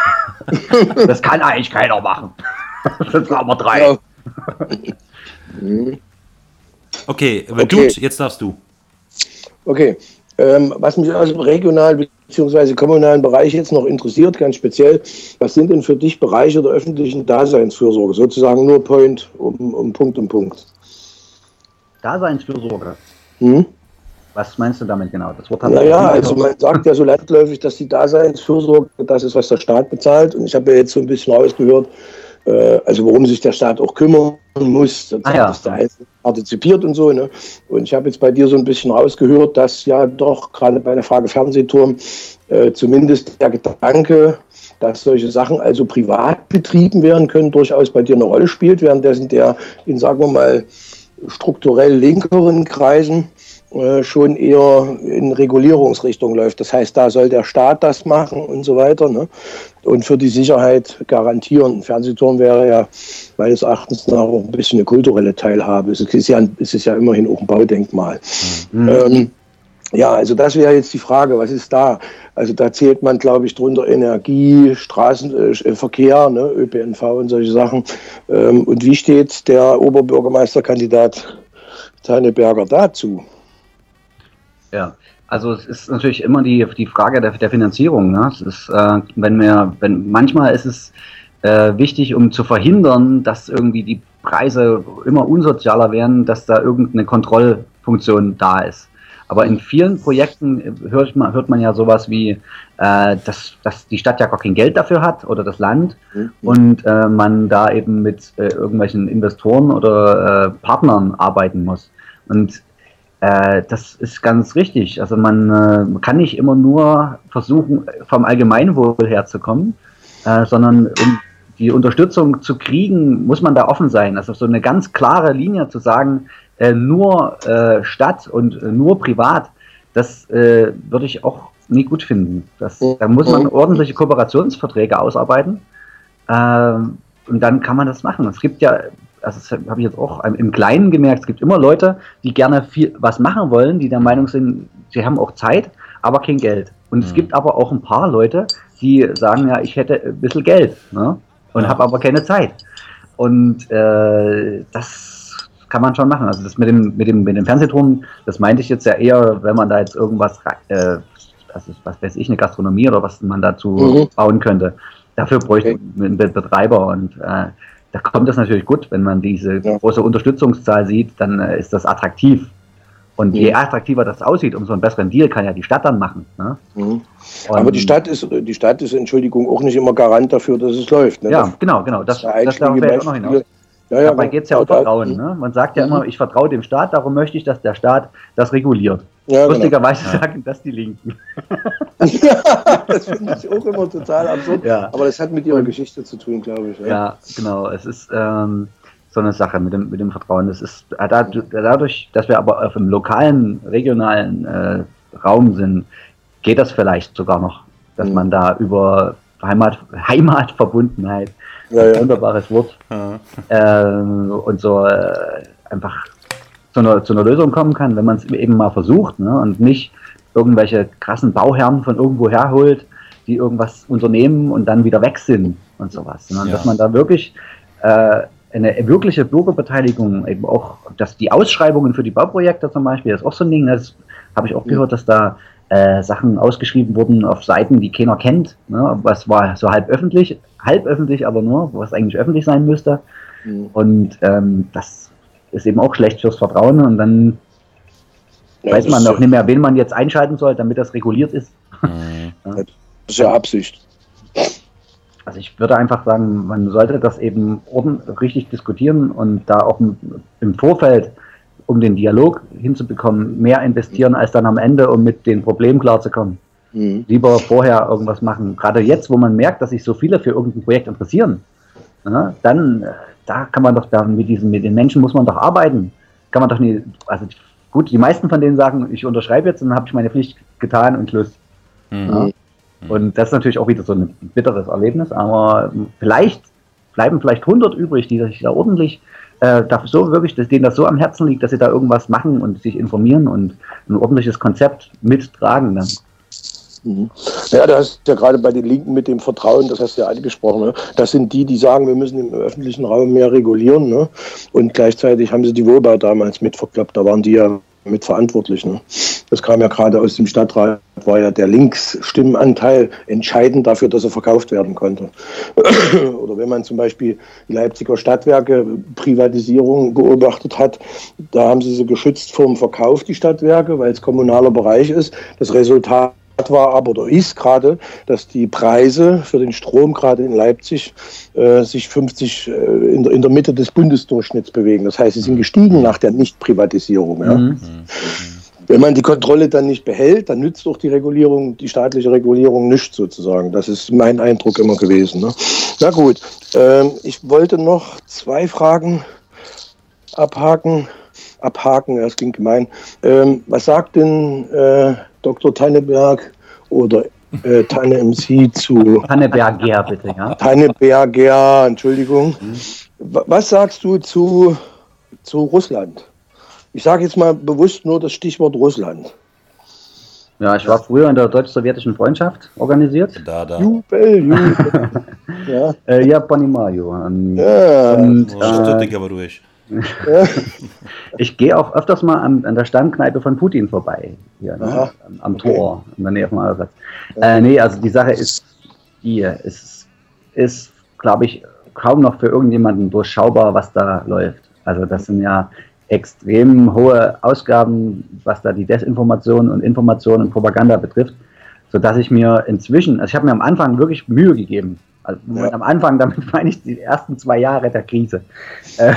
Das kann eigentlich keiner machen. Sonst brauchen wir drei. Ja. Okay, Okay. Dude, jetzt darfst du. Okay. Ähm, was mich aus dem regionalen bzw. kommunalen Bereich jetzt noch interessiert, ganz speziell, was sind denn für dich Bereiche der öffentlichen Daseinsfürsorge? Sozusagen nur Point um, um Punkt um Punkt. Daseinsfürsorge. Hm? Was meinst du damit genau? Das Wort haben Naja, wir also man sagt ja so landläufig, dass die Daseinsfürsorge das ist, was der Staat bezahlt. Und ich habe ja jetzt so ein bisschen rausgehört, äh, also worum sich der Staat auch kümmern muss, Ah, ja. dass der Einzelne partizipiert und so. Ne? Und ich habe jetzt bei dir so ein bisschen rausgehört, dass ja doch gerade bei der Frage Fernsehturm äh, zumindest der Gedanke, dass solche Sachen also privat betrieben werden können, durchaus bei dir eine Rolle spielt, währenddessen der in, sagen wir mal, strukturell linkeren Kreisen äh, schon eher in Regulierungsrichtung läuft. Das heißt, da soll der Staat das machen und so weiter, ne? Und für die Sicherheit garantieren. Ein Fernsehturm wäre ja meines Erachtens nach auch ein bisschen eine kulturelle Teilhabe. Es ist ja, es ist ja immerhin auch ein Baudenkmal. Mhm. Ähm, ja, also das wäre jetzt die Frage, was ist da? Also da zählt man, glaube ich, drunter Energie, Straßenverkehr, ne, Ö P N V und solche Sachen. Ähm, und wie steht der Oberbürgermeisterkandidat Tanneberger dazu? Ja, also es ist natürlich immer die, die Frage der, der Finanzierung. Ne? Es ist, äh, wenn wir, wenn manchmal ist es äh, wichtig, um zu verhindern, dass irgendwie die Preise immer unsozialer werden, dass da irgendeine Kontrollfunktion da ist. Aber in vielen Projekten hört man, hört man ja sowas wie, äh, dass, dass die Stadt ja gar kein Geld dafür hat oder das Land mhm. und äh, man da eben mit äh, irgendwelchen Investoren oder äh, Partnern arbeiten muss. Und äh, das ist ganz richtig. Also man, äh, man kann nicht immer nur versuchen, vom Allgemeinwohl herzukommen, äh, sondern um die Unterstützung zu kriegen, muss man da offen sein. Also so eine ganz klare Linie zu sagen, Äh, nur äh, Stadt und äh, nur privat, das äh, würde ich auch nie gut finden. Das, da muss man ordentliche Kooperationsverträge ausarbeiten äh, und dann kann man das machen. Es gibt ja, also das habe ich jetzt auch im Kleinen gemerkt, es gibt immer Leute, die gerne viel was machen wollen, die der Meinung sind, sie haben auch Zeit, aber kein Geld. Und mhm. es gibt aber auch ein paar Leute, die sagen, ja, ich hätte ein bisschen Geld, ne? Und ja. habe aber keine Zeit. Und äh, das kann man schon machen. Also das mit dem, mit dem, mit dem Fernsehturm, das meinte ich jetzt ja eher, wenn man da jetzt irgendwas, äh, was, ist, was weiß ich, eine Gastronomie oder was man dazu mhm. bauen könnte. dafür bräuchte man einen Betreiber und äh, da kommt das natürlich gut, wenn man diese Ja. große Unterstützungszahl sieht, dann äh, ist das attraktiv. Und je Mhm. attraktiver das aussieht, umso einen besseren Deal kann ja die Stadt dann machen. Ne? Mhm. Und- Aber die Stadt ist, die Stadt ist, Entschuldigung, auch nicht immer Garant dafür, dass es läuft. Ne? Ja, genau, genau. Das, Da das darauf wäre ich auch noch hinaus. Ja, ja, Dabei geht es ja um da- Vertrauen. Ne? Man sagt ja Mhm. immer, ich vertraue dem Staat, darum möchte ich, dass der Staat das reguliert. Ja, genau. Lustigerweise sagen das die Linken. Das finde ich auch immer total absurd. Ja. Aber das hat mit ihrer Geschichte zu tun, glaube ich. Ja. Ja, genau. Es ist ähm, so eine Sache mit dem, mit dem Vertrauen. Das ist äh, da- dadurch, dass wir aber auf dem lokalen, regionalen äh, Raum sind, geht das vielleicht sogar noch, dass Mhm. man da über Heimat, Heimatverbundenheit, Ja, ein ja. wunderbares Wort, Ja. ähm, und so äh, einfach zu einer, zu einer Lösung kommen kann, wenn man es eben mal versucht, ne, und nicht irgendwelche krassen Bauherren von irgendwo herholt, die irgendwas unternehmen und dann wieder weg sind und sowas. Sondern Ja. dass man da wirklich äh, eine wirkliche Bürgerbeteiligung, eben auch, dass die Ausschreibungen für die Bauprojekte zum Beispiel, das ist auch so ein Ding, das habe ich auch gehört, dass da äh, Sachen ausgeschrieben wurden auf Seiten, die keiner kennt. Ne? Was war so halb öffentlich, halb öffentlich, aber nur, was eigentlich öffentlich sein müsste. Mhm. Und ähm, das ist eben auch schlecht fürs Vertrauen und dann Ja, weiß das man ist auch ja- nicht mehr, wen man jetzt einschalten soll, damit das reguliert ist. Mhm. Das ist ja Absicht. Also ich würde einfach sagen, man sollte das eben ordn- richtig diskutieren und da auch im, im Vorfeld, um den Dialog hinzubekommen, mehr investieren als dann am Ende, um mit den Problemen klarzukommen. Mhm. Lieber vorher irgendwas machen. Gerade jetzt, wo man merkt, dass sich so viele für irgendein Projekt interessieren, ja, dann, äh, da kann man doch, da mit diesen, mit den Menschen muss man doch arbeiten. Kann man doch nicht, also gut, die meisten von denen sagen, ich unterschreibe jetzt und dann habe ich meine Pflicht getan und Schluss. Mhm. Ja. Und das ist natürlich auch wieder so ein bitteres Erlebnis, aber vielleicht bleiben vielleicht hundert übrig, die sich da ordentlich, äh, da so wirklich, dass denen das so am Herzen liegt, dass sie da irgendwas machen und sich informieren und ein ordentliches Konzept mittragen dann. Mhm. Ja, da hast du ja gerade bei den Linken mit dem Vertrauen, das hast du ja angesprochen, ne? Das sind die, die sagen, wir müssen im öffentlichen Raum mehr regulieren, ne? Und gleichzeitig haben sie die WOBA damals mit verklappt, da waren die ja mit verantwortlich. Ne? Das kam ja gerade aus dem Stadtrat, war ja der Linksstimmenanteil entscheidend dafür, dass er verkauft werden konnte. Oder wenn man zum Beispiel die Leipziger Stadtwerke Privatisierung beobachtet hat, da haben sie sie geschützt vor dem Verkauf, die Stadtwerke, weil es kommunaler Bereich ist. Das Resultat war aber oder ist gerade, dass die Preise für den Strom gerade in Leipzig äh, sich fünfzig äh, in, der, in der Mitte des Bundesdurchschnitts bewegen. Das heißt, sie sind gestiegen nach der Nichtprivatisierung. Ja. Mhm. Wenn man die Kontrolle dann nicht behält, dann nützt auch die Regulierung, die staatliche Regulierung nichts sozusagen. Das ist mein Eindruck immer gewesen. Ne? Na gut, ähm, ich wollte noch zwei Fragen abhaken. Abhaken, das klingt gemein. Ähm, was sagt denn äh, Doktor Tanneberg oder äh, Tanne M C zu Tanneberger, bitte, ja. Tanneberger, Entschuldigung. Wa- Was sagst du zu, zu Russland? Ich sage jetzt mal bewusst nur das Stichwort Russland. Ja, ich war früher in der deutsch-sowjetischen Freundschaft organisiert. Da, da. Jubel, Jubel. ja. Äh, ja, Ponimayo. Und, Ja. und Oh, das äh, Ding aber ruhig. ich gehe auch öfters mal an, an der Stammkneipe von Putin vorbei, hier ne, Aha. am, am Tor, in der Nähe vom Arbeitsplatz. Äh, nee, also die Sache ist, die ist, ist glaube ich, kaum noch für irgendjemanden durchschaubar, was da läuft. Also das sind ja extrem hohe Ausgaben, was da die Desinformation und Information und Propaganda betrifft, sodass ich mir inzwischen, also ich habe mir am Anfang wirklich Mühe gegeben. Also Ja. am Anfang, damit meine ich die ersten zwei Jahre der Krise. Äh,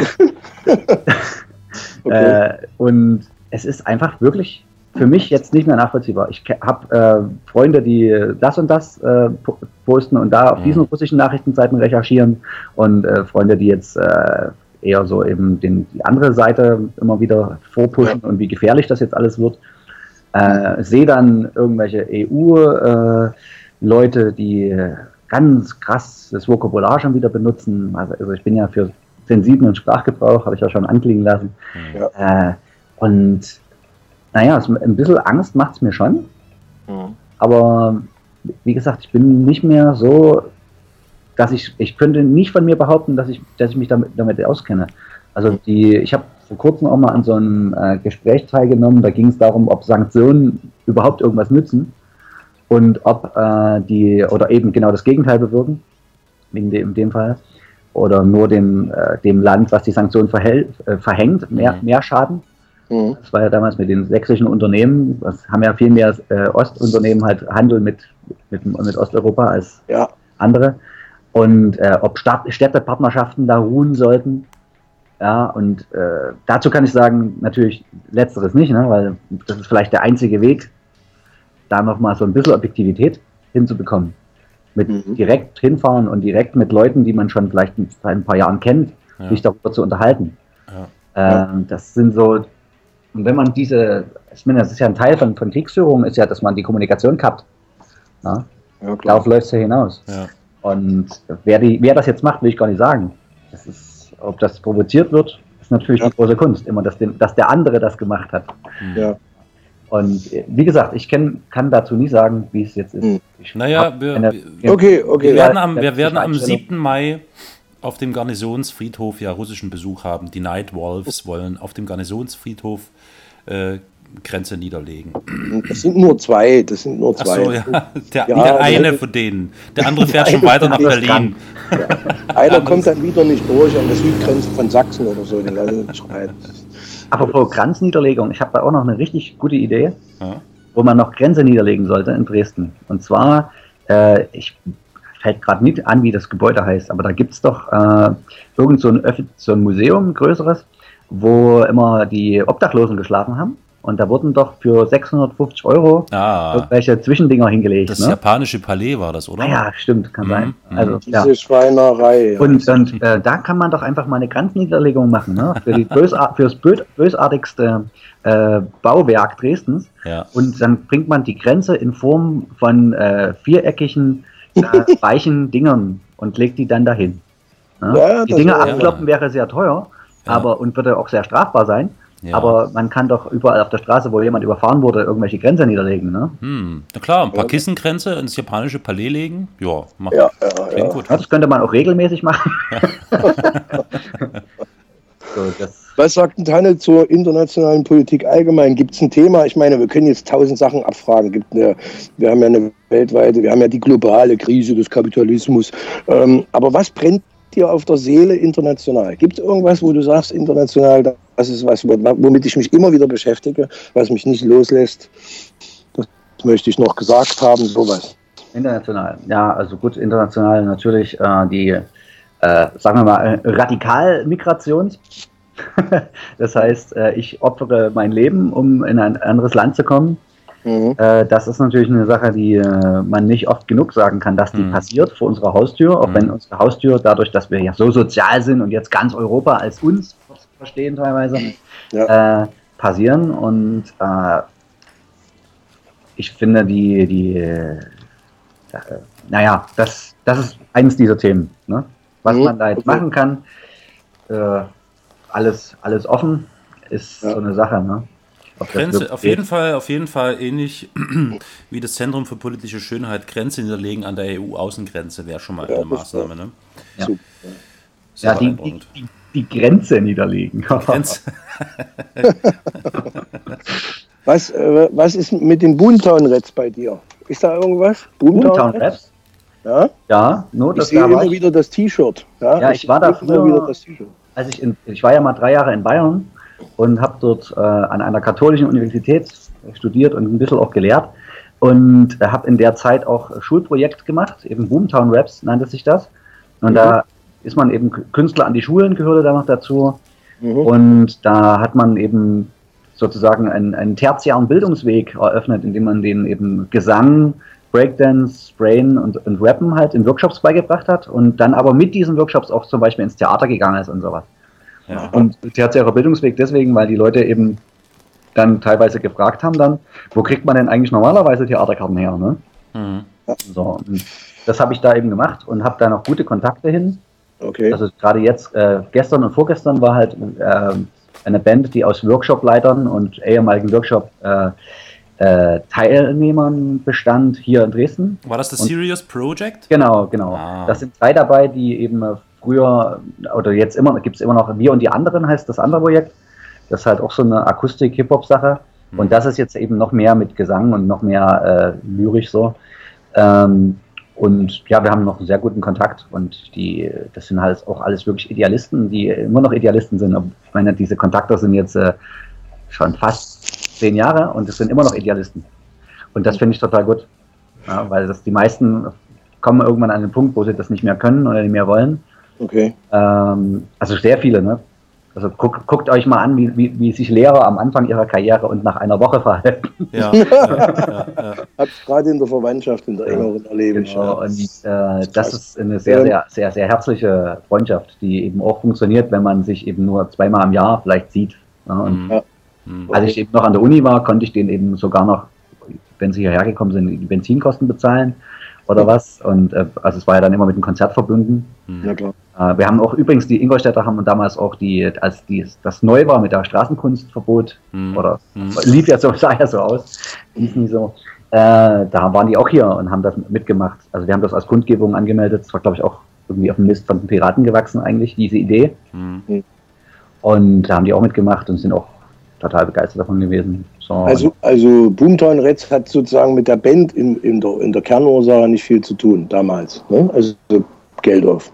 Okay. äh, und es ist einfach wirklich für mich jetzt nicht mehr nachvollziehbar. Ich habe äh, Freunde, die das und das äh, po- posten und da auf Mhm. diesen russischen Nachrichtenseiten recherchieren und äh, Freunde, die jetzt äh, eher so eben den, die andere Seite immer wieder vorpushen und wie gefährlich das jetzt alles wird. Äh, sehe dann irgendwelche E U-Leute, äh, die ganz krass das Vokabular schon wieder benutzen. Also, also ich bin ja für sensiblen Sprachgebrauch, habe ich ja schon anklingen lassen. Ja. Äh, und naja, es, ein bisschen Angst macht es mir schon. Mhm. Aber wie gesagt, ich bin nicht mehr so, dass ich, ich könnte nicht von mir behaupten, dass ich, dass ich mich damit, damit auskenne. Also die, ich habe vor kurzem auch mal an so einem äh, Gespräch teilgenommen, da ging es darum, ob Sanktionen überhaupt irgendwas nützen und ob äh, die, oder eben genau das Gegenteil bewirken. in, de, in dem Fall, oder nur dem, äh, dem Land, was die Sanktionen verhält, äh, verhängt, mehr, Mhm. mehr Schaden. Mhm. Das war ja damals mit den sächsischen Unternehmen, das haben ja viel mehr äh, Ostunternehmen halt Handel mit, mit, mit Osteuropa als Ja. andere. Und äh, ob Stadt, Städtepartnerschaften da ruhen sollten. Ja, und äh, dazu kann ich sagen, natürlich letzteres nicht, ne, weil das ist vielleicht der einzige Weg, da nochmal so ein bisschen Objektivität hinzubekommen. Mit Mhm. direkt hinfahren und direkt mit Leuten, die man schon vielleicht seit ein paar Jahren kennt, Ja. sich darüber zu unterhalten. Ja. Ähm, das sind so, und wenn man diese, ich meine, das ist ja ein Teil von, von Kriegsführung, ist ja, dass man die Kommunikation kappt. Ja? Ja, klar. Darauf läuft es ja hinaus. Ja. Und wer, die, wer das jetzt macht, will ich gar nicht sagen. Das ist, ob das provoziert wird, ist natürlich Ja. die große Kunst. Immer, dass, dem, dass der andere das gemacht hat. Ja. Und äh, wie gesagt, ich kenn, kann dazu nie sagen, wie es jetzt ist. Hm. Ich Naja, hab wir, eine- wir, Okay, okay. wir werden am, wir letztliche werden am Einstellung. siebten Mai auf dem Garnisonsfriedhof ja russischen Besuch haben. Die Night Wolves wollen auf dem Garnisonsfriedhof äh, Grenze niederlegen. Das sind nur zwei, das sind nur Ach zwei. so, ja. Der, Ja, der eine das- von denen. Der andere fährt schon weiter nach andere ist Berlin. Einer kommt dann wieder nicht durch an der Südgrenze von Sachsen oder so. Den lassen wir schreien. Apropos Kranzniederlegung, ich habe da auch noch eine richtig gute Idee, Ja. wo man noch Grenze niederlegen sollte in Dresden. Und zwar, äh, ich fällt gerade nicht an, wie das Gebäude heißt, aber da gibt es doch äh, irgend so ein, Öff- so ein Museum, ein größeres, wo immer die Obdachlosen geschlafen haben. Und da wurden doch für sechshundertfünfzig Euro Ah, irgendwelche Zwischendinger hingelegt. das ne? japanische Palais war das, oder? Ah ja, stimmt, kann Mhm, sein. mhm. Also, ja. Diese Schweinerei. Ja. Und, und äh, da kann man doch einfach mal eine Kranzniederlegung machen, ne? Für die bösar fürs bö bösartigste äh, Bauwerk Dresdens. Ja. Und dann bringt man die Grenze in Form von äh, viereckigen, äh, weichen Dingern und legt die dann dahin. Ne? Ja, die das Dinger wäre- abkloppen wäre sehr teuer, Ja. aber und würde auch sehr strafbar sein. Ja. Aber man kann doch überall auf der Straße, wo jemand überfahren wurde, irgendwelche Grenze niederlegen. Ne? Hm. Na klar, ein paar Kissengrenze ins japanische Palais legen. Ja, macht Ja, ja, klingt ja. gut. Ja, das könnte man auch regelmäßig machen. so, das, Was sagt ein Tanne zur internationalen Politik allgemein? Gibt es ein Thema? Ich meine, wir können jetzt tausend Sachen abfragen. Gibt eine, wir haben ja eine weltweite, wir haben ja die globale Krise des Kapitalismus. Ähm, aber was brennt dir auf der Seele international? Gibt es irgendwas, wo du sagst, international, das ist was, womit ich mich immer wieder beschäftige, was mich nicht loslässt? Das möchte ich noch gesagt haben, sowas. International, ja, also gut, international natürlich äh, die, äh, sagen wir mal, äh, Radikalmigration. Das heißt, äh, ich opfere mein Leben, um in ein anderes Land zu kommen. Mhm. Äh, das ist natürlich eine Sache, die äh, man nicht oft genug sagen kann, dass die Mhm. passiert vor unserer Haustür, auch Mhm. wenn unsere Haustür, dadurch, dass wir ja so sozial sind und jetzt ganz Europa als uns verstehen teilweise, Ja. äh, passieren. Und äh, ich finde, die, die äh, naja, das, das ist eines dieser Themen. Ne? Was Mhm, man da jetzt okay. machen kann, äh, alles, alles offen, ist Ja. so eine Sache. Ne? Ob das Grenze, wirklich auf jeden geht. Fall, auf jeden Fall ähnlich wie das Zentrum für politische Schönheit, Grenze niederlegen an der E U-Außengrenze wäre schon mal Ja, eine das Maßnahme. Ne? Ja. Super. Ja, Sehr die, die, beeindruckend. die, die Grenze niederlegen. Grenze. Was, äh, was ist mit den Boomtown-Reds bei dir? Ist da irgendwas? Boomtown Raps? Ja? Ja, nur Ich das sehe da war immer ich, wieder das T-Shirt. Ja, Ja, ich war da sehe immer früher- wieder das T-Shirt. als ich in, ich war ja mal drei Jahre in Bayern und habe dort äh, an einer katholischen Universität studiert und ein bisschen auch gelehrt und äh, habe in der Zeit auch Schulprojekt gemacht, eben Boomtown Raps nannte sich das. Und Mhm. da ist man eben Künstler an die Schulen, gehörte da noch dazu. Mhm. Und da hat man eben sozusagen einen, einen tertiären Bildungsweg eröffnet, indem man denen eben Gesang, Breakdance, Sprayen und, und Rappen halt in Workshops beigebracht hat und dann aber mit diesen Workshops auch zum Beispiel ins Theater gegangen ist und sowas. Ja. Und tertiärer Bildungsweg deswegen, weil die Leute eben dann teilweise gefragt haben dann, wo kriegt man denn eigentlich normalerweise Theaterkarten her, ne? Mhm. So, und das habe ich da eben gemacht und habe da noch gute Kontakte hin. Okay. Also gerade jetzt, äh, gestern und vorgestern war halt äh, eine Band, die aus Workshop-Leitern und ehemaligen Workshop-Teilnehmern bestand, hier in Dresden. War das das Und- Serious Project? Genau, genau. Ah. Das sind drei dabei, die eben äh, früher, oder jetzt immer, gibt es immer noch Wir und die anderen, heißt das andere Projekt. Das ist halt auch so eine Akustik-Hip-Hop-Sache. Mhm. Und das ist jetzt eben noch mehr mit Gesang und noch mehr äh, lyrisch so. Ähm, Und ja, wir haben noch einen sehr guten Kontakt und die, das sind halt auch alles wirklich Idealisten, die immer noch Idealisten sind. Ich meine, diese Kontakte sind jetzt äh, schon fast zehn Jahre und es sind immer noch Idealisten. Und das finde ich total gut, ja, weil das die meisten kommen irgendwann an den Punkt, wo sie das nicht mehr können oder nicht mehr wollen. Okay. Ähm, also sehr viele, ne? Also guckt, guckt euch mal an, wie, wie, wie sich Lehrer am Anfang ihrer Karriere und nach einer Woche verhalten. Ja, ja, ja, ja. Hat gerade in der Verwandtschaft, in der engeren erlebe ich. Genau, Ja. und äh, das ist eine sehr, sehr, sehr, sehr herzliche Freundschaft, die eben auch funktioniert, wenn man sich eben nur zweimal im Jahr vielleicht sieht. Ja, und Ja. als ich eben noch an der Uni war, konnte ich denen eben sogar noch, wenn sie hierher gekommen sind, die Benzinkosten bezahlen oder was. Und äh, also es war ja dann immer mit dem Konzert verbunden. Ja, klar. Äh, wir haben auch übrigens, die Ingolstädter haben damals auch die, als die, das neu war mit der Straßenkunstverbot, Mhm. oder Mhm. lief ja so, sah ja so aus, hieß nie so. Äh, da waren die auch hier und haben das mitgemacht. Also wir haben das als Kundgebung angemeldet. Das war, glaube ich, auch irgendwie auf dem Mist von den Piraten gewachsen eigentlich, diese Idee. Mhm. Und da haben die auch mitgemacht und sind auch total begeistert davon gewesen. So, Also, also Boomtown Reds hat sozusagen mit der Band in, in, der, in der Kernursache nicht viel zu tun, damals. Ne? Also Geldorf.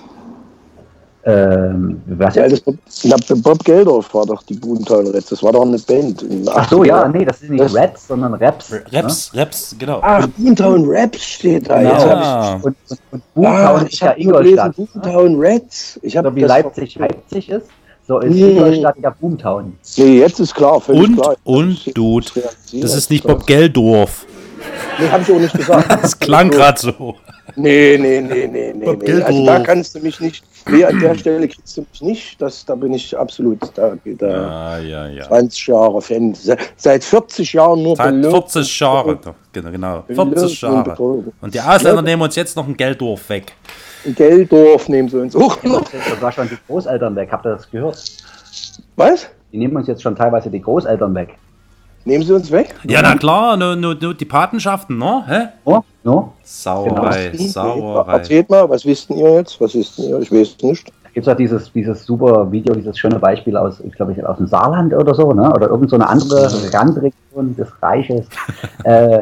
ähm, was Ja, jetzt? das, na, Bob Geldorf war doch die Boomtown Reds, das war doch eine Band. in den Ach so, ja, achtziger. nee, das ist nicht Das- Raps, sondern Raps. Raps, Raps, genau. Ach, Boomtown Raps steht da. Ne? Jetzt Genau. hab Ah. Und, und, und ich, Boomtown ah, ist ich ja habe Ingolstadt. gelesen, Boomtown Reds. Ich habe So wie das- Leipzig Leipzig ist, so ist Nee. Ingolstadt ja Boomtown. Nee, jetzt ist klar. völlig Und, klar. und, Dude, realisiert. das ist nicht Bob Geldorf. Nee, hab ich auch nicht gesagt. Das klang gerade so. Nee, nee, nee, nee, nee, Bob nee. Also da Geldorf. kannst du mich nicht, nee, an der Stelle kriegst du mich nicht, das, da bin ich absolut, da, da Ja, ja, ja. zwanzig Jahre Fan, Se- seit vierzig Jahren nur Seit belohnt. vierzig Jahren. doch, Genau, genau. vierzig Belohnt und Jahre. betrogen. Und die Ausländer nehmen uns jetzt noch ein Gelddorf weg. Geldorf nehmen sie uns auch noch. Das war schon die Großeltern weg, habt ihr das gehört? Was? Die nehmen uns jetzt schon teilweise die Großeltern weg. Nehmen sie uns weg? Ja, na klar, nur, nur, nur die Patenschaften, ne? Hä? Oh, no? Sauerei, Nee, Sauerei. Erzählt mal, was wisst ihr jetzt? Was wisst ihr? Ich weiß nicht. Da gibt es auch dieses, dieses super Video, dieses schöne Beispiel aus, ich glaube, aus dem Saarland oder so, ne? Oder irgend so eine andere Randregion des Reiches. äh,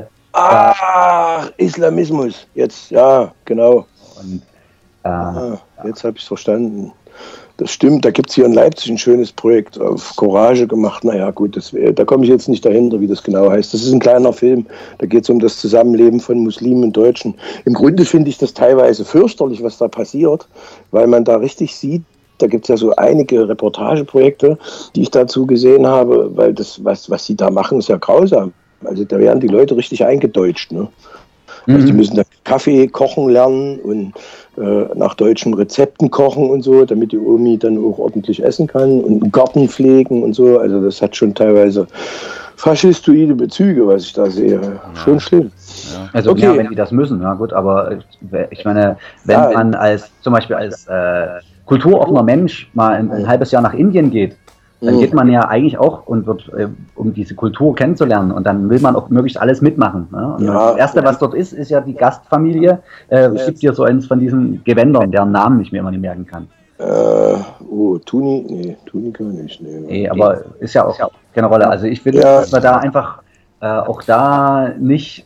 Ach, Islamismus. Jetzt, ja, genau. und, äh, Ah, jetzt habe ich es verstanden. Das stimmt, da gibt es hier in Leipzig ein schönes Projekt auf Courage gemacht. Naja, gut, das, wär- da komme ich jetzt nicht dahinter, wie das genau heißt. Das ist ein kleiner Film, da geht es um das Zusammenleben von Muslimen und Deutschen. Im Grunde finde ich das teilweise fürchterlich, was da passiert, weil man da richtig sieht, da gibt es ja so einige Reportageprojekte, die ich dazu gesehen habe, weil das, was, was sie da machen, ist ja grausam. Also da werden die Leute richtig eingedeutscht, ne? Also die müssen dann Kaffee kochen lernen und äh, nach deutschen Rezepten kochen und so, damit die Omi dann auch ordentlich essen kann und einen Garten pflegen und so. Also das hat schon teilweise faschistoide Bezüge, was ich da sehe. Schon schlimm. Also Okay. ja, wenn die das müssen, ja gut, aber äh, ich meine, wenn Ja. man als zum Beispiel als äh, kulturoffener Mensch mal ein, ein halbes Jahr nach Indien geht, dann Mhm. geht man ja eigentlich auch und wird, äh, um diese Kultur kennenzulernen, und dann will man auch möglichst alles mitmachen. Ne? Und Ja. das Erste, was dort ist, ist ja die Gastfamilie. Äh, es gibt hier so eins von diesen Gewändern, deren Namen ich mir immer nicht merken kann. Äh, oh, Tuni? Nee, Tuni kann nicht. Nee, Nee, aber ist ja auch keine Rolle. Also ich finde, Ja. dass man da einfach äh, auch da nicht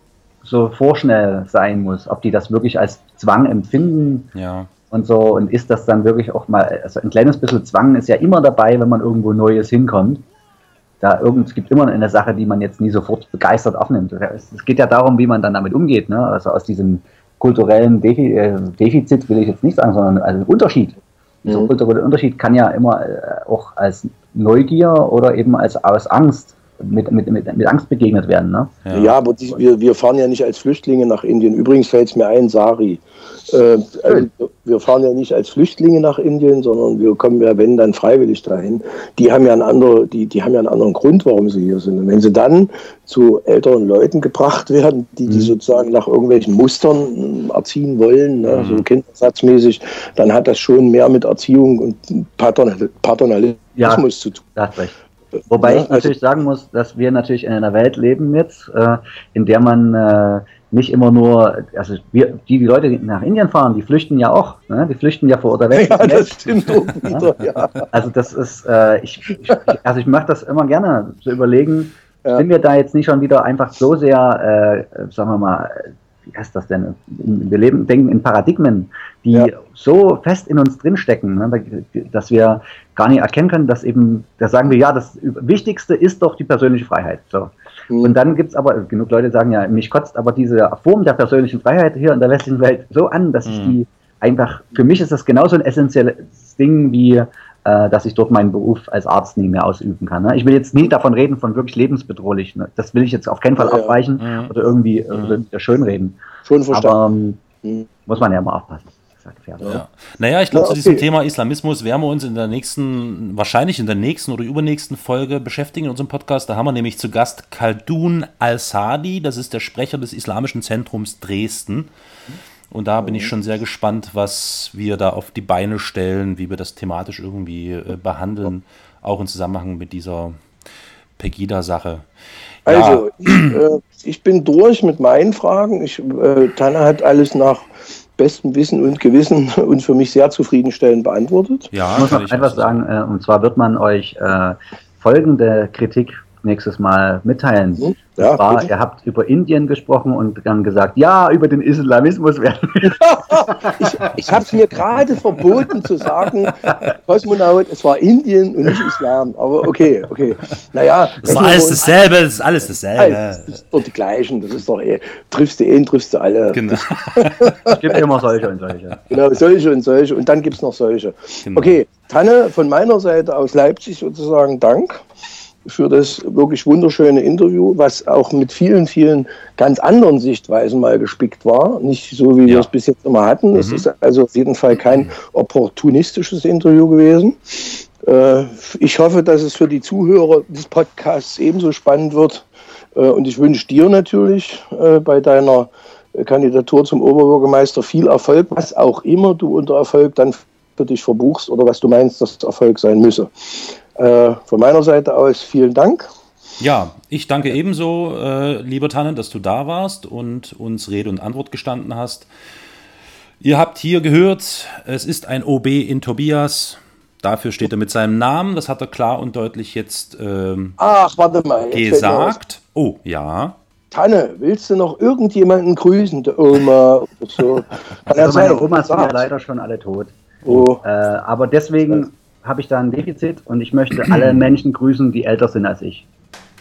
so vorschnell sein muss, ob die das wirklich als Zwang empfinden Ja. und so, und ist das dann wirklich auch mal, also ein kleines bisschen Zwang ist ja immer dabei, wenn man irgendwo Neues hinkommt. Da irgend, es gibt immer eine Sache, die man jetzt nie sofort begeistert aufnimmt. Es, es geht ja darum, wie man dann damit umgeht, ne? Also aus diesem kulturellen Defi äh, Defizit will ich jetzt nicht sagen, sondern also Unterschied. Dieser Mhm. kulturelle Unterschied kann ja immer äh, auch als Neugier oder eben als aus Angst mit, mit, mit, mit Angst begegnet werden. Ne? Ja. Ja, aber die, wir, wir fahren ja nicht als Flüchtlinge nach Indien. Übrigens fällt es mir ein, Sari. Äh, also, wir fahren ja nicht als Flüchtlinge nach Indien, sondern wir kommen ja, wenn, dann freiwillig dahin. Die haben ja einen anderen, die, die haben ja einen anderen Grund, warum sie hier sind. Und wenn sie dann zu älteren Leuten gebracht werden, die, die sozusagen nach irgendwelchen Mustern erziehen wollen, ne, so kinderersatzmäßig, dann hat das schon mehr mit Erziehung und Paternal Paternalismus Ja. zu tun. Da hast recht. Wobei Ja, ich natürlich also- sagen muss, dass wir natürlich in einer Welt leben jetzt, äh, in der man äh, nicht immer nur, also wir, die, die Leute, die nach Indien fahren, die flüchten ja auch, ne? Die flüchten ja vor der Welt. Ja, das stimmt auch wieder, ja. Also das ist, äh, ich, ich, also ich mache das immer gerne, zu überlegen, Ja. sind wir da jetzt nicht schon wieder einfach so sehr, äh, sagen wir mal, wie heißt das denn? Wir leben, denken in Paradigmen, die Ja. so fest in uns drinstecken, ne, dass wir gar nicht erkennen können, dass eben, da sagen wir, ja, das Wichtigste ist doch die persönliche Freiheit. So. Mhm. Und dann gibt es aber, genug Leute sagen ja, mich kotzt aber diese Form der persönlichen Freiheit hier in der westlichen Welt so an, dass ich die einfach, für mich ist das genauso ein essentielles Ding wie, äh, dass ich dort meinen Beruf als Arzt nie mehr ausüben kann. Ne? Ich will jetzt nie davon reden, von wirklich lebensbedrohlich. Ne? Das will ich jetzt auf keinen Fall Ja, ja. abweichen Mhm. oder irgendwie äh, wieder schönreden. Schon verstanden. Aber ähm, Mhm. muss man ja mal aufpassen. Das ist ja gefährlich. Ja. Naja, ich glaube, Ja, zu diesem okay. Thema Islamismus werden wir uns in der nächsten, wahrscheinlich in der nächsten oder übernächsten Folge beschäftigen in unserem Podcast. Da haben wir nämlich zu Gast Khaldun Al-Sadi, das ist der Sprecher des Islamischen Zentrums Dresden. Und da bin ich schon sehr gespannt, was wir da auf die Beine stellen, wie wir das thematisch irgendwie äh, behandeln, auch im Zusammenhang mit dieser Pegida-Sache. Also, ich, äh, ich bin durch mit meinen Fragen. Ich, äh, Tanne hat alles nach bestem Wissen und Gewissen und für mich sehr zufriedenstellend beantwortet. Ja, Ich muss kann noch ich etwas auch so sagen. sagen, äh, und zwar wird man euch äh, folgende Kritik nächstes Mal mitteilen. Mhm. Und Ja, zwar, bitte. ihr habt über Indien gesprochen und dann gesagt, ja, über den Islamismus werden wir. Ich, ich habe es mir gerade verboten zu sagen, Kosmonaut, es war Indien und nicht Islam. Aber okay, okay. Naja, Das ist doch alles dasselbe, das ist alles dasselbe. Das ist doch die gleichen. Das ist doch eh, triffst du eh, triffst du alle. Genau. Es gibt immer solche und solche. Genau, solche und solche. Und dann gibt es noch solche. Genau. Okay, Tanne, von meiner Seite aus Leipzig sozusagen Dank für das wirklich wunderschöne Interview, was auch mit vielen, vielen ganz anderen Sichtweisen mal gespickt war. Nicht so, wie Ja. wir es bis jetzt immer hatten. Es ist also auf jeden Fall kein opportunistisches Interview gewesen. Äh, ich hoffe, dass es für die Zuhörer des Podcasts ebenso spannend wird. Äh, und ich wünsche dir natürlich äh, bei deiner Kandidatur zum Oberbürgermeister viel Erfolg, was auch immer du unter Erfolg dann für dich verbuchst oder was du meinst, dass Erfolg sein müsse. Äh, von meiner Seite aus vielen Dank. Ja, ich danke ebenso, äh, lieber Tanne, dass du da warst und uns Rede und Antwort gestanden hast. Ihr habt hier gehört, es ist ein O B in Tobias. Dafür steht er mit seinem Namen. Das hat er klar und deutlich jetzt ähm, Ach, warte mal. jetzt fällt mir gesagt. Oh, ja. was. Tanne, willst du noch irgendjemanden grüßen? Der Oma oder so? Kann ja Also meine sein. Omas sind ja Sag. leider schon alle tot. Oh. Äh, aber deswegen habe ich da ein Defizit und ich möchte alle Menschen grüßen, die älter sind als ich.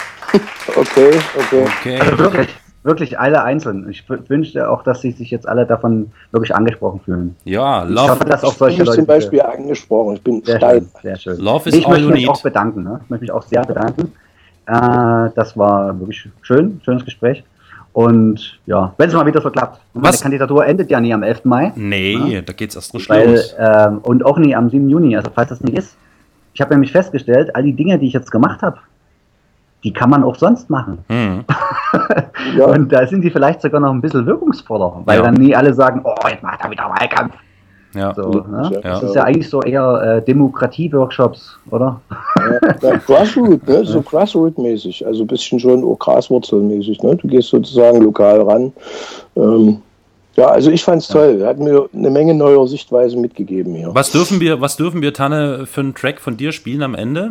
Okay, okay. Okay. Also wirklich, wirklich alle einzeln. Ich w- wünschte auch, dass sie sich jetzt alle davon wirklich angesprochen fühlen. Ja, Ich hoffe, love, dass auch Ich solche bin Leute. zum Beispiel angesprochen. Ich bin Sehr steil. schön, sehr schön. Love is ich all möchte you mich need. auch bedanken. Ne? Ich möchte mich auch sehr bedanken. Äh, das war wirklich schön, schönes Gespräch. Und ja, wenn es mal wieder so klappt. Und meine Was? Kandidatur endet ja nie am elften Mai. Nee, da geht's erst frisch Weil, los. ähm, und auch nie am siebten Juni, also falls das nicht ist. Ich habe nämlich festgestellt, all die Dinge, die ich jetzt gemacht habe, die kann man auch sonst machen. Hm. Ja. Und da sind die vielleicht sogar noch ein bisschen wirkungsvoller, weil Ja. dann nie alle sagen, oh, jetzt macht er wieder Wahlkampf. Ja. So, ne? Ja. Das ist ja eigentlich so eher äh, Demokratie-Workshops, oder? Ja, Grassroot, ne? So Grassroot-mäßig, also ein bisschen schon auch Graswurzelmäßig, ne? Du gehst sozusagen lokal ran. Ähm, ja, also ich fand's toll. Er hat mir eine Menge neuer Sichtweisen mitgegeben hier. Was dürfen wir, was dürfen wir, Tanne, für einen Track von dir spielen am Ende?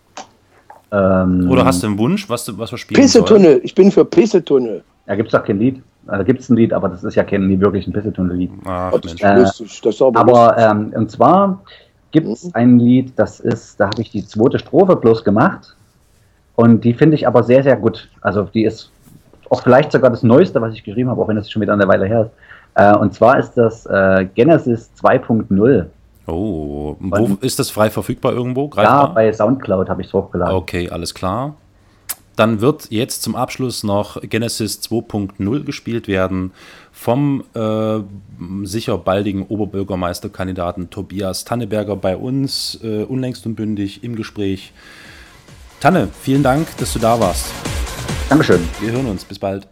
Ähm, Oder hast du einen Wunsch, was, du, was wir spielen sollen? Pissetunnel, ich bin für Pissetunnel. Da gibt es doch kein Lied. Da gibt es ein Lied, aber das ist ja kein nie wirklich ein Pissetunnel-Lied. Ach, Oh, das ist Mensch. Äh, lustig. Das ist aber, Aber ähm, und zwar gibt es ein Lied, das ist, da habe ich die zweite Strophe bloß gemacht und die finde ich aber sehr, sehr gut. Also die ist auch vielleicht sogar das Neueste, was ich geschrieben habe, auch wenn das schon wieder eine Weile her ist. Äh, und zwar ist das äh, Genesis zwei Punkt null. Oh, wo ist das frei verfügbar irgendwo? Ja, Greifbar? bei Soundcloud habe ich es hochgeladen. Okay, alles klar. Dann wird jetzt zum Abschluss noch Genesis zwei Punkt null gespielt werden vom äh, sicher baldigen Oberbürgermeisterkandidaten Tobias Tanneberger bei uns, äh, unlängst und bündig im Gespräch. Tanne, vielen Dank, dass du da warst. Dankeschön. Wir hören uns. Bis bald.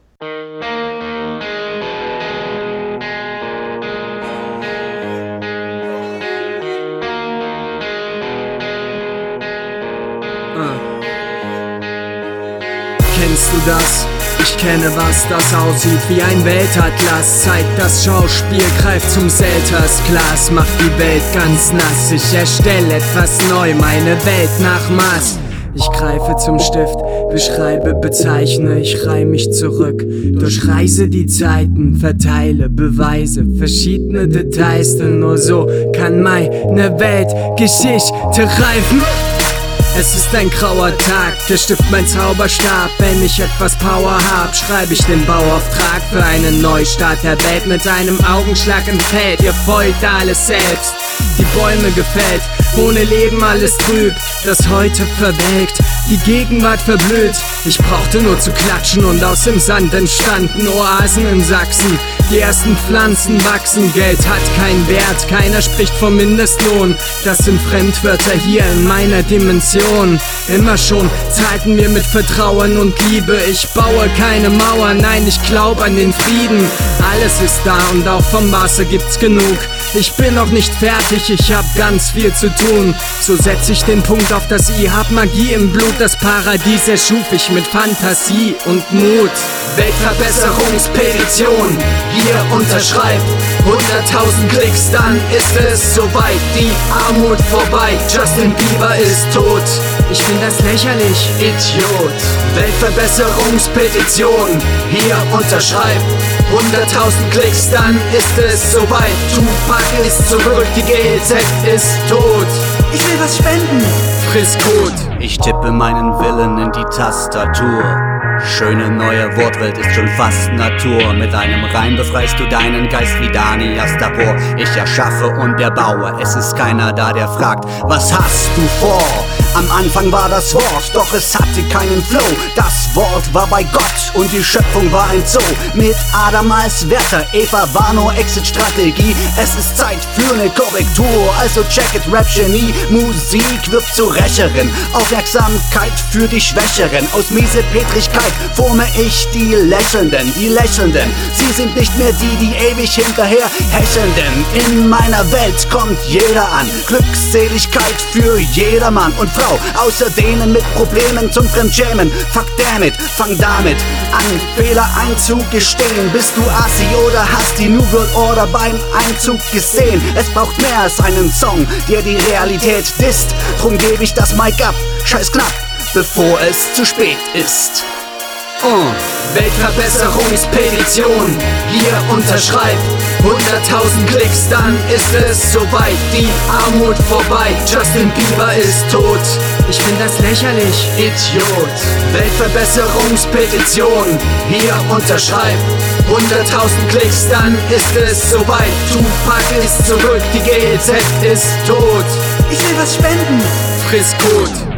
Kennst du das? Ich kenne was, das aussieht wie ein Weltatlas. Zeigt das Schauspiel, greift zum Seltersglas, macht die Welt ganz nass. Ich erstelle etwas neu, meine Welt nach Maß. Ich greife zum Stift, Beschreibe, bezeichne, ich reih mich zurück. Durchreise die Zeiten, verteile Beweise, verschiedene Details, denn nur so kann meine Weltgeschichte reifen. Es ist ein grauer Tag, der Stift mein Zauberstab. Wenn ich etwas Power hab, schreibe ich den Bauauftrag für einen Neustart der Welt. Mit einem Augenschlag im Feld, ihr folgt alles selbst. Die Bäume gefällt, ohne Leben alles trüb. Das Heute verwelkt, die Gegenwart verblüht. Ich brauchte nur zu klatschen und aus dem Sand entstanden Oasen in Sachsen. Die ersten Pflanzen wachsen, Geld hat keinen Wert, keiner spricht vom Mindestlohn. Das sind Fremdwörter hier in meiner Dimension. Immer schon zahlten wir mit Vertrauen und Liebe. Ich baue keine Mauer, nein, ich glaube an den Frieden. Alles ist da und auch vom Wasser gibt's genug. Ich bin noch nicht fertig, ich hab ganz viel zu tun. So setz ich den Punkt auf das I, hab Magie im Blut. Das Paradies erschuf ich mit Fantasie und Mut. Weltverbesserungspetition, hier unterschreibt hunderttausend Klicks, dann ist es soweit. Die Armut vorbei, Justin Bieber ist tot. Ich find das lächerlich, Idiot. Weltverbesserungspetition, hier unterschreibt hunderttausend Klicks, dann ist es soweit. Tupac ist zurück, die G Z ist tot. Ich will was spenden. Friss Kot. Ich tippe meinen Willen in die Tastatur. Schöne neue Wortwelt ist schon fast Natur. Mit einem Reim befreist du deinen Geist wie Danias Tabor. Ich erschaffe und erbaue, es ist keiner da, der fragt, was hast du vor? Am Anfang war das Wort, doch es hatte keinen Flow. Das Wort war bei Gott und die Schöpfung war ein Zoo. Mit Adam als Wärter, Eva war nur Exit-Strategie. Es ist Zeit für eine Korrektur, also check it, Rap-Genie. Musik wird zur Rächerin, Aufmerksamkeit für die Schwächeren. Aus Miesepetrigkeit forme ich die Lächelnden, die Lächelnden. Sie sind nicht mehr die, die ewig hinterher hechelnden. In meiner Welt kommt jeder an, Glückseligkeit für jedermann und Frau, außer denen mit Problemen zum Fremdschämen. Fuck damit, fang damit an, Fehler einzugestehen. Bist du Assi oder hast die New World Order beim Einzug gesehen? Es braucht mehr als einen Song, der die Realität disst. Drum gebe ich das Mic ab, scheiß knapp, bevor es zu spät ist. Oh. Weltverbesserungspetition, hier unterschreibt hunderttausend Klicks, dann ist es soweit. Die Armut vorbei, Justin Bieber ist tot. Ich find das lächerlich, Idiot. Weltverbesserungspetition, hier unterschreibt hunderttausend Klicks, dann ist es soweit. Tupac ist zurück, die G Z ist tot. Ich will was spenden. Friss Kot.